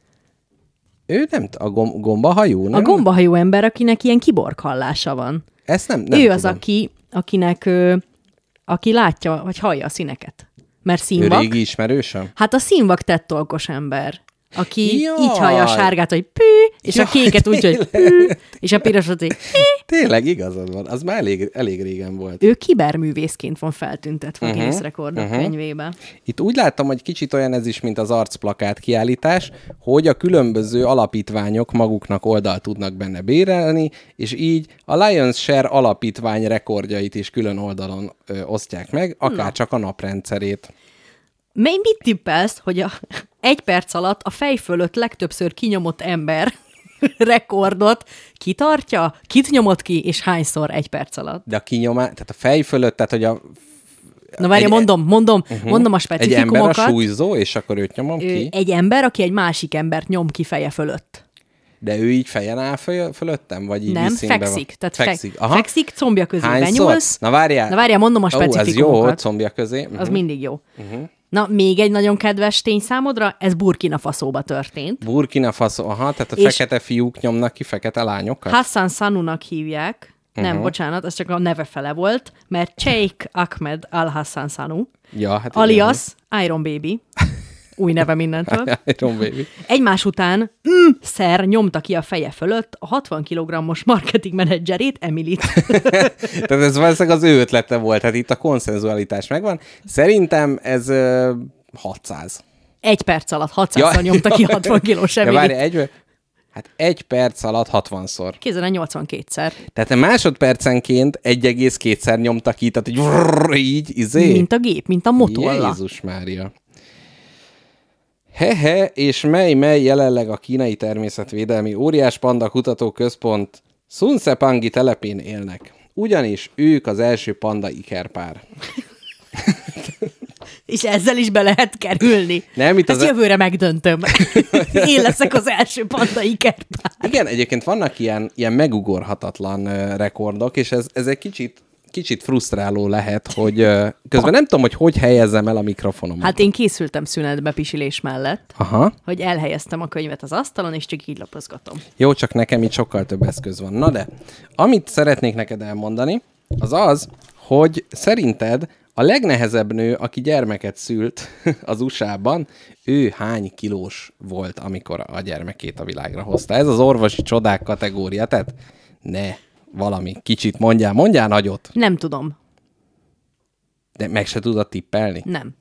Ő nem, t- a gom- gombahajú, nem? A gombahajú ember, akinek ilyen kiborghallása van. Ezt nem, nem ő tudom. az, aki, akinek, ö, aki látja, vagy hallja a színeket. Mert Ő színvak. régi ismerősöm? Hát a színvak tettolkos ember, aki Jaj. így hallja a sárgát, hogy pű, és Jaj, a kéket úgy, hogy pű, és a pirosot, hogy Tényleg igazad van, az már elég, elég régen volt. ő kiberművészként van feltüntetve a Uh-huh, Guinness rekordok uh-huh. könyvébe. Itt úgy láttam, hogy kicsit olyan ez is, mint az arcplakát kiállítás, hogy a különböző alapítványok maguknak oldalt tudnak benne bérelni, és így a Lions Share alapítvány rekordjait is külön oldalon ö, osztják meg, akár Na. csak a naprendszerét. Mely mit tippelsz, hogy a egy perc alatt a fej fölött legtöbbször kinyomott ember rekordot kitartja, kit nyomott ki, és hányszor egy perc alatt? De a kinyomás, tehát a fej fölött, tehát hogy a... Na várja, Egy- mondom, mondom, Uh-huh. mondom a Egy ember a specifikumokat. súlyzó, és akkor őt nyomom Ö, ki, Egy ember, aki egy másik embert nyom ki feje fölött. de ő így fejen áll föl, fölöttem, vagy így Nem, visszingbe van? fekszik. Tehát fekszik. fekszik, fekszik, combja közé Hányszor? benyúlsz. Na várjál. Na várjál, mondom a Ó, ez jó, specifikumokat. combja közé. Az Uh-huh. mindig jó. Uh-huh. Na, még egy nagyon kedves tény számodra, ez Burkina Faszóba történt. Burkina Faso, aha, tehát a És- fekete fiúk nyomnak ki fekete lányokat? Hassan Sanunak hívják. Nem, Uh-huh. bocsánat, ez csak a neve fele volt, mert Sheikh Ahmed Al-Hassan Sanu, Ja, hát alias Iron Baby, új neve mindentől. igen. Iron Baby. Egymás után mm, szer nyomta ki a feje fölött a hatvan kilogrammos marketing menedzserét, Emilit. Tehát ez valószínűleg az ő ötlete volt, hát itt a konszenzualitás megvan. Szerintem ez ö, hatszáz. Egy perc alatt hatszázszor nyomta ki hatvan kilós Ja, Emilit. várj, egy, hát egy perc alatt hatvanszor. Kézzel nyolcvankétszer. Tehát a másodpercenként egy egész kétszer nyomta ki, tehát így vrrr, így, izé. Mint a gép, mint a motolla. Jézus Mária. Hehe, és mely-mely jelenleg a Kínai Természetvédelmi Óriás Panda Kutatóközpont Sunsepangi telepén élnek. Ugyanis ők az első panda ikerpár. És ezzel is be lehet kerülni. Nem, itt Ezt az... jövőre megdöntöm. Én leszek az első panda ikerpár. Igen, egyébként vannak ilyen, ilyen megugorhatatlan uh, rekordok, és ez, ez egy kicsit, kicsit frusztráló lehet, hogy uh, közben nem tudom, hogy hogy helyezzem el a mikrofonomat. Hát én készültem szünetbe pisilés mellett, Aha. hogy elhelyeztem a könyvet az asztalon, és csak így lapozgatom. Jó, csak nekem itt sokkal több eszköz van. Na de, amit szeretnék neked elmondani, az az, hogy szerinted a legnehezebb nő, aki gyermeket szült az u es á-ban, ő hány kilós volt, amikor a gyermekét a világra hozta? Ez az orvosi csodák kategória, tehát ne, valami kicsit mondjál, mondjál nagyot. Nem tudom. De meg se tudod tippelni? Nem.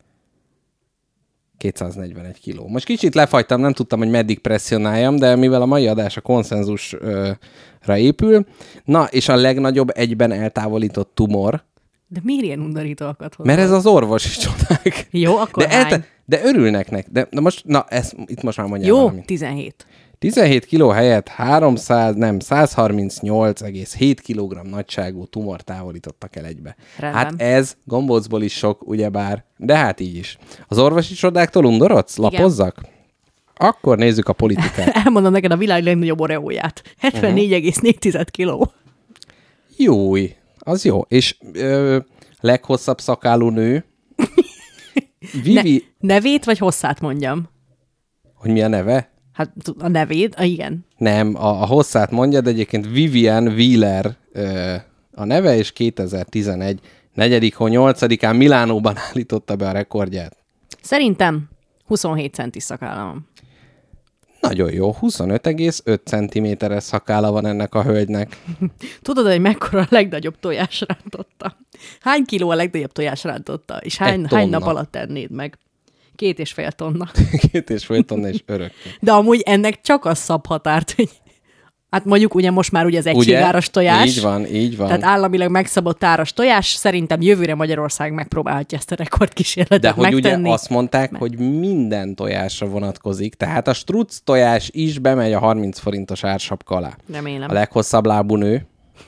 kétszáznegyvenegy kiló. Most kicsit lefagytam, nem tudtam, hogy meddig presszionáljam, de mivel a mai adás a konszenzusra épül, na, és a legnagyobb egyben eltávolított tumor, De miért ilyen undorítóakat hozol? mert ez az orvosi csodák. Jó, akkor de, hány? elte- de örülnek nek. De na most, na, ez, itt most már mondjál Jó, valamit. tizenhét. tizenhét kiló helyett háromszáz, nem, száz harmincnyolc egész hét kilogramm nagyságú tumor távolítottak el egybe. Rendben. Hát ez gombócból is sok, ugyebár, de hát így is. Az orvosi csodáktól undorodsz? Lapozzak? Akkor nézzük a politikát. Elmondom neked a világ legnagyobb oreóját. hetvennégy egész négy kiló. Júj, az jó. És ö, leghosszabb szakálú nő? Vivi... Ne, nevét vagy hosszát mondjam? Hogy mi a neve? Hát a nevét, a igen. Nem, a, a hosszát mondja, de egyébként Vivian Wheeler ö, a neve, és kétezer-tizenegy negyedik hó nyolcadikán Milánóban állította be a rekordját. Szerintem huszonhét centis szakállam. Nagyon jó, huszonöt egész öt centiméteres szakála van ennek a hölgynek. Tudod, hogy mekkora a legnagyobb tojásrántotta? Hány kiló a legnagyobb tojásrántotta? És hány, hány nap alatt ennéd meg? Két és fél tonna. Két és fél tonna és örökké. De amúgy ennek csak az szab határt, hogy hát mondjuk ugye most már ugye az egységáras tojás. Így van, így van. Tehát államilag megszabott áras tojás. Szerintem jövőre Magyarország megpróbálhatja ezt a rekordkísérletet De hogy megtenni. ugye azt mondták, hogy minden tojásra vonatkozik, tehát a struc tojás is bemegy a harminc forintos ársapka alá. Remélem. A leghosszabb lábú nő.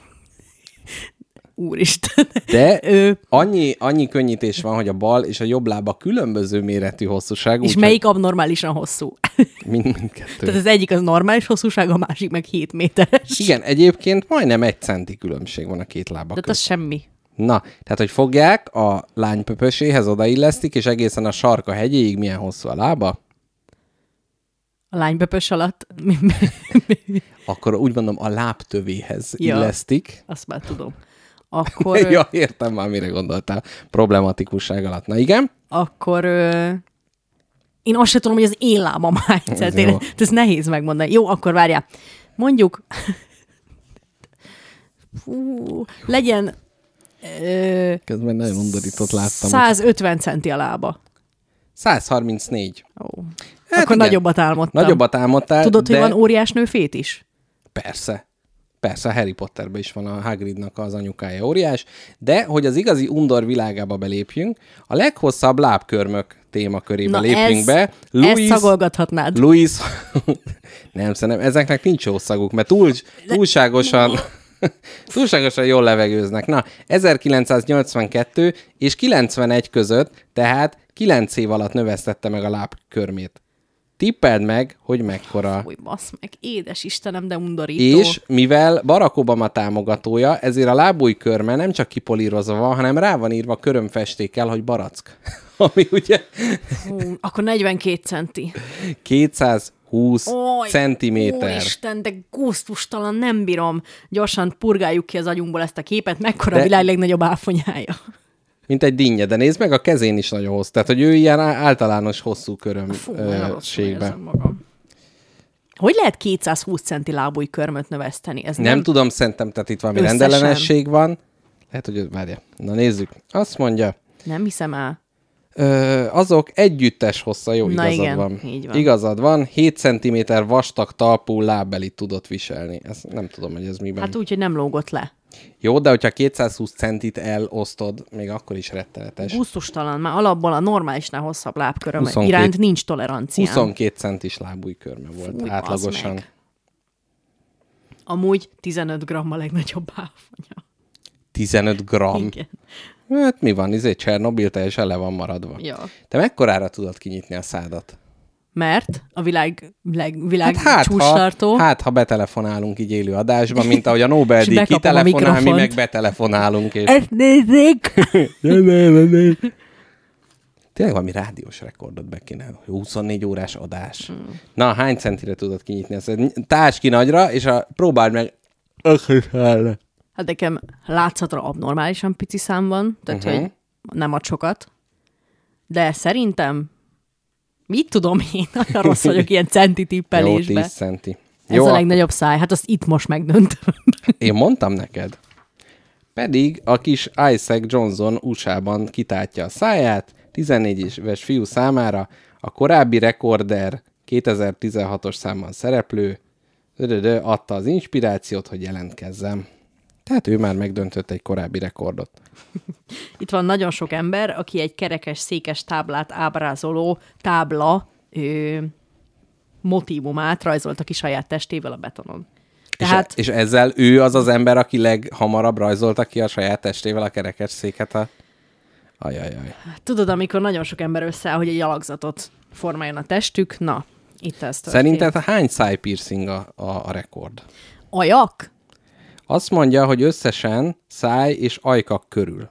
Úristen. De Ő- annyi, annyi könnyítés van, hogy a bal és a jobb lába különböző méretű hosszúságú. És úgyhogy melyik abnormálisan hosszú? Mind, mindkettő. Tehát az egyik az normális hosszúság, a másik meg hét méteres. Igen, egyébként majdnem egy centi különbség van a két lába De között. az semmi. Na, tehát, hogy fogják, a lány pöpöséhez odaillesztik, és egészen a sarka hegyéig milyen hosszú a lába, A lányböpös alatt. akkor úgy mondom, a lábtövéhez Ja. illesztik. Azt már tudom. Akkor, Ja, értem már, mire gondoltál. Problematikusság alatt. Na igen? akkor ö, én azt sem tudom, hogy az én lábam hány Ez centire. jó. Ez nehéz megmondani. Jó, akkor várjál. Mondjuk, fú, legyen ö, Közben nagyon undorított láttam. száz ötven centi a lába. száz harmincnégy. Ó. Hát Akkor igen. nagyobbat álmodtam. Nagyobbat álmodtál, Tudod, de... hogy van óriás nőfét is? Persze. Persze, a Harry Potterben is van a Hagridnak az anyukája óriás, de hogy az igazi undor világába belépjünk, a leghosszabb lábkörmök témakörébe Na lépjünk ez, be. ezt szagolgathatnád. Louis... nem, szerintem ezeknek nincs jó szaguk, mert túl, túlságosan... túlságosan jól levegőznek. Na, ezerkilencszáznyolcvankettő és kilencvenegy között, tehát kilenc év alatt növesztette meg a lábkörmét. Tippeld meg, hogy mekkora. Új, bassz meg, édes Istenem, de undorító. És mivel Barack Obama támogatója, ezért a lábúj körme nem csak kipolírozva van, hanem rá van írva körömfestékkel, hogy barack. Ami ugye Hú, akkor negyvenkét centi. kétszázhúsz Oly, centiméter. Úristen, de gusztustalan, nem bírom. Gyorsan purgáljuk ki az agyunkból ezt a képet, mekkora De- a világ legnagyobb áfonyája. Mint egy dinnye, de nézd meg, a kezén is nagyon hosszú. Tehát, hogy ő ilyen általános hosszú Fú, nagyon rosszul körömségben. érzem magam. Hogy lehet kétszázhúsz centi lábúj körmöt növeszteni? Ez Nem, nem, nem tudom, szerintem, tehát itt valami Összesen. rendellenesség van. Lehet, hogy várja. Na nézzük. Azt mondja, nem hiszem el. ö, azok együttes hossza, jó, Na igazad igen, van. így van. Igazad van, hét centiméter vastag talpú lábbelit tudott viselni. Ezt nem tudom, hogy ez miben. Hát úgy, hogy nem lógott le. Jó, de hogyha kétszázhúsz centit elosztod, még akkor is rettenetes. Gusztustalan, már alapból a normálisnál hosszabb lábköröm huszonkét iránt nincs toleranciám. huszonkét centis lábújkörme volt Fúj, átlagosan. bazd meg. Amúgy tizenöt gramm a legnagyobb áfonya. tizenöt gramm. Igen. Hát mi van, izé Csernobil teljesen le van maradva. Ja. Te mekkorára tudod kinyitni a szádat? Mert a világ, világ, világ Hát, hát, csúcstartó. ha, hát, ha betelefonálunk így élő adásban, mint ahogy a Nobel-díj És bekapom a kitelefonál, mi mikrofont. meg betelefonálunk. És... Ezt nézzék! Tényleg valami rádiós rekordot be kéne, huszonnégy órás adás. Hmm. Na, hány centire tudod kinyitni ezt? Társ ki nagyra, és a, próbáld meg. Hát nekem látszatra abnormálisan pici szám van, tehát Uh-huh. hogy nem ad sokat. De szerintem, mit tudom én, nagyon rossz vagyok ilyen centi Jó, tippelésbe. tíz centi. Ez Jó, a legnagyobb száj, hát azt itt most megdöntöm. én mondtam neked. Pedig a kis Isaac Johnson u es á-ban kitáltja a száját, tizennégy éves fiú számára, a korábbi rekorder kétezer-tizenhatos számban szereplő de adta az inspirációt, hogy jelentkezzem. Tehát ő már megdöntött egy korábbi rekordot. Itt van nagyon sok ember, aki egy kerekes székes táblát ábrázoló tábla ö, motívumát rajzolta ki saját testével a betonon. Tehát És, és ezzel ő az az ember, aki leghamarabb rajzolta ki a saját testével a kerekes széket a... Ajajaj. tudod, amikor nagyon sok ember összeáll, hogy egy alakzatot formáljon a testük, na, itt ez történt. Szerinted hány szájpiercing a, a, a rekord? Ajak? Azt mondja, hogy összesen száj és ajkak körül.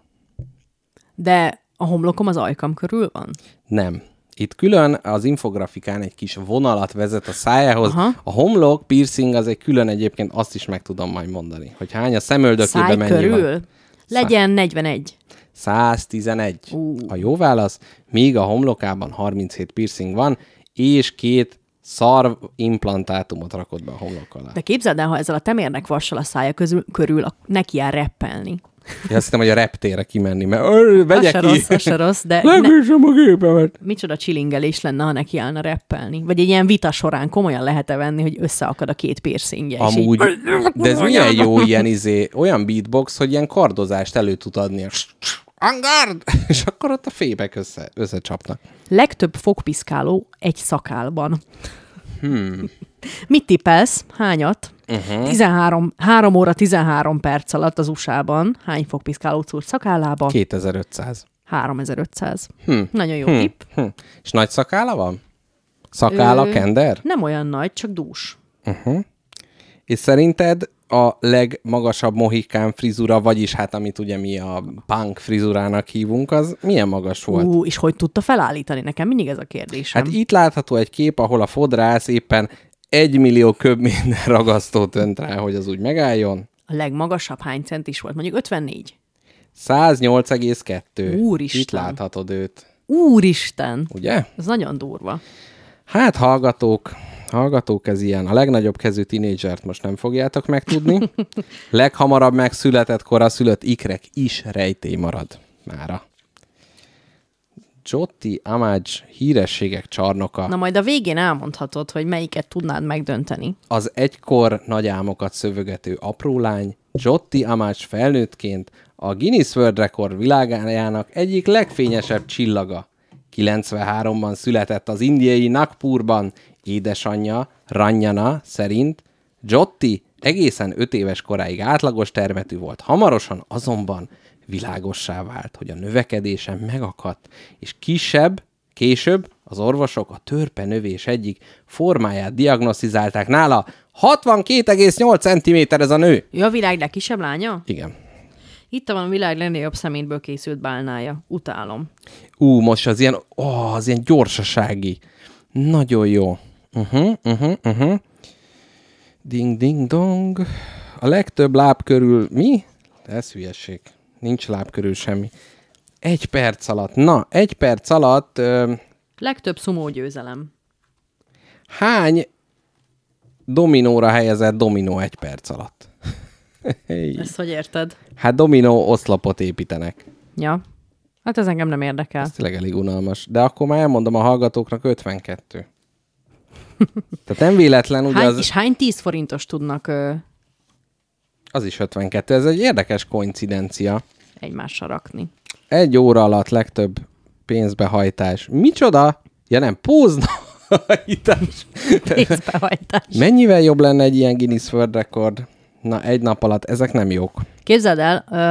De a homlokom az ajkam körül van? Nem. Itt külön az infografikán egy kis vonalat vezet a szájához. Aha. A homlok piercing az egy külön egyébként, azt is meg tudom majd mondani, hogy hány a szemöldökébe Száj mennyi körül? van. Legyen negyvenegy. száztizenegy. Ú. A jó válasz, míg a homlokában harminchét piercing van, és két szarv implantátumot rakott be a homlok alá. De képzeld el, ha ezzel a temérnek vassal a szája közül, körül, a, neki jár reppelni. Én azt hittem, hogy a reptére kimenni, mert ö, vegye Az se ki. rossz, az se rossz, de ne, Legősem a gépemet. micsoda csilingelés lenne, ha neki állna reppelni. Vagy egy ilyen vita során komolyan lehet-e venni, hogy összeakad a két piercingje. és Amúgy, így- de ez milyen jó ilyen izé, olyan beatbox, hogy ilyen kardozást elő tud adni. Angard! És akkor ott a fébek össze, összecsapnak. Legtöbb fogpiszkáló egy szakálban. Hmm. Mit tippelsz? Hányat? Uh-huh. tizenhárom, három óra tizenhárom perc alatt az u es á-ban hány fogpiszkáló szúrt szakállában? kétezer-ötszáz. háromezer-ötszáz. Hm. Nagyon jó Hm. tipp. Hm. És nagy szakála van? Szakála, Ö, kender? Nem olyan nagy, csak dús. És szerinted a legmagasabb mohikán frizura, vagyis hát amit ugye mi a punk frizurának hívunk, az milyen magas volt? Ú, és hogy tudta felállítani? Nekem mindig ez a kérdésem. Hát itt látható egy kép, ahol a fodrász éppen egy millió köbméter ragasztót önt rá, hogy az úgy megálljon. A legmagasabb hány centis volt? Mondjuk ötvennégy. száznyolc egész kettő. Úristen. Itt láthatod őt, Úristen! ugye? Ez nagyon durva. Hát hallgatók, hallgatók, ez ilyen. A legnagyobb kezű tinédzsert most nem fogjátok megtudni. Leghamarabb megszületett kora szülött ikrek is rejtély marad mára. Jotti Amage hírességek csarnoka. Na majd a végén elmondhatod, hogy melyiket tudnád megdönteni. Az egykor nagy álmokat szövögető apró lány, Jotti Amage felnőttként a Guinness World Record világának egyik legfényesebb csillaga. kilencvenháromban született az indiai Nagpurban. Édesanyja, Ranjana szerint Jotti egészen öt éves koráig átlagos termetű volt. Hamarosan azonban világossá vált, hogy a növekedése megakadt, és kisebb, később az orvosok a törpenövés egyik formáját diagnosztizálták nála. hatvankét egész nyolc centiméter ez a nő. Ő a világ legkisebb lánya? Igen. Itt van a világ legnagyobb szemétből készült bálnája. Utálom. Ú, most az ilyen, ó, az ilyen gyorsasági. Nagyon jó. Uh-huh, uh-huh, uh-huh. Ding, ding, dong. A legtöbb láb körül mi? Ez hülyeség. Nincs láb körül semmi. Egy perc alatt. Na, egy perc alatt ö, Legtöbb szumó győzelem. hány dominóra helyezett dominó egy perc alatt? Hey. Ezt hogy érted? Hát dominó oszlopot építenek. Ja. Hát ez engem nem érdekel. Ez tényleg elég unalmas. De akkor már elmondom a hallgatóknak ötvenkettő. Tehát nem véletlen, ugye Hány, az, És hány tíz forintos tudnak ö, az is ötvenkettő. Ez egy érdekes koincidencia. egymásra rakni? Egy óra alatt legtöbb pénzbehajtás. Micsoda? Ja nem, póznahajtás. Pénzbehajtás. Mennyivel jobb lenne egy ilyen Guinness World Record? Na, egy nap alatt. Ezek nem jók. Képzeld el, ö,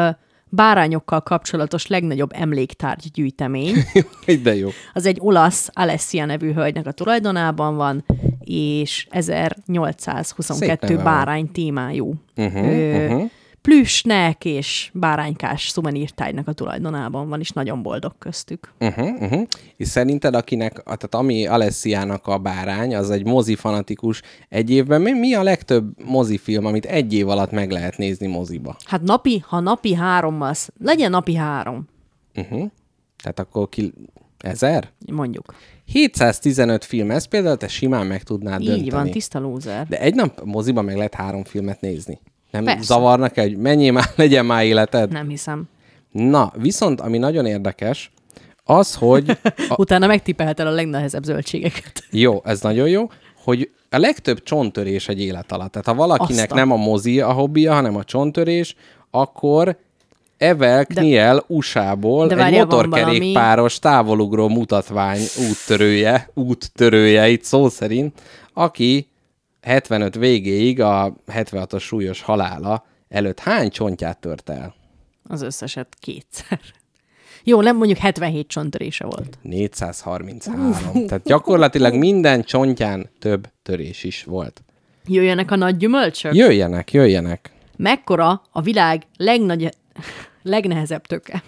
bárányokkal kapcsolatos legnagyobb emléktárgy gyűjtemény. De jó. Az egy olasz Alessia nevű hölgynek a tulajdonában van, és ezernyolcszázhuszonkettő bárány témájú. Uh-huh, Ö, uh-huh. Plüssnek és báránykás szuvenírtárgynak a tulajdonában van, és nagyon boldog köztük. Uh-huh, uh-huh. És szerinted, akinek, tehát ami Alessiának a bárány, az egy mozifanatikus, egy évben mi, mi a legtöbb mozifilm, amit egy év alatt meg lehet nézni moziba? Hát napi, ha napi három, az legyen napi három. Uh-huh. Tehát akkor ki... Ezer? Mondjuk. hétszáztizenöt film, ez például te simán meg tudnád Így dönteni. van, tiszta lúzer. De egy nap moziba meg lehet három filmet nézni. Nem Persze. zavarnak el, hogy menjél már, legyen már életed? Nem hiszem. Na, viszont ami nagyon érdekes, az, hogy... A... Utána megtippelheted a legnehezebb zöldségeket. Jó, ez nagyon jó, hogy a legtöbb csonttörés egy élet alatt. Tehát ha valakinek Aztán. nem a mozi a hobbija, hanem a csonttörés, akkor Evel Kniel de... u es á-ból egy várjál, motorkerékpáros távolugró mutatvány úttörője, úttörője itt szó szerint, aki hetvenöt végéig a hetvenhatos súlyos halála előtt hány csontját tört el? Az összeset kétszer. Jó, nem mondjuk hetvenhét csonttörése volt. négyszázharminchárom. Tehát gyakorlatilag minden csontján több törés is volt. Jöjjenek a nagy gyümölcsök? Jöjjenek, jöjjenek. Mekkora a világ legnagy... legnehezebb töke?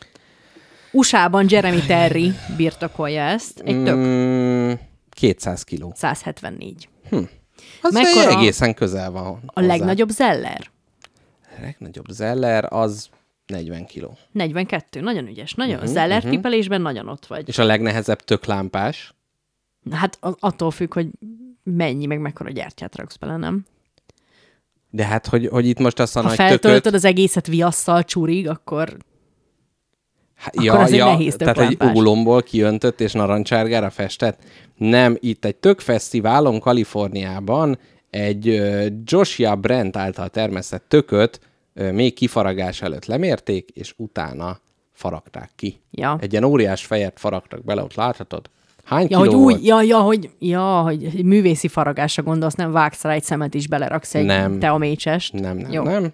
u es á-ban Jeremy Terry birtokolja ezt. Egy tök. Mm, kétszáz kiló. száz hetvennégy. Hm. Az Mekkora egészen közel van a hozzá. legnagyobb zeller? A legnagyobb zeller az negyven kiló. negyvenkettő. Nagyon ügyes. Nagyon. Uh-huh, a zeller uh-huh. tippelésben nagyon ott vagy. És a legnehezebb töklámpás? Hát az attól függ, hogy mennyi, meg mekkora gyertyát raksz bele, nem? De hát, hogy, hogy itt most azt a ha nagy feltöltöd tököt... az egészet viasszal csurig, akkor... Há, akkor ja, az egy ja, nehéz tehát egy töklámpás. ólomból kiöntött és narancsárgára festett. Nem, itt egy tökfesztiválon Kaliforniában egy uh, Josiah Brent által termesztett tököt uh, még kifaragás előtt lemérték, és utána faragták ki. Ja. Egy ilyen óriás fejet faragtak bele, ott láthatod? Hány Ja, kiló hogy volt? úgy, ja, ja, hogy, ja, hogy művészi faragásra gondolsz, nem vágsz rá egy szemet is, beleraksz egy Nem. teamécsest. Nem, nem, Jó. nem.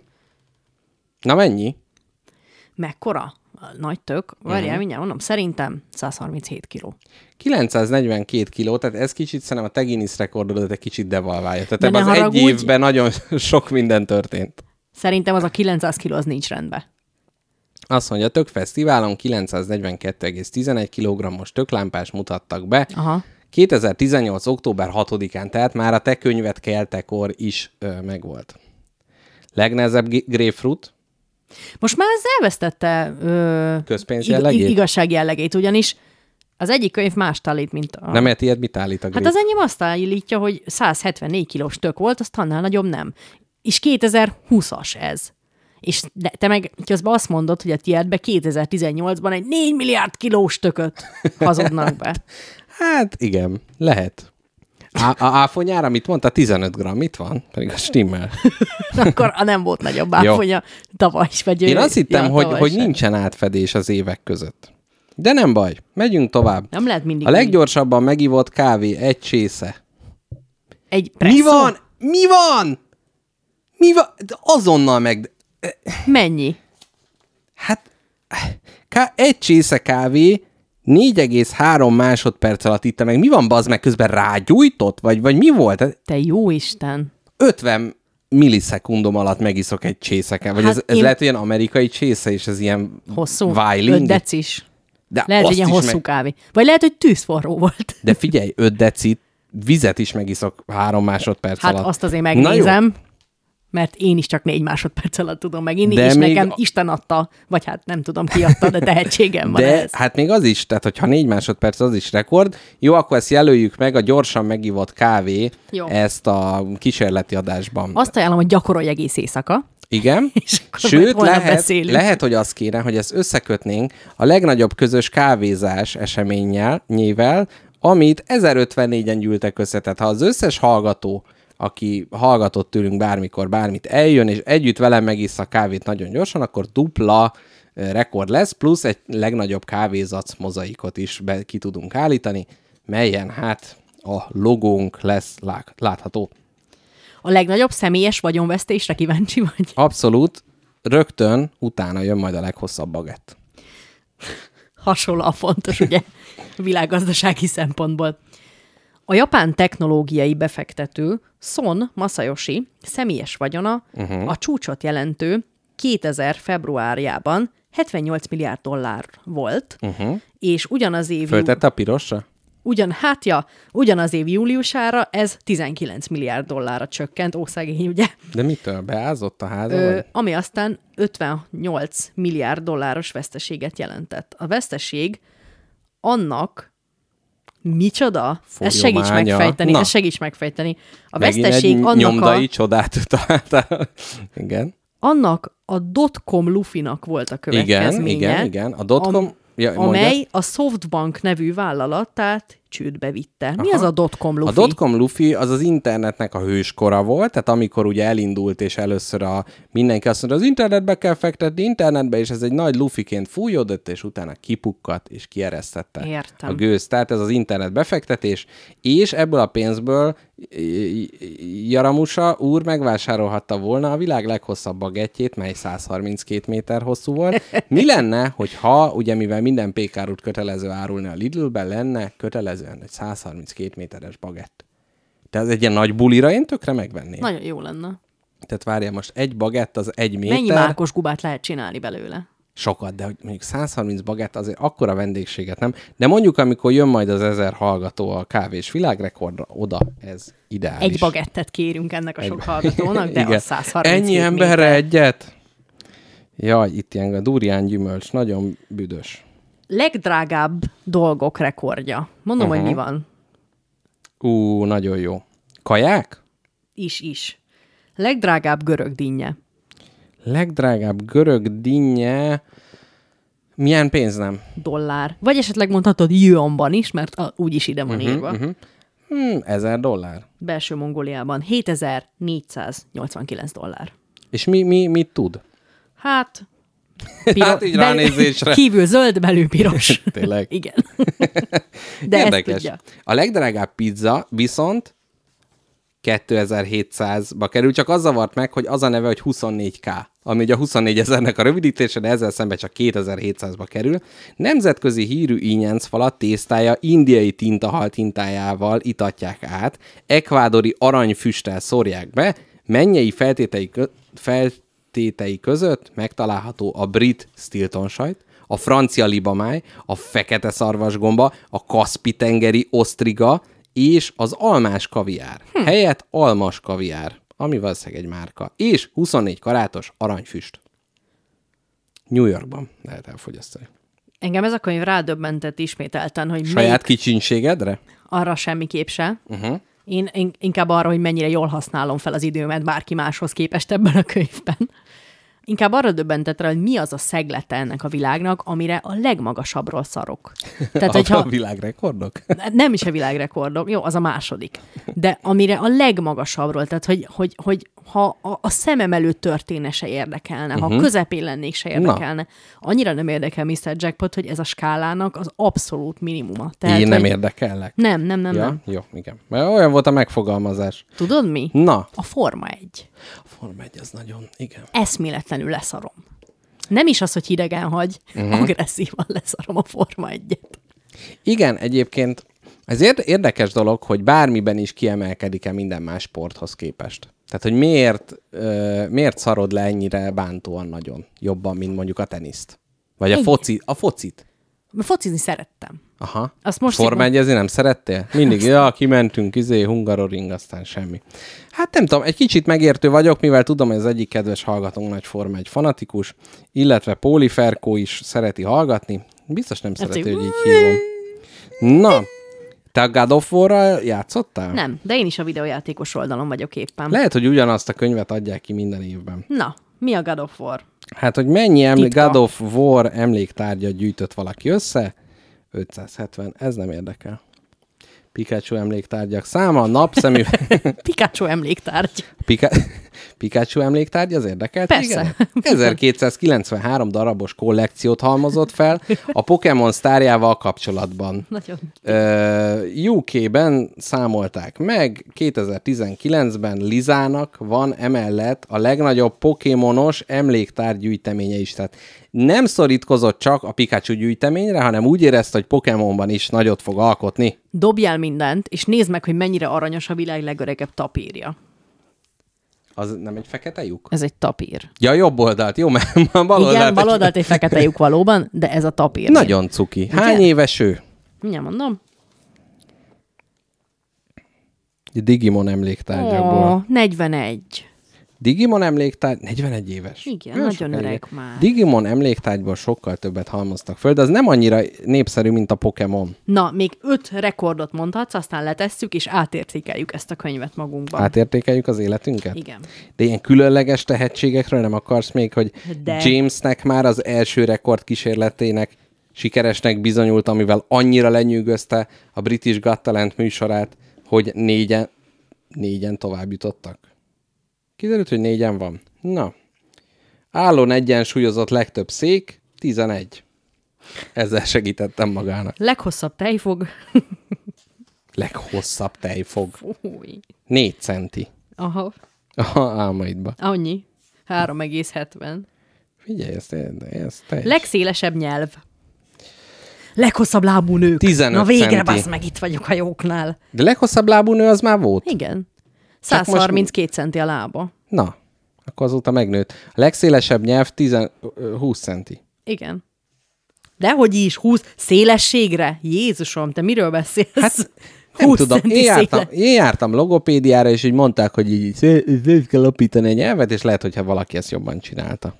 Na mennyi? Mekkora? A nagy tök? Várjál, uh-huh. mindjárt mondom, szerintem száz harminchét kiló. kilencszáznegyvenkét kiló, tehát ez kicsit szerintem a te Guinness rekordodat egy kicsit devalválja. Tehát De ebben ne az egy haragudj. évben nagyon sok minden történt. Szerintem az a kilencszáz kiló, az nincs rendben. Azt mondja, a tökfesztiválon kilencszáznegyvenkettő egész tizenegy kilogrammos töklámpás mutattak be. Aha. kétezer-tizennyolc. október hatodikán, tehát már a te könyvet keltekor is ö, megvolt. Legnehezebb g- grapefruit? Most már ez elvesztette ö, Közpénz ig- jellegét? igazság jellegét, ugyanis az egyik könyv mást állít, mint a... Nem érti, mit állít a Hát grape? az enyém azt állítja, hogy száz hetvennégy kilós tök volt, azt annál nagyobb nem. És kétezer-húszas ez. És de te meg közben azt mondod, hogy a tiédbe kétezer-tizennyolcban egy négy milliárd kilós tököt hazudnak be. Hát igen, lehet. A, a áfonyára mit mondta? tizenöt gramm, mit van? Pedig a stimmel. Akkor a nem volt nagyobb áfonya tavaly is. Vagy Én ő- azt hittem, ja, hogy, tavaly hogy sem. nincsen átfedés az évek között. De nem baj, megyünk tovább. Nem lehet mindig A leggyorsabban megivott kávé egy csésze. egy presszó. Mi van? Mi van? Mi van? De azonnal meg... Mennyi? Hát, ká- egy csésze kávé négy egész három másodperc alatt itta meg. Mi van, bazd meg, közben rágyújtott? Vagy, vagy mi volt? Te jó Isten. ötven millisekundum alatt megiszok egy csészeken. Vagy Hát ez, ez én- lehet ilyen amerikai csésze, és ez ilyen Hosszú. Weiling. öt decis. De Lehet, hogy azt ilyen is hosszú meg- kávé. Vagy lehet, hogy tűzforró volt. De figyelj, öt decit, vizet is megiszok három másodperc Hát alatt. azt azért Na megnézem, mert én is csak négy másodperc alatt tudom meginni, De és még nekem a- Isten adta, vagy hát nem tudom ki adta, de tehetségem van De ehhez. hát még az is, tehát hogyha négy másodperc az is rekord, jó, akkor ezt jelöljük meg, a gyorsan megivott kávé, Jó. ezt a kísérleti adásban. Azt ajánlom, hogy gyakorolj egész éjszaka. Igen, És akkor majd sőt, holnap lehet, beszélünk. lehet, hogy azt kéne, hogy ezt összekötnénk a legnagyobb közös kávézás eseménnyel, nyével, amit ezerötvennégyen gyűltek össze. Tehát ha az összes hallgató, aki hallgatott tőlünk bármikor bármit, eljön, és együtt velem megissza a kávét nagyon gyorsan, akkor dupla eh, rekord lesz, plusz egy legnagyobb kávézac mozaikot is be, ki tudunk állítani, melyen hát a logónk lesz lá- látható. A legnagyobb személyes vagyonvesztésre kíváncsi vagy? Abszolút. rögtön utána jön majd a leghosszabb bagett. Hasonlóan fontos, ugye, világgazdasági szempontból. A japán technológiai befektető Son Masayoshi személyes vagyona uh-huh. a csúcsot jelentő kétezer februárjában hetvennyolc milliárd dollár volt, uh-huh. és ugyanaz év... Föltette a pirosra? Ugyan, hát ja, ugyanaz év júliusára ez tizenkilenc milliárd dollárra csökkent, ószegény, ugye? De mitől? Beázott a háza? Ö, ami aztán ötvennyolc milliárd dolláros veszteséget jelentett. A veszteség annak micsoda? Ezt segíts megfejteni, ezt segíts megfejteni. A Megint veszteség egy annak nyomdai a... csodát találtál. Igen. Annak a dotcom lufinak volt a következménye. Igen, igen, igen. A dotcom... Am, ja, amely a Softbank nevű vállalatát csődbe vitte. Mi Aha. az a dotcom lufi? A dotcom lufi az az internetnek a hőskora volt, tehát amikor ugye elindult, és először a mindenki azt mondta, az internetbe kell fektetni, internetbe, és ez egy nagy lufiként fújódott, és utána kipukkadt, és kieresztette Értem. a gőzt. Tehát ez az internet befektetés, és ebből a pénzből Jaramusa úr megvásárolhatta volna a világ leghosszabb bagettjét, mely száz harminckét méter hosszú volt. Mi lenne, hogyha, ugye mivel minden pékárút kötelező árulni a Lidlben, lenne kötelezően egy száz harminckét méteres bagett. Tehát egy ilyen nagy bulira én tökre megvenném. Nagyon jó lenne. Tehát várjál, most egy bagett az egy méter. Mennyi márkos gubát lehet csinálni belőle? Sokat, de hogy mondjuk száz harminc bagett azért akkora vendégséget nem. De mondjuk, amikor jön majd az ezer hallgató a kávés világrekordra, oda ez ideális. Egy bagettet kérünk ennek a egy... sok hallgatónak, de igen. a száz harminckét Ennyi emberre méter. egyet? Jaj, itt ilyen a durián gyümölcs, nagyon büdös. Legdrágább dolgok rekordja. Mondom, uh-huh. hogy mi van. Ú, nagyon jó. Kaják? Is, is. Legdrágább görög dinnye. Legdrágább görög dinnye... Milyen pénz nem? Dollár. Vagy esetleg mondhatod yuanban is, mert a, úgyis ide van uh-huh, írva. Uh-huh. Hmm, ezer dollár. Belső Mongóliában hétezer-négyszáznyolcvankilenc dollár. És mi, mi, mit tud? Hát... Piro... hát így ránézésre. Kívül zöld, belül piros. Tényleg? Igen. De érdekes. ezt tudja. A legdrágább pizza viszont kétezer-hétszázba kerül, csak az zavart meg, hogy az a neve, hogy huszonnégy ká, ami ugye a huszonnégyezer-nek a rövidítése, de ezzel szemben csak kétezer-hétszázba kerül. Nemzetközi hírű ínyencfalat tésztája indiai tintahal tintájával itatják át, ekvádori aranyfüsttel szórják be, mennyei feltétei, kö- feltétei között megtalálható a brit Stilton sajt, a francia libamáj, a fekete szarvasgomba, a kaszpi-tengeri osztriga, és az almás kaviár. Hm. Helyett almas kaviár, ami valószínűleg egy márka. És huszonnégy karátos aranyfüst. New Yorkban lehet elfogyasztani. Engem ez a könyv rádöbbentett ismételten, hogy saját melyik... kicsinségedre? Arra semmiképp se. Uh-huh. Én, én inkább arra, hogy mennyire jól használom fel az időmet bárki máshoz képest ebben a könyvben. Inkább arra döbbentett rá, hogy mi az a szeglete ennek a világnak, amire a legmagasabbról szarok. Tehát, a, hogyha... a világrekordok? Nem is a világrekordok, jó, az a második. De amire a legmagasabbról, tehát hogy, hogy, hogy ha a, a szemem előtt történne se érdekelne, uh-huh. ha közepén lennék se érdekelne, na. Annyira nem érdekel miszter Jackpot, hogy ez a skálának az abszolút minimuma. Tehát, én nem hogy... érdekellek? Nem, nem, nem, ja? nem. Jó, igen. Mert olyan volt a megfogalmazás. Tudod mi? Na. A Forma egy. A Forma egy, az nagyon, igen. Eszméletlenül leszarom. Nem is az, hogy hidegen hagy, uh-huh. agresszívan leszarom a Forma egyet. Igen, egyébként ez érdekes dolog, hogy bármiben is kiemelkedik-e minden más sporthoz képest. Tehát, hogy miért, uh, miért szarod le ennyire bántóan nagyon jobban, mint mondjuk a teniszt? Vagy a, foci, a focit? Focizni szerettem. Aha. Azt most Forma egyezni nem szerettél? Mindig, ja, kimentünk, izé, Hungaroring, aztán semmi. Hát nem tudom, egy kicsit megértő vagyok, mivel tudom, hogy az egyik kedves hallgatónk nagy Forma egy fanatikus, illetve Póli Ferkó is szereti hallgatni. Biztos nem szereti, hogy így hívom. Na, te a God of War-ral játszottál? Nem, de én is a videójátékos oldalon vagyok éppen. Lehet, hogy ugyanazt a könyvet adják ki minden évben. Na, mi a God of War? Hát, hogy mennyi eml- God of War emléktárgyat gyűjtött valaki össze? ötszázhetven, ez nem érdekel. Pikachu emléktárgyak száma, napszemüveg... Pikachu emléktárgy. Pika... Pikachu emléktárgy, az érdekelt? Persze. ezerkétszázkilencvenhárom darabos kollekciót halmozott fel a Pokémon sztárjával kapcsolatban. Nagyon. Uh, U K-ben számolták meg, kétezer-tizenkilencben Lizának van emellett a legnagyobb Pokémonos emléktárgy gyűjteménye is. Tehát nem szorítkozott csak a Pikachu gyűjteményre, hanem úgy érezte, hogy Pokémonban is nagyot fog alkotni. Dobjál mindent, és nézd meg, hogy mennyire aranyos a világ legöregebb tapírja. Az nem egy fekete lyuk? Ez egy tapír. Ja, jobb oldalt, jó, mert bal oldalt... Igen, bal oldalt egy fekete lyuk valóban, de ez a tapír. Nagyon cuki. Hány Ugye? éves ő? Mindjárt mondom. Digimon emléktárgyakból. Ó, negyvenegy. Digimon emléktárgy, negyvenegy éves. Igen, Olyan nagyon sokáig. öreg már. Digimon emléktárgyból sokkal többet halmoztak föl, de az nem annyira népszerű, mint a Pokémon. Na, még öt rekordot mondhatsz, aztán letesszük, és átértékeljük ezt a könyvet magunkban. Átértékeljük az életünket? Igen. De ilyen különleges tehetségekről nem akarsz még, hogy De. Jamesnek már az első rekord kísérletének sikeresnek bizonyult, amivel annyira lenyűgözte a British Got Talent műsorát, hogy négyen, négyen tovább jutottak. Kiderült, hogy négyen van. Na. Állón egyensúlyozott legtöbb szék, tizenegy. Ezzel segítettem magának. Leghosszabb tejfog. Leghosszabb tejfog. Fúj. négy centi. Aha. Aha, álmaidba. Annyi. három egész hetven. Figyelj, ezt, ezt teljes. Legszélesebb nyelv. Leghosszabb lábú nők. tizenöt Na végre, centi. bassz meg, itt vagyok a jóknál. De leghosszabb lábú nő az már volt? Igen. száz harminckét centi a lába. Na, akkor azóta megnőtt. A legszélesebb nyelv tíz, húsz centi. Igen. Dehogy is, húsz szélességre? Jézusom, te miről beszélsz? Hát, nem tudom, én jártam, én jártam logopédiára, és így mondták, hogy így szét kell lapítani a nyelvet, és lehet, hogyha valaki ezt jobban csinálta.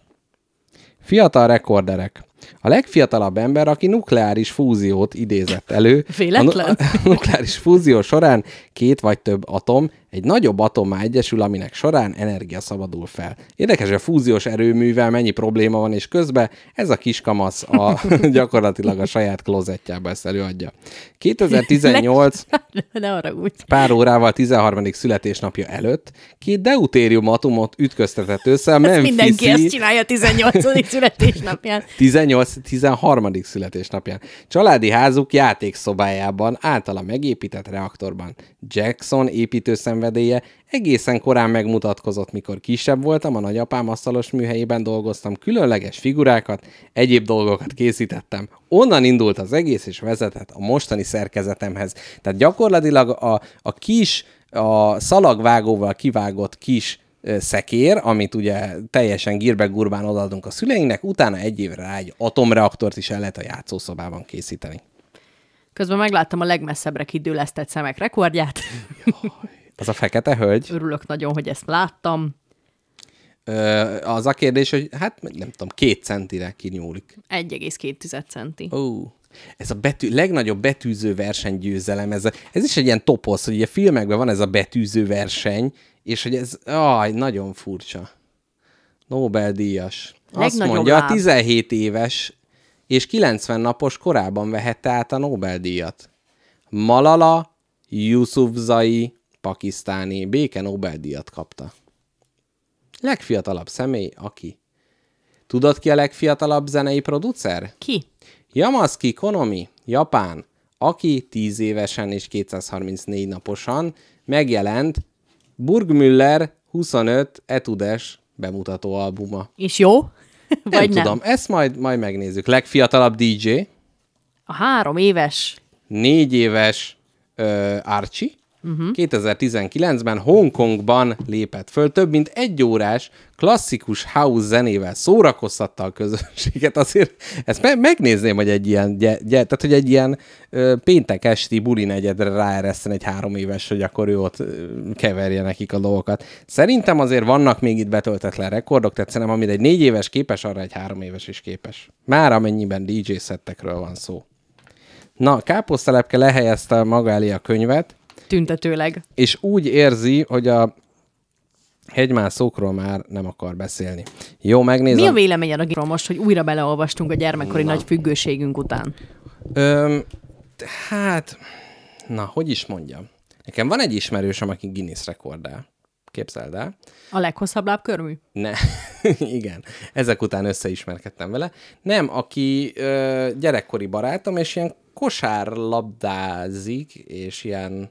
Fiatal rekorderek. A legfiatalabb ember, aki nukleáris fúziót idézett elő. Véletlen? A, a nukleáris fúzió során két vagy több atom egy nagyobb atommá egyesül, aminek során energia szabadul fel. Érdekes, hogy a fúziós erőművel mennyi probléma van, és közben ez a kiskamasz a, gyakorlatilag a saját klozettjába ezt előadja. kétezer-tizennyolc Ne arra úgy. pár órával tizenharmadik születésnapja előtt két deutérium atomot ütköztetett össze a Ezt mindenki ezt Memphis-i csinálja tizennyolcadik születésnapján. tizennyolc tizenharmadik születésnapján. Családi házuk játékszobájában, általa megépített reaktorban. Jackson építőszenvedélye egészen korán megmutatkozott, mikor kisebb voltam, a nagyapám asztalos műhelyében dolgoztam, különleges figurákat, egyéb dolgokat készítettem. Onnan indult az egész, és vezetett a mostani szerkezetemhez. Tehát gyakorlatilag a, a kis, a szalagvágóval kivágott kis szekér, amit ugye teljesen gírbe-gurbán odaadunk a szüleinknek, utána egy évre rá egy atomreaktort is el lehet a játszószobában készíteni. Közben megláttam a legmesszebbre kidőlesztett szemek rekordját. Az a fekete hölgy. Örülök nagyon, hogy ezt láttam. Ö, az a kérdés, hogy hát nem tudom, két centire kinyúlik. egy egész két centi. Ó, ez a betű, legnagyobb betűző versenygyőzelem, ez, a, ez is egy ilyen toposz, hogy a filmekben van ez a betűző verseny, és hogy ez, aj, nagyon furcsa. Nobel-díjas. Azt Legnagyobb mondja, láb. tizenhét éves és kilencven napos korában vehette át a Nobel-díjat. Malala Yousafzai pakisztáni béke Nobel-díjat kapta. Legfiatalabb személy, aki. Tudod, ki a legfiatalabb zenei producer? Ki? Yamazaki Konomi, Japán, aki tíz évesen és kétszázharmincnégy naposan megjelent Burgmüller huszonöt etudes bemutató albuma. És jó? Nem Vagy tudom, ezt majd, majd megnézzük. Legfiatalabb dé dzsé, A három éves. négy éves uh, Archie, uh-huh. kétezer-tizenkilencben Hongkongban lépett föl, több mint egy órás klasszikus house zenével szórakoztatta a közönséget. Azért ezt me- megnézném, hogy egy ilyen, gy- gy- tehát, hogy egy ilyen ö, péntek esti buli negyedre ráereszten egy három éves, hogy akkor ő ott ö, keverje nekik a dolgokat. Szerintem azért vannak még itt betöltetlen rekordok, tehát szerintem amire egy négy éves képes, arra egy három éves is képes. Már amennyiben dé dzsé szettekről van szó. Na, Káposztelepke lehelyezte maga elé a könyvet, Tüntetőleg. és úgy érzi, hogy a hegymászókról már nem akar beszélni. Jó, megnézem. Mi a véleményed a gépről most, hogy újra beleolvastunk a gyermekkori nagy függőségünk után? Öm, hát, na, hogy is mondjam? Nekem van egy ismerősöm, aki Guinness rekordál. Képzeld el. A leghosszabb lábkörmű? Ne, igen. Ezek után összeismerkedtem vele. Nem, aki ö, gyerekkori barátom, és ilyen kosárlabdázik, és ilyen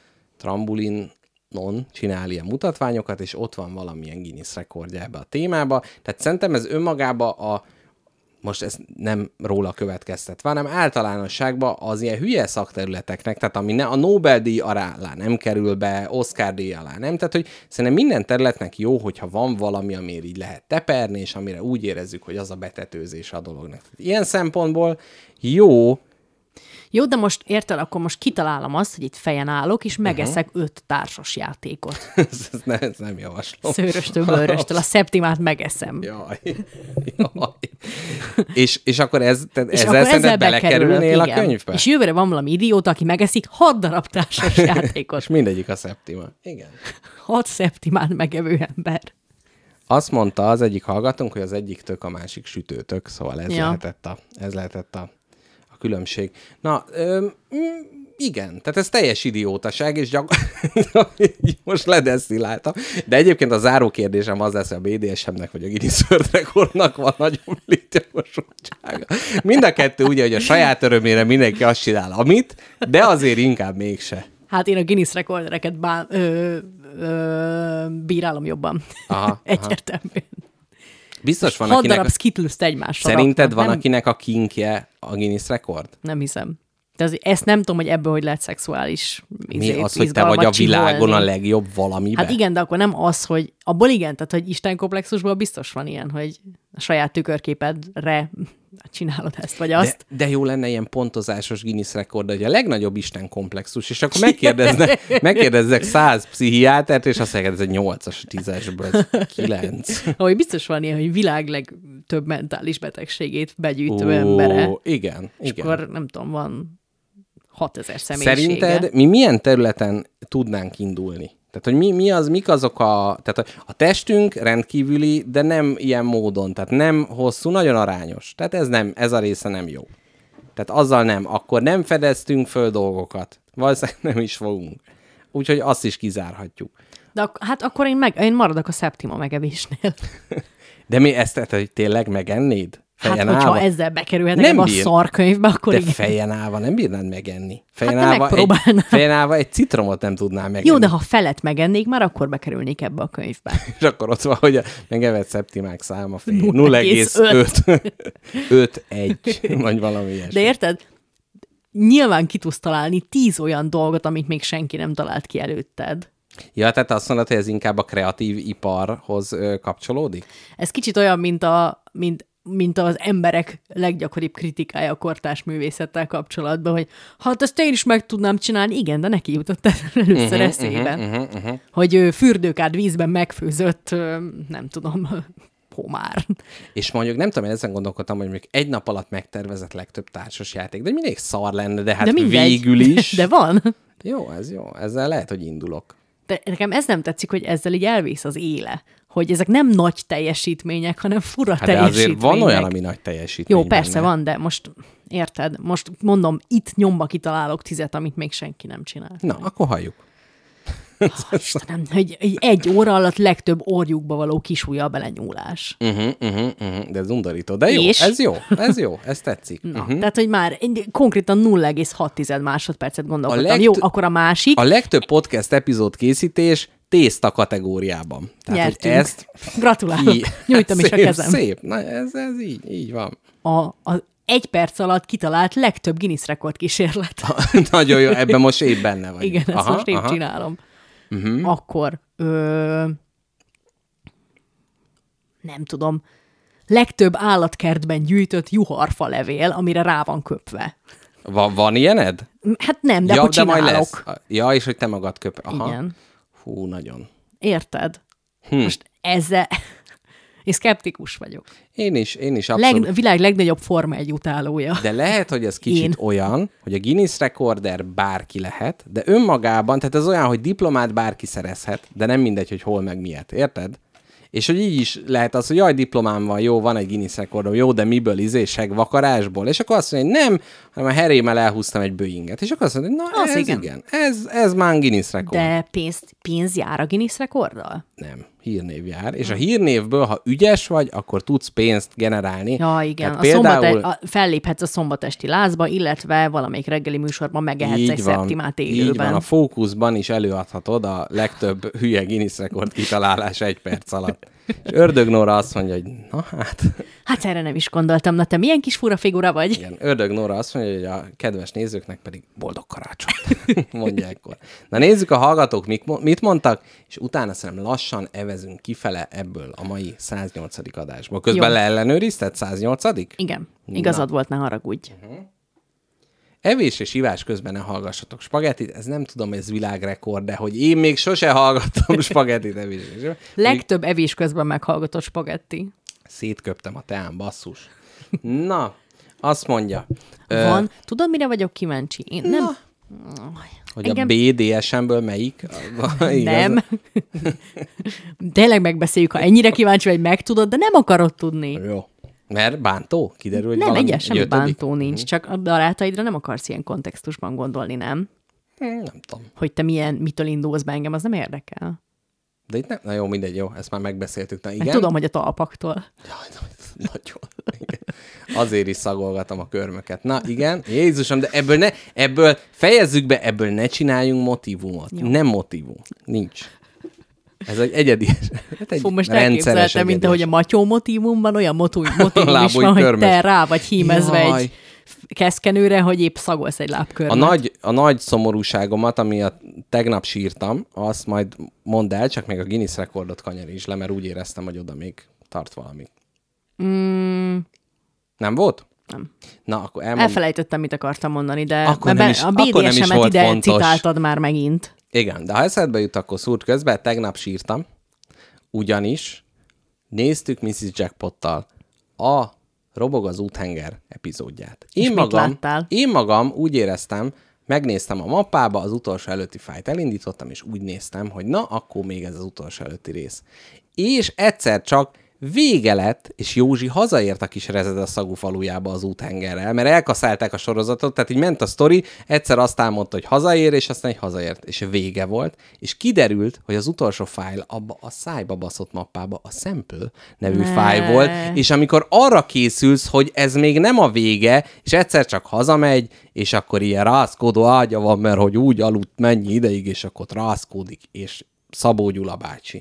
trambulinon csinál ilyen mutatványokat, és ott van valamilyen Guinness rekordja ebbe a témába. Tehát szerintem ez önmagában a most ez nem róla következtetve, hanem általánosságban az ilyen hülye szakterületeknek, tehát ami ne, a Nobel-díj alá nem kerül be, Oscar-díj alá nem, tehát hogy szerintem minden területnek jó, hogyha van valami, amire így lehet teperni, és amire úgy érezzük, hogy az a betetőzés a dolognak. Ilyen szempontból jó. Jó, de most érted, akkor most kitalálom azt, hogy itt fejen állok, és megeszek uh-huh. öt társas játékot. ez, ez, ne, ez nem javaslom. Szőröstől, bőröstől, a szeptimát megeszem. Jaj. Jaj. és, és akkor ez, te, és ezzel szerinted belekerülnél a igen. könyvbe? És jövőre van valami idióta, aki megeszik hat darab társas játékot. És mindegyik a szeptima. Igen. Hat szeptimát megevő ember. Azt mondta az egyik hallgatónk, hogy az egyik tök, a másik sütőtök, szóval ez ja. lehetett a, ez lehetett a különbség. Na, öm, igen, tehát ez teljes idiótaság, és gyakorlatilag most ledeszilláltam. De egyébként a záró kérdésem az lesz, hogy a bé dé es em-nek vagy a Guinness World Recordnak van nagyobb létjogosultsága. Mind a kettő ugye, hogy a saját örömére mindenki azt csinál, amit, de azért inkább mégse. Hát én a Guinness rekordereket bá- ö, ö, bírálom jobban. Aha, egyértelműen. Biztos van, Hat akinek... darab Skittles-t egymással Szerinted raknak, van, nem? akinek a kinkje a Guinness rekord? Nem hiszem. De az, ezt nem tudom, hogy ebből hogy lehet szexuális izét, Mi az, hogy te vagy a világon csiholni. a legjobb valamiben? Hát igen, de akkor nem az, hogy abból igen, tehát hogy istenkomplexusból biztos van ilyen, hogy a saját tükörképedre csinálod ezt, vagy azt. De, de jó lenne ilyen pontozásos Guinness rekord, hogy a legnagyobb istenkomplexus, és akkor megkérdeznek, megkérdezzek száz pszichiátert, és azt mondják, ez egy nyolcas, tízesből, ez kilenc. Ahogy biztos van ilyen, hogy világ legtöbb mentális betegségét begyűjtő Ó, embere. igen, És igen. akkor nem tudom, van hatezer személyisége. Szerinted mi milyen területen tudnánk indulni? Tehát, hogy mi, mi az, mik azok a... Tehát a testünk rendkívüli, de nem ilyen módon. Tehát nem hosszú, nagyon arányos. Tehát ez, nem, ez a része nem jó. Tehát azzal nem. Akkor nem fedeztünk föl dolgokat. Valószínűleg nem is fogunk. Úgyhogy azt is kizárhatjuk. De ak- hát akkor én, meg, én maradok a szeptima megevésnél. De mi ezt, tehát, hogy tényleg megennéd? Fejen Hát, hogyha állva? ezzel bekerülhetek Nem ebbe a bír. szarkönyvbe, akkor De igen. fejen állva nem bírnád megenni. Fejen Hát te állva egy, megpróbálnám. fejen állva egy citromot nem tudnál megenni. Jó, de ha felet megennék, már akkor bekerülnék ebbe a könyvbe. És akkor ott van, hogy a megevett szeptimák száma fél. nulla nulla egész egész öt. öt egy, vagy valami ilyesmi. De érted? Nyilván ki tudsz találni tíz olyan dolgot, amit még senki nem talált ki előtted. Ja, tehát azt mondod, hogy ez inkább a kreatív iparhoz ö, kapcsolódik? Ez kicsit olyan, mint, a, mint, mint az emberek leggyakoribb kritikája a kortárs művészettel kapcsolatban, hogy hát ezt én is meg tudnám csinálni. Igen, de neki jutott először uh-huh, eszébe. Uh-huh, uh-huh, uh-huh. Hogy ö, fürdőkád vízben megfőzött, ö, nem tudom, homár. És mondjuk nem tudom, én ezen gondolkodtam, hogy mondjuk egy nap alatt megtervezett legtöbb társas játék, de mindig szar lenne, de hát de mindegy. végül is. De van. Jó, ez jó. Ezzel lehet, hogy indulok. De nekem ez nem tetszik, hogy ezzel így elvész az éle. Hogy ezek nem nagy teljesítmények, hanem fura Hát de teljesítmények. azért van olyan, ami nagy teljesítmény. Jó, persze benne. van, de most érted? Most mondom, itt nyomba kitalálok tizet, amit még senki nem csinál. Na, akkor halljuk. Oh, Istenem, hogy egy, egy óra alatt legtöbb orjukba való kisujjal belenyúlás. Uh-huh, uh-huh, uh-huh. De ez undorító. De jó, És? ez jó, ez jó, ez tetszik. Na, uh-huh. tehát, hogy már egy, konkrétan nulla egész hat másodpercet gondolkodtam. legtö- Jó, akkor a másik. A legtöbb podcast epizód készítés tészta kategóriában. Tehát, hogy Nyertünk. ezt Gratulálok. ki- Nyújtom is a szép, kezem. Szép, na ez, ez így, így van. A, a egy perc alatt kitalált legtöbb Guinness rekord kísérlet. Nagyon jó, ebben most épp benne vagy. Igen, ezt most épp csinálom. Uh-huh. Akkor ö, nem tudom, legtöbb állatkertben gyűjtött juharfa levél, amire rá van köpve. Va- van ilyened? Hát nem, de ja, akkor de majd csinálok. lesz. Ja, és hogy te magad köp. Aha. Igen. Hú, nagyon. Érted? Hm. Most ezzel... Én szkeptikus vagyok. Én is, én is abszolút. Leg, a világ legnagyobb Forma egy utálója. De lehet, hogy ez kicsit Én. olyan, hogy a Guinness rekorder bárki lehet, de önmagában, tehát ez olyan, hogy diplomát bárki szerezhet, de nem mindegy, hogy hol meg miért, érted? És hogy így is lehet az, hogy jaj, diplomám van, jó, van egy Guinness rekordom, jó, de miből, izé, segvakarásból? És akkor azt mondja, hogy nem, hanem a herémmel elhúztam egy Boeinget. És akkor azt mondja, hogy na, Az ez igen. igen, ez, ez már Guinness rekord. De pénzt, pénz jár a Guinness rekorddal? Nem, hírnév jár. És a hírnévből, ha ügyes vagy, akkor tudsz pénzt generálni. Ja, igen. Tehát A például... szombate, a, felléphetsz a szombatesti lázba, illetve valamelyik reggeli műsorban megehetsz így egy van, szeptimát élőben. Így van, a fókuszban is előadhatod a legtöbb hülye Guinness rekord kitalálás egy perc alatt. És Ördög Nóra azt mondja, hogy na hát... Hát erre nem is gondoltam. Na te milyen kis fura figura vagy? Igen, Ördög Nóra azt mondja, hogy a kedves nézőknek pedig boldog karácsonyt mondja ekkor. Na nézzük a hallgatók mit, mit mondtak, és utána szerintem lassan evezünk kifele ebből a mai száznyolcadik adásból. Közben Jó. leellenőrizted száznyolcadik? Igen, igazad volt, ne haragudj. Uh-huh. Evés és ivás közben ne hallgassatok spagettit, ez nem tudom, ez világrekord, de hogy én még sose hallgattam spagettit evés és ivás. Legtöbb evés közben meghallgatott spagetti. Szétköptem a teám, basszus. Na, azt mondja. Van. Ö, Tudod, mire vagyok kíváncsi? Én nem... hogy Engem- a bé dé es em-ből melyik? Nem. Tényleg megbeszéljük, ha ennyire kíváncsi vagy, megtudod, de nem akarod tudni. Jó. Mert bántó? Kiderül, hogy Nem, valami egyes semmi ötödik? bántó nincs, csak a barátaidra nem akarsz ilyen kontextusban gondolni, nem? Hmm, Nem tudom. Hogy te milyen, mitől indulsz be, engem az nem érdekel. De itt nem, na jó, mindegy, jó, ezt már megbeszéltük. Na igen. Mert tudom, hogy a talpaktól. Jaj, na, nagyon. Igen. Azért is szagolgatom a körmöket. Na igen, Jézusom, de ebből, ne, ebből fejezzük be, ebből ne csinálunk motívumot. Jó. Nem motívum. Nincs. Ez egy egyedi, hát egy Fú, most rendszeres elképzeltem, mint ahogy a egyedies. Matyó motívumban olyan motú, motívum is Lábúj van, hogy te körmös. rá vagy hímezve Jaj. egy keszkenőre, hogy épp szagolsz egy A lábkörmet. nagy, a nagy szomorúságomat, ami a tegnap sírtam, azt majd mondd el, csak még a Guinness rekordot kanyaríts le, mert úgy éreztem, hogy oda még tart valami. Mm, Nem volt? Nem. Na, akkor elmond... elfelejtettem, mit akartam mondani, de Akkor mert nem be- is- a akkor nem is bé dé es emet volt ide fontos. citáltad már megint. Igen, de ha eszedbe jut, akkor szúrt közben, tegnap sírtam, ugyanis néztük missus Jackpottal a Robog az úthenger epizódját. Én És mit magam, láttál? Én magam úgy éreztem, megnéztem a mappába, az utolsó előtti fájt elindítottam, és úgy néztem, hogy na, akkor még ez az utolsó előtti rész. És egyszer csak vége lett, és Józsi hazaért a kis rezede szagú falujába az úthengerrel, mert elkaszálták a sorozatot, tehát így ment a sztori, egyszer azt álmodta, hogy hazaér, és aztán egy hazaért, és vége volt, és kiderült, hogy az utolsó fájl abba a szájba baszott mappába a Sample nevű Ne. fájl volt, és amikor arra készülsz, hogy ez még nem a vége, és egyszer csak hazamegy, és akkor ilyen rászkodó ágya van, mert hogy úgy aludt mennyi ideig, és akkor ott rászkódik, és Szabó Gyula bácsi.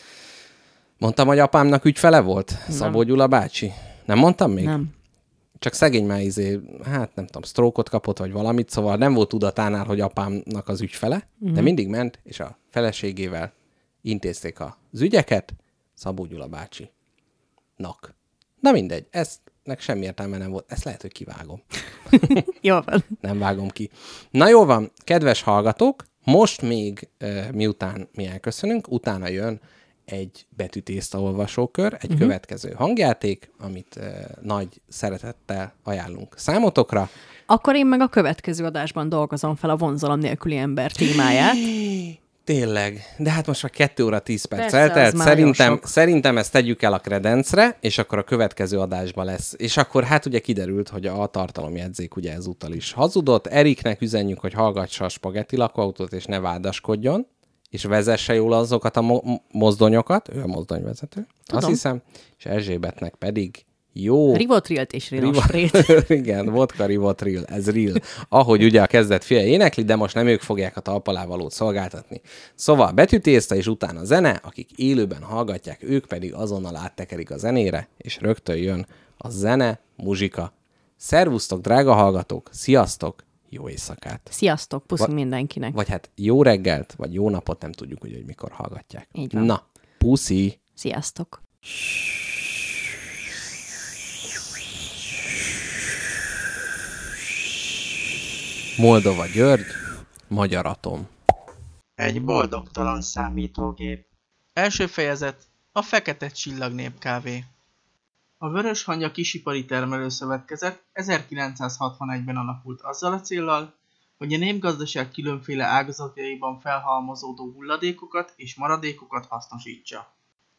Mondtam, hogy apámnak ügyfele volt? Nem. Szabó Gyula bácsi? Nem mondtam még? Nem. Csak szegény már izé, hát nem tudom, sztrókot kapott, vagy valamit, szóval nem volt tudatánál, hogy apámnak az ügyfele, uh-huh. de mindig ment, és a feleségével intézték az ügyeket Szabó Gyula bácsi. Nak. Na mindegy, eztnek semmi értelme nem volt, ezt lehet, hogy kivágom. Jó van. Nem vágom ki. Na jó van, kedves hallgatók, most még uh, miután mi elköszönünk, utána jön egy betűtészta olvasókör, egy uh-huh. következő hangjáték, amit uh, nagy szeretettel ajánlunk számotokra. Akkor én meg a következő adásban dolgozom fel a vonzalom nélküli ember témáját. Tényleg, de hát most már kettő óra tíz perc Persze, eltelt. az már jó Szerintem, sok. szerintem ezt tegyük el a kredencre, és akkor a következő adásban lesz. És akkor hát ugye kiderült, hogy a tartalomjegyzék ugye ezúttal is hazudott. Eriknek üzenjük, hogy hallgatsa a spagetti lakóautót, és ne vádaskodjon, és vezesse jól azokat a mo- mozdonyokat, ő a mozdonyvezető, azt hiszem, és Erzsébetnek pedig jó... Rivotrilt és Rivo- rinosprét. Igen, vodka rivotril, ez real. Ahogy ugye a kezdet fia énekli, de most nem ők fogják a talpalávalót szolgáltatni. Szóval betűtészta, és utána zene, akik élőben hallgatják, ők pedig azonnal áttekerik a zenére, és rögtön jön a zene, muzsika. Szervusztok, drága hallgatók, sziasztok, jó éjszakát. Sziasztok, puszi Va- mindenkinek. Vagy hát jó reggelt, vagy jó napot, nem tudjuk, ugye, hogy mikor hallgatják. Így van. Na, puszi! Sziasztok. Moldova György, Magyar Atom. Egy boldogtalan számítógép. Első fejezet. A Fekete Csillag népkávé. A Vöröshangya Kisipari Termelőszövetkezet ezerkilencszázhatvanegyben alakult azzal a céllal, hogy a népgazdaság különféle ágazatjaiban felhalmozódó hulladékokat és maradékokat hasznosítsa.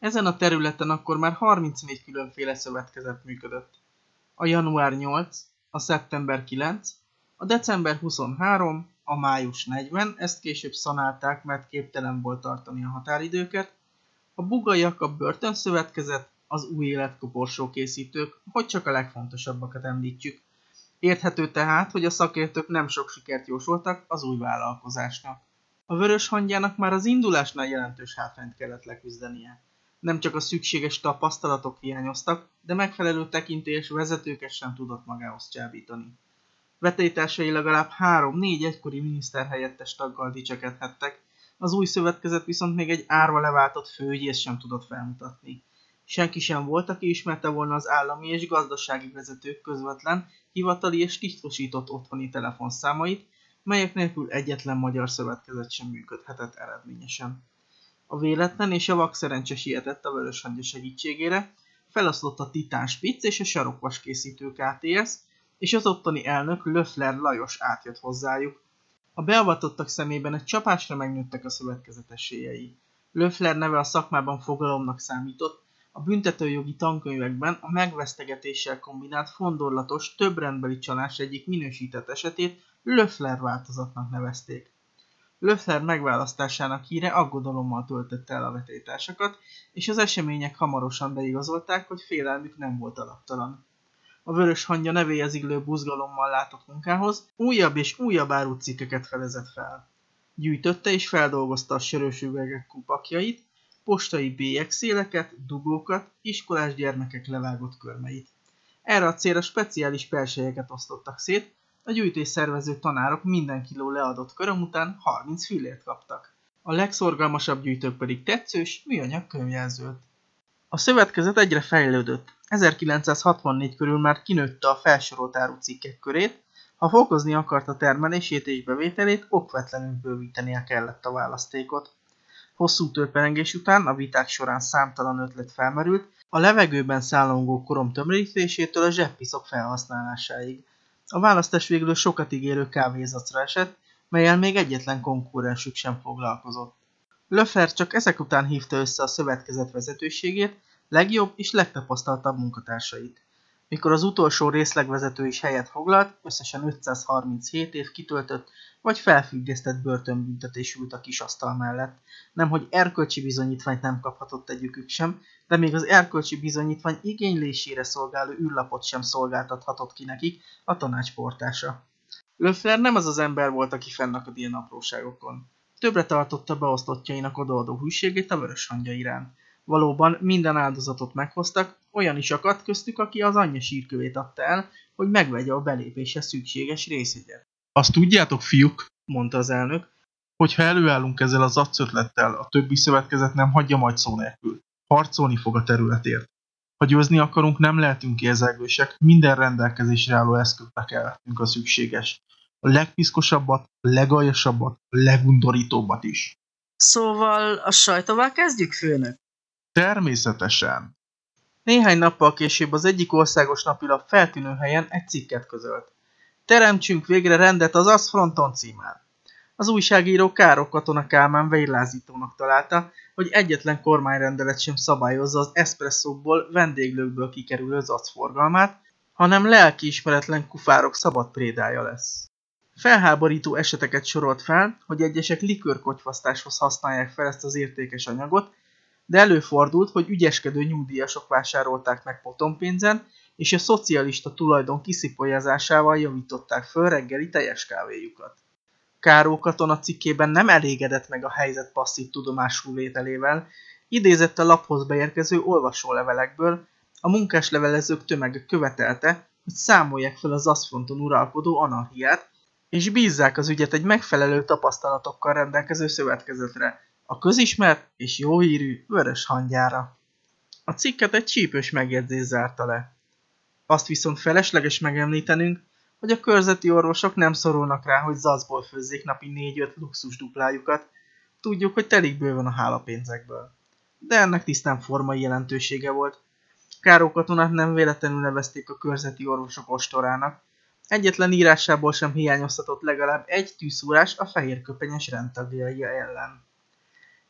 Ezen a területen akkor már harmincnégy különféle szövetkezet működött. A január nyolc, a szeptember kilenc, a december huszonhárom, a május negyven, ezt később szanálták, mert képtelen volt tartani a határidőket, a Buga Jakab börtönszövetkezet, az Új Élet koporsókészítők, hogy csak a legfontosabbakat említjük. Érthető tehát, hogy a szakértők nem sok sikert jósoltak az új vállalkozásnak. A Vörös Hangyának már az indulásnál jelentős hátrányt kellett leküzdenie. Nem csak a szükséges tapasztalatok hiányoztak, de megfelelő tekintélyes vezetőket sem tudott magához csábítani. Vetélytársai legalább három-négy egykori miniszterhelyettes taggal dicsekedhettek, az új szövetkezet viszont még egy árva leváltott főügyész sem tudott felmutatni. Senki sem volt, aki ismerte volna az állami és gazdasági vezetők közvetlen, hivatali és titkosított otthoni telefonszámait, melyek nélkül egyetlen magyar szövetkezet sem működhetett eredményesen. A véletlen és a vakszerencse sietett a Vörös Hangya segítségére, feloszlott a Titán Spitz és a Sarokvas készítő ká té es, és az ottani elnök Löffler Lajos átjött hozzájuk. A beavatottak szemében egy csapásra megnőttek a szövetkezet esélyei. Löffler neve a szakmában fogalomnak számított, a büntetőjogi tankönyvekben a megvesztegetéssel kombinált fondorlatos, többrendbeli csalás egyik minősített esetét Löffler változatnak nevezték. Löffler megválasztásának híre aggodalommal töltötte el a vetélytársakat, és az események hamarosan beigazolták, hogy félelmük nem volt alaptalan. A Vörös Hangya nevéhez illő buzgalommal látott munkához újabb és újabb árucikkeket fedezett fel. Gyűjtötte és feldolgozta a sörös üvegek kupakjait, postai bélyegszéleket, dugókat, iskolás gyermekek levágott körmeit. Erre a célra speciális perselyeket osztottak szét, a gyűjtésszervező tanárok minden kiló leadott köröm után harminc fillért kaptak. A legszorgalmasabb gyűjtők pedig tetszős, műanyag könyvjelzőt. A szövetkezet egyre fejlődött. ezerkilencszázhatvannégy körül már kinőtte a felsorolt árucikkek körét, ha fokozni akarta termelését és bevételét, okvetlenül bővítenie kellett a választékot. Hosszú törpelengés után a viták során számtalan ötlet felmerült, a levegőben szállongó korom tömörítésétől a zsebpiszok felhasználásáig. A választás végül sokat ígérő kávézacra esett, mellyel még egyetlen konkurensük sem foglalkozott. Löffler csak ezek után hívta össze a szövetkezet vezetőségét, legjobb és legtapasztaltabb munkatársait. Mikor az utolsó részlegvezető is helyet foglalt, összesen ötszázharminchét év kitöltött vagy felfüggesztett börtönbüntetés ült a kis asztal mellett. Nemhogy erkölcsi bizonyítványt nem kaphatott egyikük sem, de még az erkölcsi bizonyítvány igénylésére szolgáló űrlapot sem szolgáltathatott ki nekik a tanácsportása. Löffler nem az az ember volt, aki fennakad ilyen apróságokon. Többre tartotta beosztottjainak odaadó hűségét a Vörös Hangya iránt. Valóban minden áldozatot meghoztak, olyan is akadt köztük, aki az anyja sírkövét adta el, hogy megvegye a belépéshez szükséges részjegyet. Azt tudjátok, fiúk, mondta az elnök, hogy ha előállunk ezzel az acötlettel, a többi szövetkezet nem hagyja majd szó nélkül. Harcolni fog a területért. Ha győzni akarunk, nem lehetünk érzelgősek, minden rendelkezésre álló eszközbe kell vetnünk a szükséges. A legpiszkosabbat, a legaljasabbat, a legundorítóbbat is. Szóval a sajtóval kezdjük, főnök? Természetesen. Néhány nappal később az egyik országos napilap feltűnő helyen egy cikket közölt. Teremtsünk végre rendet az az fronton címmel. Az újságíró Károk Katona Kálmán vérlázítónak találta, hogy egyetlen kormányrendelet sem szabályozza az eszpresszókból, vendéglőkből kikerülő zacforgalmát, hanem lelkiismeretlen kufárok szabad prédája lesz. Felháborító eseteket sorolt fel, hogy egyesek likőrkotyvasztáshoz használják fel ezt az értékes anyagot, de előfordult, hogy ügyeskedő nyugdíjasok vásárolták meg potonpénzen, és a szocialista tulajdon kiszipolyázásával javították föl reggeli teljes kávéjukat. Káró Katona cikkében nem elégedett meg a helyzet passzív tudomásul vételével, idézett a laphoz beérkező olvasólevelekből, a munkáslevelezők tömege követelte, hogy számolják fel az aszfronton uralkodó anarchiát, és bízzák az ügyet egy megfelelő tapasztalatokkal rendelkező szövetkezetre, a közismert és jó hírű Vörös Hangyára. A cikket egy csípős megjegyzés zárta le. Azt viszont felesleges megemlítenünk, hogy a körzeti orvosok nem szorulnak rá, hogy zacból főzzék napi négy-öt luxus duplájukat, tudjuk, hogy telik bőven a hálapénzekből. De ennek tisztán formai jelentősége volt. Káró Katonát nem véletlenül nevezték a körzeti orvosok ostorának, egyetlen írásából sem hiányoztatott legalább egy tűszúrás a fehérköpenyes rendtagjai ellen.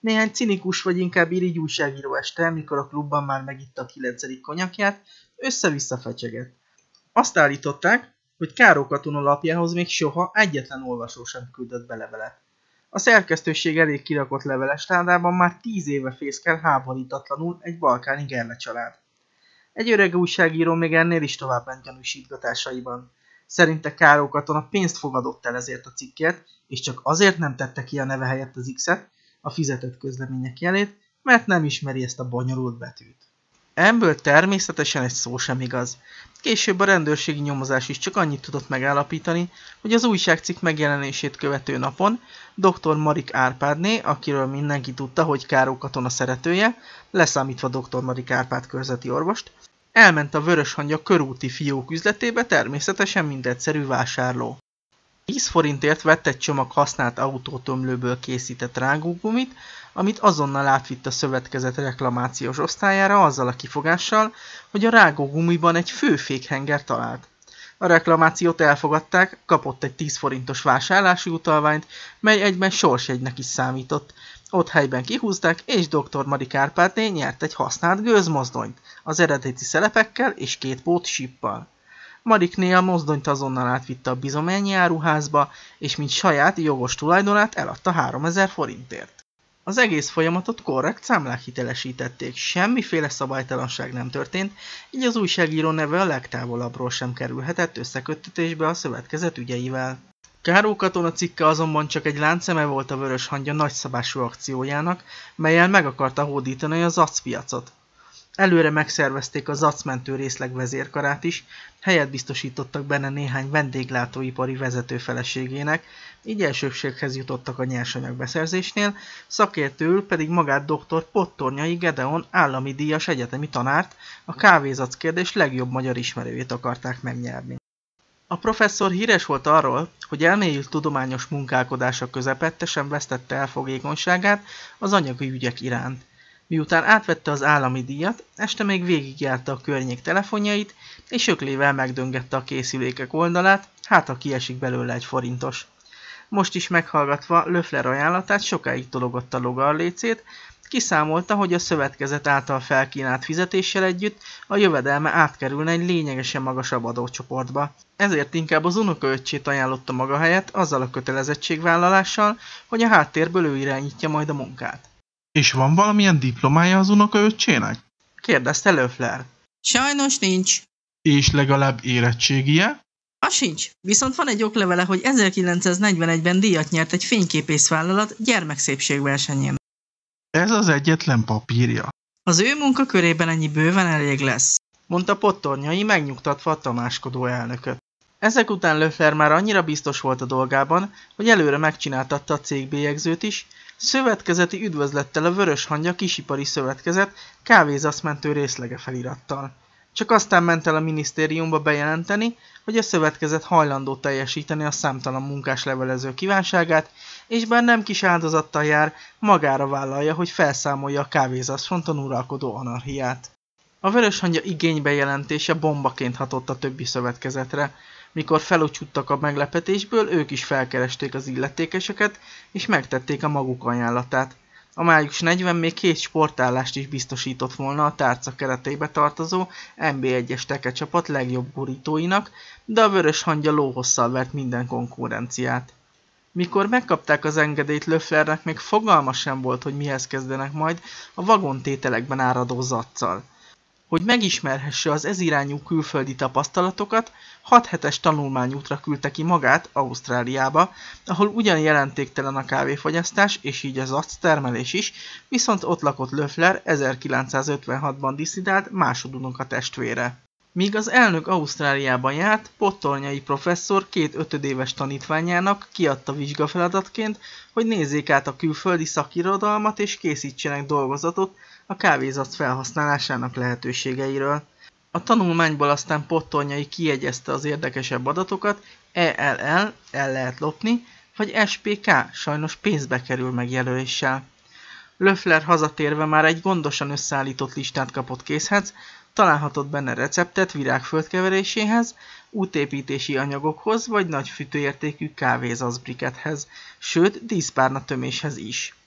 Néhány cinikus vagy inkább irigy újságíró este, mikor a klubban már megitta a kilencedik konyakját, össze-vissza fecseget. Azt állították, hogy Káró katona lapjához még soha egyetlen olvasó sem küldött be levelet. A szerkesztőség elég kirakott leveles ládában már tíz éve fészkel háborítatlanul egy balkáni Gerle család. Egy öreg újságíró még ennél is tovább ment gyanúsítgatásaiban. Szerinte Káró katona pénzt fogadott el ezért a cikket, és csak azért nem tette ki a neve helyett az X-et, a fizetett közlemények jelét, mert nem ismeri ezt a bonyolult betűt. Ebből természetesen egy szó sem igaz. Később a rendőrségi nyomozás is csak annyit tudott megállapítani, hogy az újságcikk megjelenését követő napon doktor Marik Árpádné, akiről mindenki tudta, hogy Káró katona szeretője, leszámítva doktor Marik Árpád körzeti orvost, elment a Vöröshangya körúti fiók üzletébe, természetesen mint egyszerű vásárló. tíz forintért vett egy csomag használt autótömlőből készített rágógumit, amit azonnal átvitt a szövetkezet reklamációs osztályára azzal a kifogással, hogy a rágógumiban egy főfékhenger talált. A reklamációt elfogadták, kapott egy tíz forintos vásárlási utalványt, mely egyben sorsjegynek is számított. Ott helyben kihúzták, és doktor Marik Árpádné nyert egy használt gőzmozdonyt, az eredeti szelepekkel és két pót sippal. Marikné a mozdonyt azonnal átvitte a bizományi áruházba, és mint saját jogos tulajdonát eladta háromezer forintért. Az egész folyamatot korrekt számlák hitelesítették, semmiféle szabálytalanság nem történt, így az újságíró neve a legtávolabbról sem kerülhetett összeköttetésbe a szövetkezet ügyeivel. Káró katona cikke azonban csak egy láncszeme volt a Vöröshangya nagyszabású akciójának, mellyel meg akarta hódítani a zacpiacot. Előre megszervezték a zacmentő részleg vezérkarát is, helyet biztosítottak benne néhány vendéglátóipari vezető feleségének, így elsőbséghez jutottak a nyersanyagbeszerzésnél, szakértőül pedig magát doktor Pottornyai Gedeon állami díjas egyetemi tanárt, a kávézac kérdés legjobb magyar ismerőjét akarták megnyerni. A professzor híres volt arról, hogy elmélyült tudományos munkálkodása közepette sem vesztette el fogékonyságát az anyagi ügyek iránt. Miután átvette az állami díjat, este még végigjárta a környék telefonjait, és öklével megdöngette a készülékek oldalát, hát ha kiesik belőle egy forintos. Most is meghallgatva Löffler ajánlatát sokáig tologott a logarlécét, kiszámolta, hogy a szövetkezet által felkínált fizetéssel együtt a jövedelme átkerülne egy lényegesen magasabb adócsoportba. Ezért inkább az unokaöccsét ajánlotta maga helyett azzal a kötelezettségvállalással, hogy a háttérből ő irányítja majd a munkát. És van valamilyen diplomája az unokaöccsének? Kérdezte Löffler. Sajnos nincs. És legalább érettségie? Az sincs, viszont van egy oklevele, hogy ezerkilencszáznegyvenegyben díjat nyert egy fényképészvállalat gyermekszépségversenyén. Ez az egyetlen papírja. Az ő munkakörében ennyi bőven elég lesz, mondta Pottornyai megnyugtatva a tamáskodó elnököt. Ezek után Löffler már annyira biztos volt a dolgában, hogy előre megcsináltatta a cégbélyegzőt is, szövetkezeti üdvözlettel a Vöröshangya Kisipari Szövetkezet kávézacmentő részlege felirattal. Csak aztán ment el a minisztériumba bejelenteni, hogy a szövetkezet hajlandó teljesíteni a számtalan munkás levelező kívánságát, és bár nem kis áldozattal jár, magára vállalja, hogy felszámolja a kávézatfronton uralkodó anarchiát. A Vöröshangya igénybejelentése bombaként hatott a többi szövetkezetre. Mikor felocsuttak a meglepetésből, ők is felkeresték az illetékeseket, és megtették a maguk ajánlatát. A május negyven még két sportállást is biztosított volna a tárca keretébe tartozó en bé egyes tekecsapat legjobb gurítóinak, de a Vöröshangya lóhosszal vert minden konkurenciát. Mikor megkapták az engedélyt, Löfflernek még fogalma sem volt, hogy mihez kezdenek majd a vagontételekben áradó zaccal. Hogy megismerhesse az ezirányú külföldi tapasztalatokat, hat hetes tanulmányútra küldte ki magát Ausztráliába, ahol ugyan jelentéktelen a kávéfogyasztás és így az actermelés is, viszont ott lakott Löffler ezerkilencszázötvenhatban disszidált másodunoka testvére. Míg az elnök Ausztráliában járt, Pottornyai professzor két ötödéves tanítványának kiadta vizsgafeladatként, hogy nézzék át a külföldi szakirodalmat és készítsenek dolgozatot a kávézat felhasználásának lehetőségeiről. A tanulmányból aztán Pottornyai kijegyezte az érdekesebb adatokat, E L L, el lehet lopni, vagy S P K, sajnos pénzbe kerül megjelöléssel. Löffler hazatérve már egy gondosan összeállított listát kapott készhez, találhatott benne receptet virágföld keveréséhez, útépítési anyagokhoz vagy nagy fütőértékű kávézacbrikethez, sőt díszpárna töméshez is.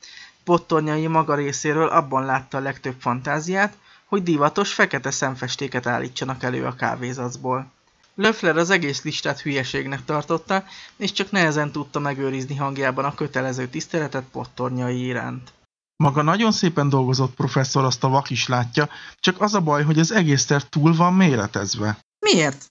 Pottornyai maga részéről abban látta a legtöbb fantáziát, hogy divatos fekete szemfestéket állítsanak elő a kávézacból. Löffler az egész listát hülyeségnek tartotta, és csak nehezen tudta megőrizni hangjában a kötelező tiszteletet Pottornyai iránt. Maga nagyon szépen dolgozott, professzor, azt a vak is látja, csak az a baj, hogy az egész terv túl van méretezve. Miért?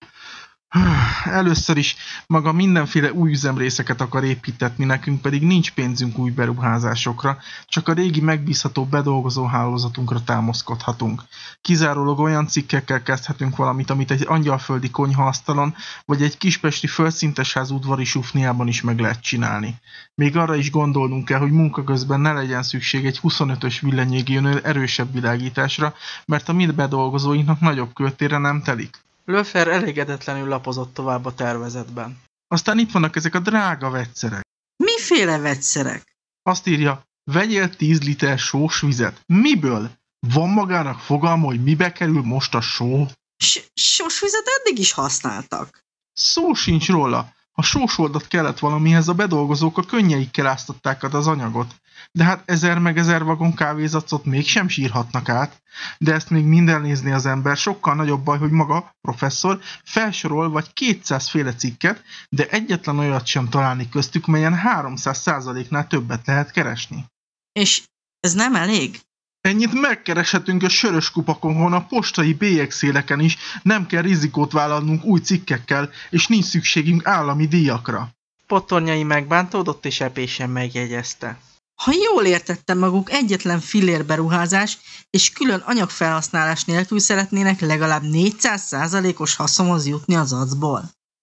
Először is maga mindenféle új üzemrészeket akar építetni, nekünk pedig nincs pénzünk új beruházásokra, csak a régi megbízható bedolgozó hálózatunkra támaszkodhatunk. Kizárólag olyan cikkekkel kezdhetünk valamit, amit egy angyalföldi konyhaasztalon, vagy egy kispesti földszintesház udvari sufniában is meg lehet csinálni. Még arra is gondolnunk kell, hogy munka közben ne legyen szükség egy huszonötös villanyégijönő erősebb világításra, mert a mi bedolgozóinknak nagyobb költére nem telik. Löffler elégedetlenül lapozott tovább a tervezetben. Aztán itt vannak ezek a drága vegyszerek. Miféle vegyszerek? Azt írja, vegyél tíz liter sós vizet. Miből? Van magának fogalma, hogy mibe kerül most a só? Sós vizet eddig is használtak. Szó sincs róla. A sósoldat kellett valamihez, a bedolgozók a könnyeikkel áztatták az anyagot. De hát ezer meg ezer vagon kávézacot mégsem sírhatnak át. De ezt még minden nézni az ember, sokkal nagyobb baj, hogy maga, professzor, felsorol vagy kétszáz féle cikket, de egyetlen olyat sem találni köztük, melyen háromszáz százaléknál többet lehet keresni. És ez nem elég? Ennyit megkereshetünk a sörös kupakon, a postai bélyegszéleken is, nem kell rizikót vállalnunk új cikkekkel, és nincs szükségünk állami díjakra. Pottornyai megbántódott és epésen megjegyezte. Ha jól értettem, maguk egyetlen fillér beruházás és külön anyagfelhasználás nélkül szeretnének legalább négyszáz százalékos haszonhoz jutni az acból.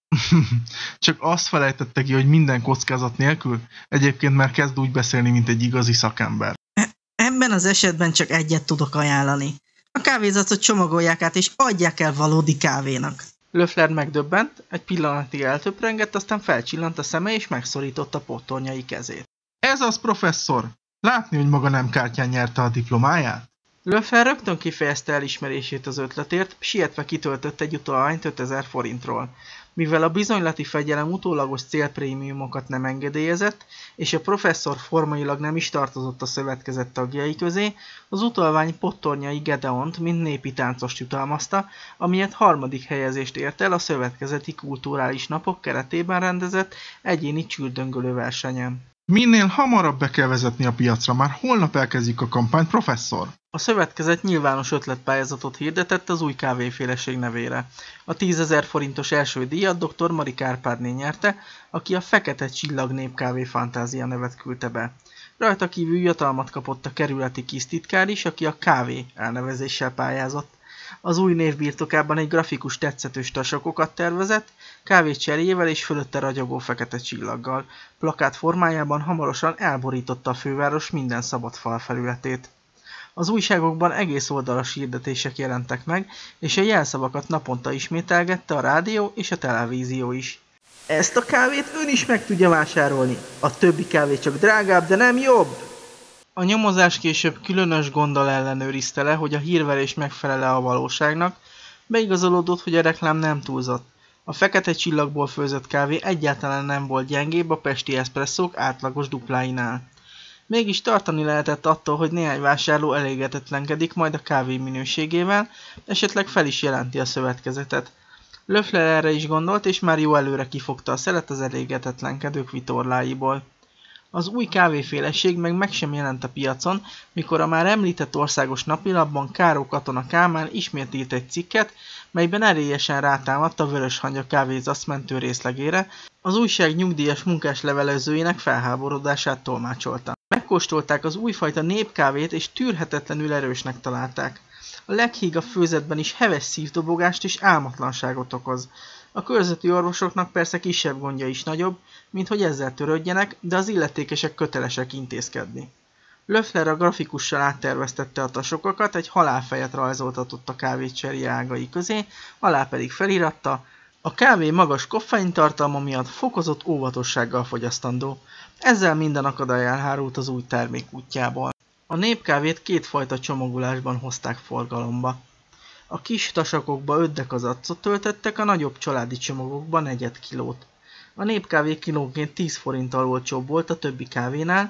Csak azt felejtette ki, hogy minden kockázat nélkül, egyébként már kezd úgy beszélni, mint egy igazi szakember. Ebben az esetben csak egyet tudok ajánlani. A kávézacot csomagolják át és adják el valódi kávénak. Löffler megdöbbent, egy pillanatig eltöprengett, aztán felcsillant a szeme és megszorította Pottornyai kezét. Ez az, professzor! Látni, hogy maga nem kártyán nyerte a diplomáját? Löffler rögtön kifejezte elismerését az ötletért, sietve kitöltött egy utalványt ötezer forintról. Mivel a bizonylati fegyelem utólagos célprémiumokat nem engedélyezett, és a professzor formailag nem is tartozott a szövetkezet tagjai közé, az utalvány Pottornyai Gedeont, mint népi táncost jutalmazta, amilyet harmadik helyezést ért el a szövetkezeti kulturális napok keretében rendezett egyéni csürdöngölő versenyen. Minél hamarabb be kell vezetni a piacra, már holnap elkezdjük a kampányt, professzor! A szövetkezet nyilvános ötletpályázatot hirdetett az új kávéféleség nevére. A tízezer forintos első díjat dr. Mari Kárpádné nyerte, aki a Fekete Csillag népkávé fantázia nevet küldte be. Rajta kívül jutalmat kapott a kerületi kisztitkár is, aki a kávé elnevezéssel pályázott. Az új név birtokában egy grafikus tetszetős tasakokat tervezett, kávét cserjével és fölötte ragyogó fekete csillaggal. Plakát formájában hamarosan elborította a főváros minden szabad fal felületét. Az újságokban egész oldalas hirdetések jelentek meg, és a jelszavakat naponta ismételgette a rádió és a televízió is. Ezt a kávét ön is meg tudja vásárolni. A többi kávé csak drágább, de nem jobb. A nyomozás később különös gonddal ellenőrizte le, hogy a hírverés megfelele a valóságnak, beigazolódott, hogy a reklám nem túlzott. A fekete csillagból főzött kávé egyáltalán nem volt gyengébb a pesti eszpresszók átlagos dupláinál. Mégis tartani lehetett attól, hogy néhány vásárló elégedetlenkedik majd a kávé minőségével, esetleg fel is jelenti a szövetkezetet. Löffler erre is gondolt, és már jó előre kifogta a szelet az elégedetlenkedők vitorláiból. Az új kávéféleség meg meg sem jelent a piacon, mikor a már említett országos napilapban Káró Katona Kálmán ismét írt egy cikket, melyben erélyesen rátámadt a Vöröshangya kávézasz mentő részlegére, az újság nyugdíjas munkáslevelezőjének felháborodását tolmácsolta. Megkóstolták az újfajta népkávét és tűrhetetlenül erősnek találták. A leghígabb főzetben is heves szívdobogást és álmatlanságot okoz. A körzeti orvosoknak persze kisebb gondja is nagyobb, mint hogy ezzel törődjenek, de az illetékesek kötelesek intézkedni. Löffler a grafikussal átterveztette a tasokokat, egy halálfejet rajzoltatott a kávécserje ágai közé, alá pedig feliratta: a kávé magas koffeintartalma miatt fokozott óvatossággal fogyasztandó. Ezzel minden akadály elhárult az új termék útjából. A népkávét kétfajta csomagolásban hozták forgalomba. A kis tasakokba öt dekazacot töltöttek, a nagyobb családi csomagokba negyed kilót. A népkávé kilónként tíz forinttal olcsóbb volt a többi kávénál,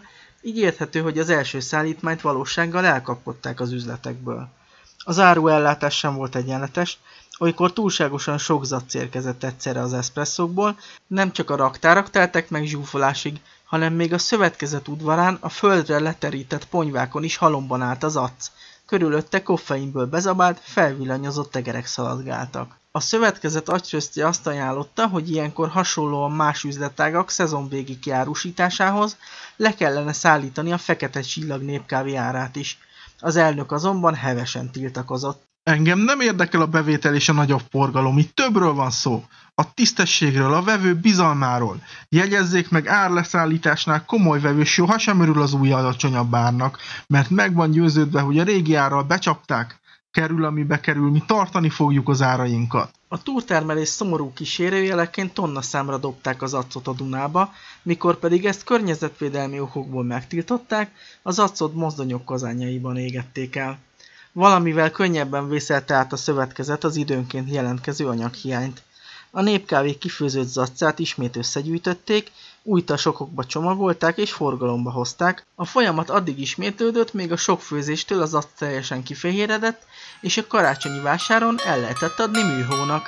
így érthető, hogy az első szállítmányt valósággal elkapkodták az üzletekből. Az áruellátás sem volt egyenletes, olykor túlságosan sok zacc érkezett egyszerre az eszpresszókból, nem csak a raktárak teltek meg zsúfolásig, hanem még a szövetkezet udvarán a földre leterített ponyvákon is halomban állt az acc. Körülötte koffeinből bezabált, felvillanyozott tegerek szaladgáltak. A szövetkezet agytröztje azt ajánlotta, hogy ilyenkor hasonlóan más üzletágak szezonvégi kiárusításához le kellene szállítani a fekete csillag népkávé árát is. Az elnök azonban hevesen tiltakozott. Engem nem érdekel a bevétel és a nagyobb forgalom, itt többről van szó. A tisztességről, a vevő bizalmáról. Jegyezzék meg, árleszállításnál komoly vevő soha sem örül az új alacsonyabb árnak, mert meg van győződve, hogy a régi árral becsapták. Kerül, ami bekerül, mi tartani fogjuk az árainkat. A túrtermelés szomorú kísérőjeleként tonna számra dobták az accot a Dunába, mikor pedig ezt környezetvédelmi okokból megtiltották, az accot mozdonyok kazánjaiban égették el. Valamivel könnyebben vészelte át a szövetkezet az időnként jelentkező anyaghiányt. A népkávé kifőzött zaccát ismét összegyűjtötték, új tasokokba csomagolták és forgalomba hozták. A folyamat addig ismétlődött, még a sok főzéstől az acc teljesen kifehéredett, és a karácsonyi vásáron el lehetett adni műhónak.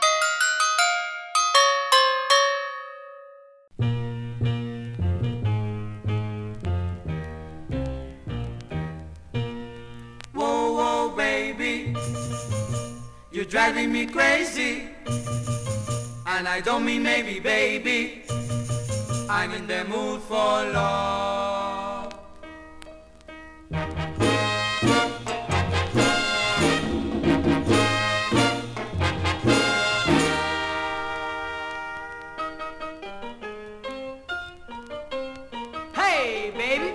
Whoa, whoa, baby, you're driving me crazy. And I don't mean maybe, baby, I'm in the mood for love. Hey, baby.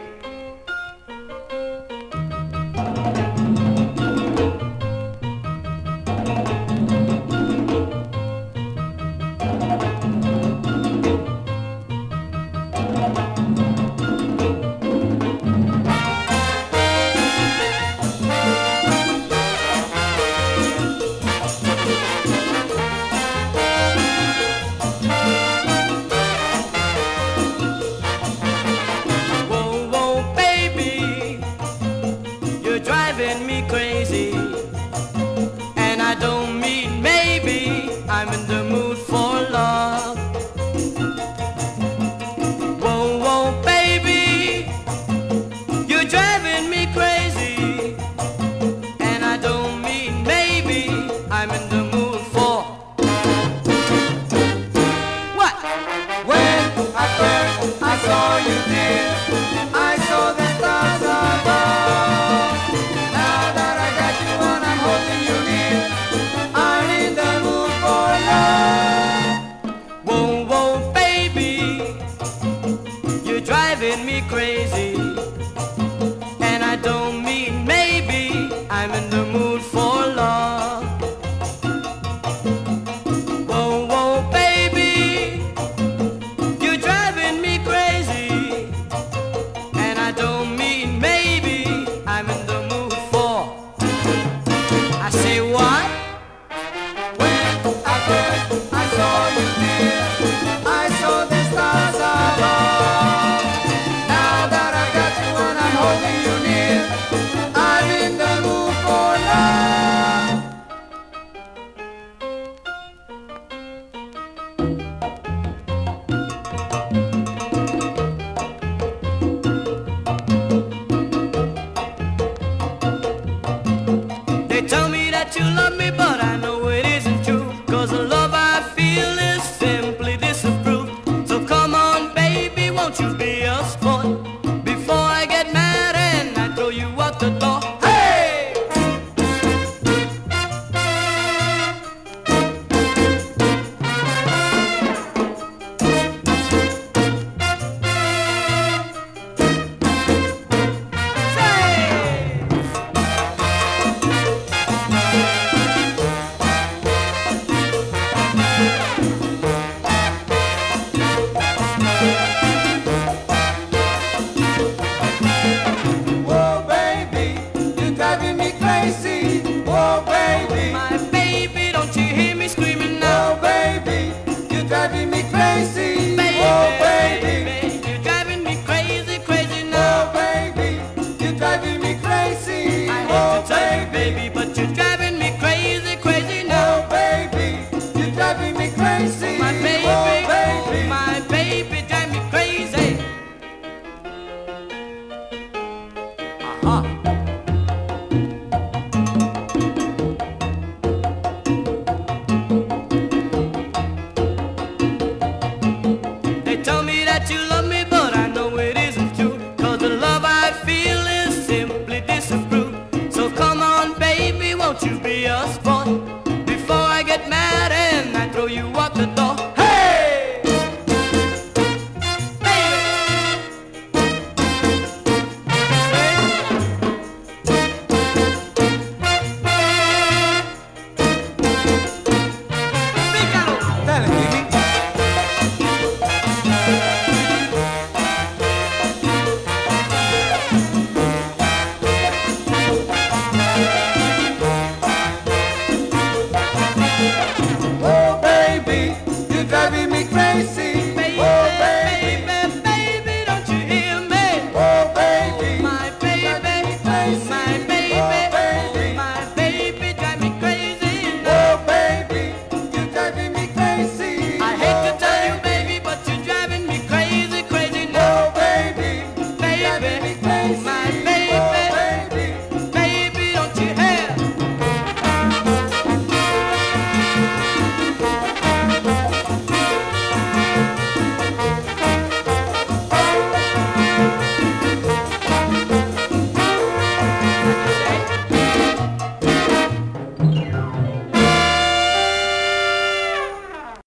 driving me crazy.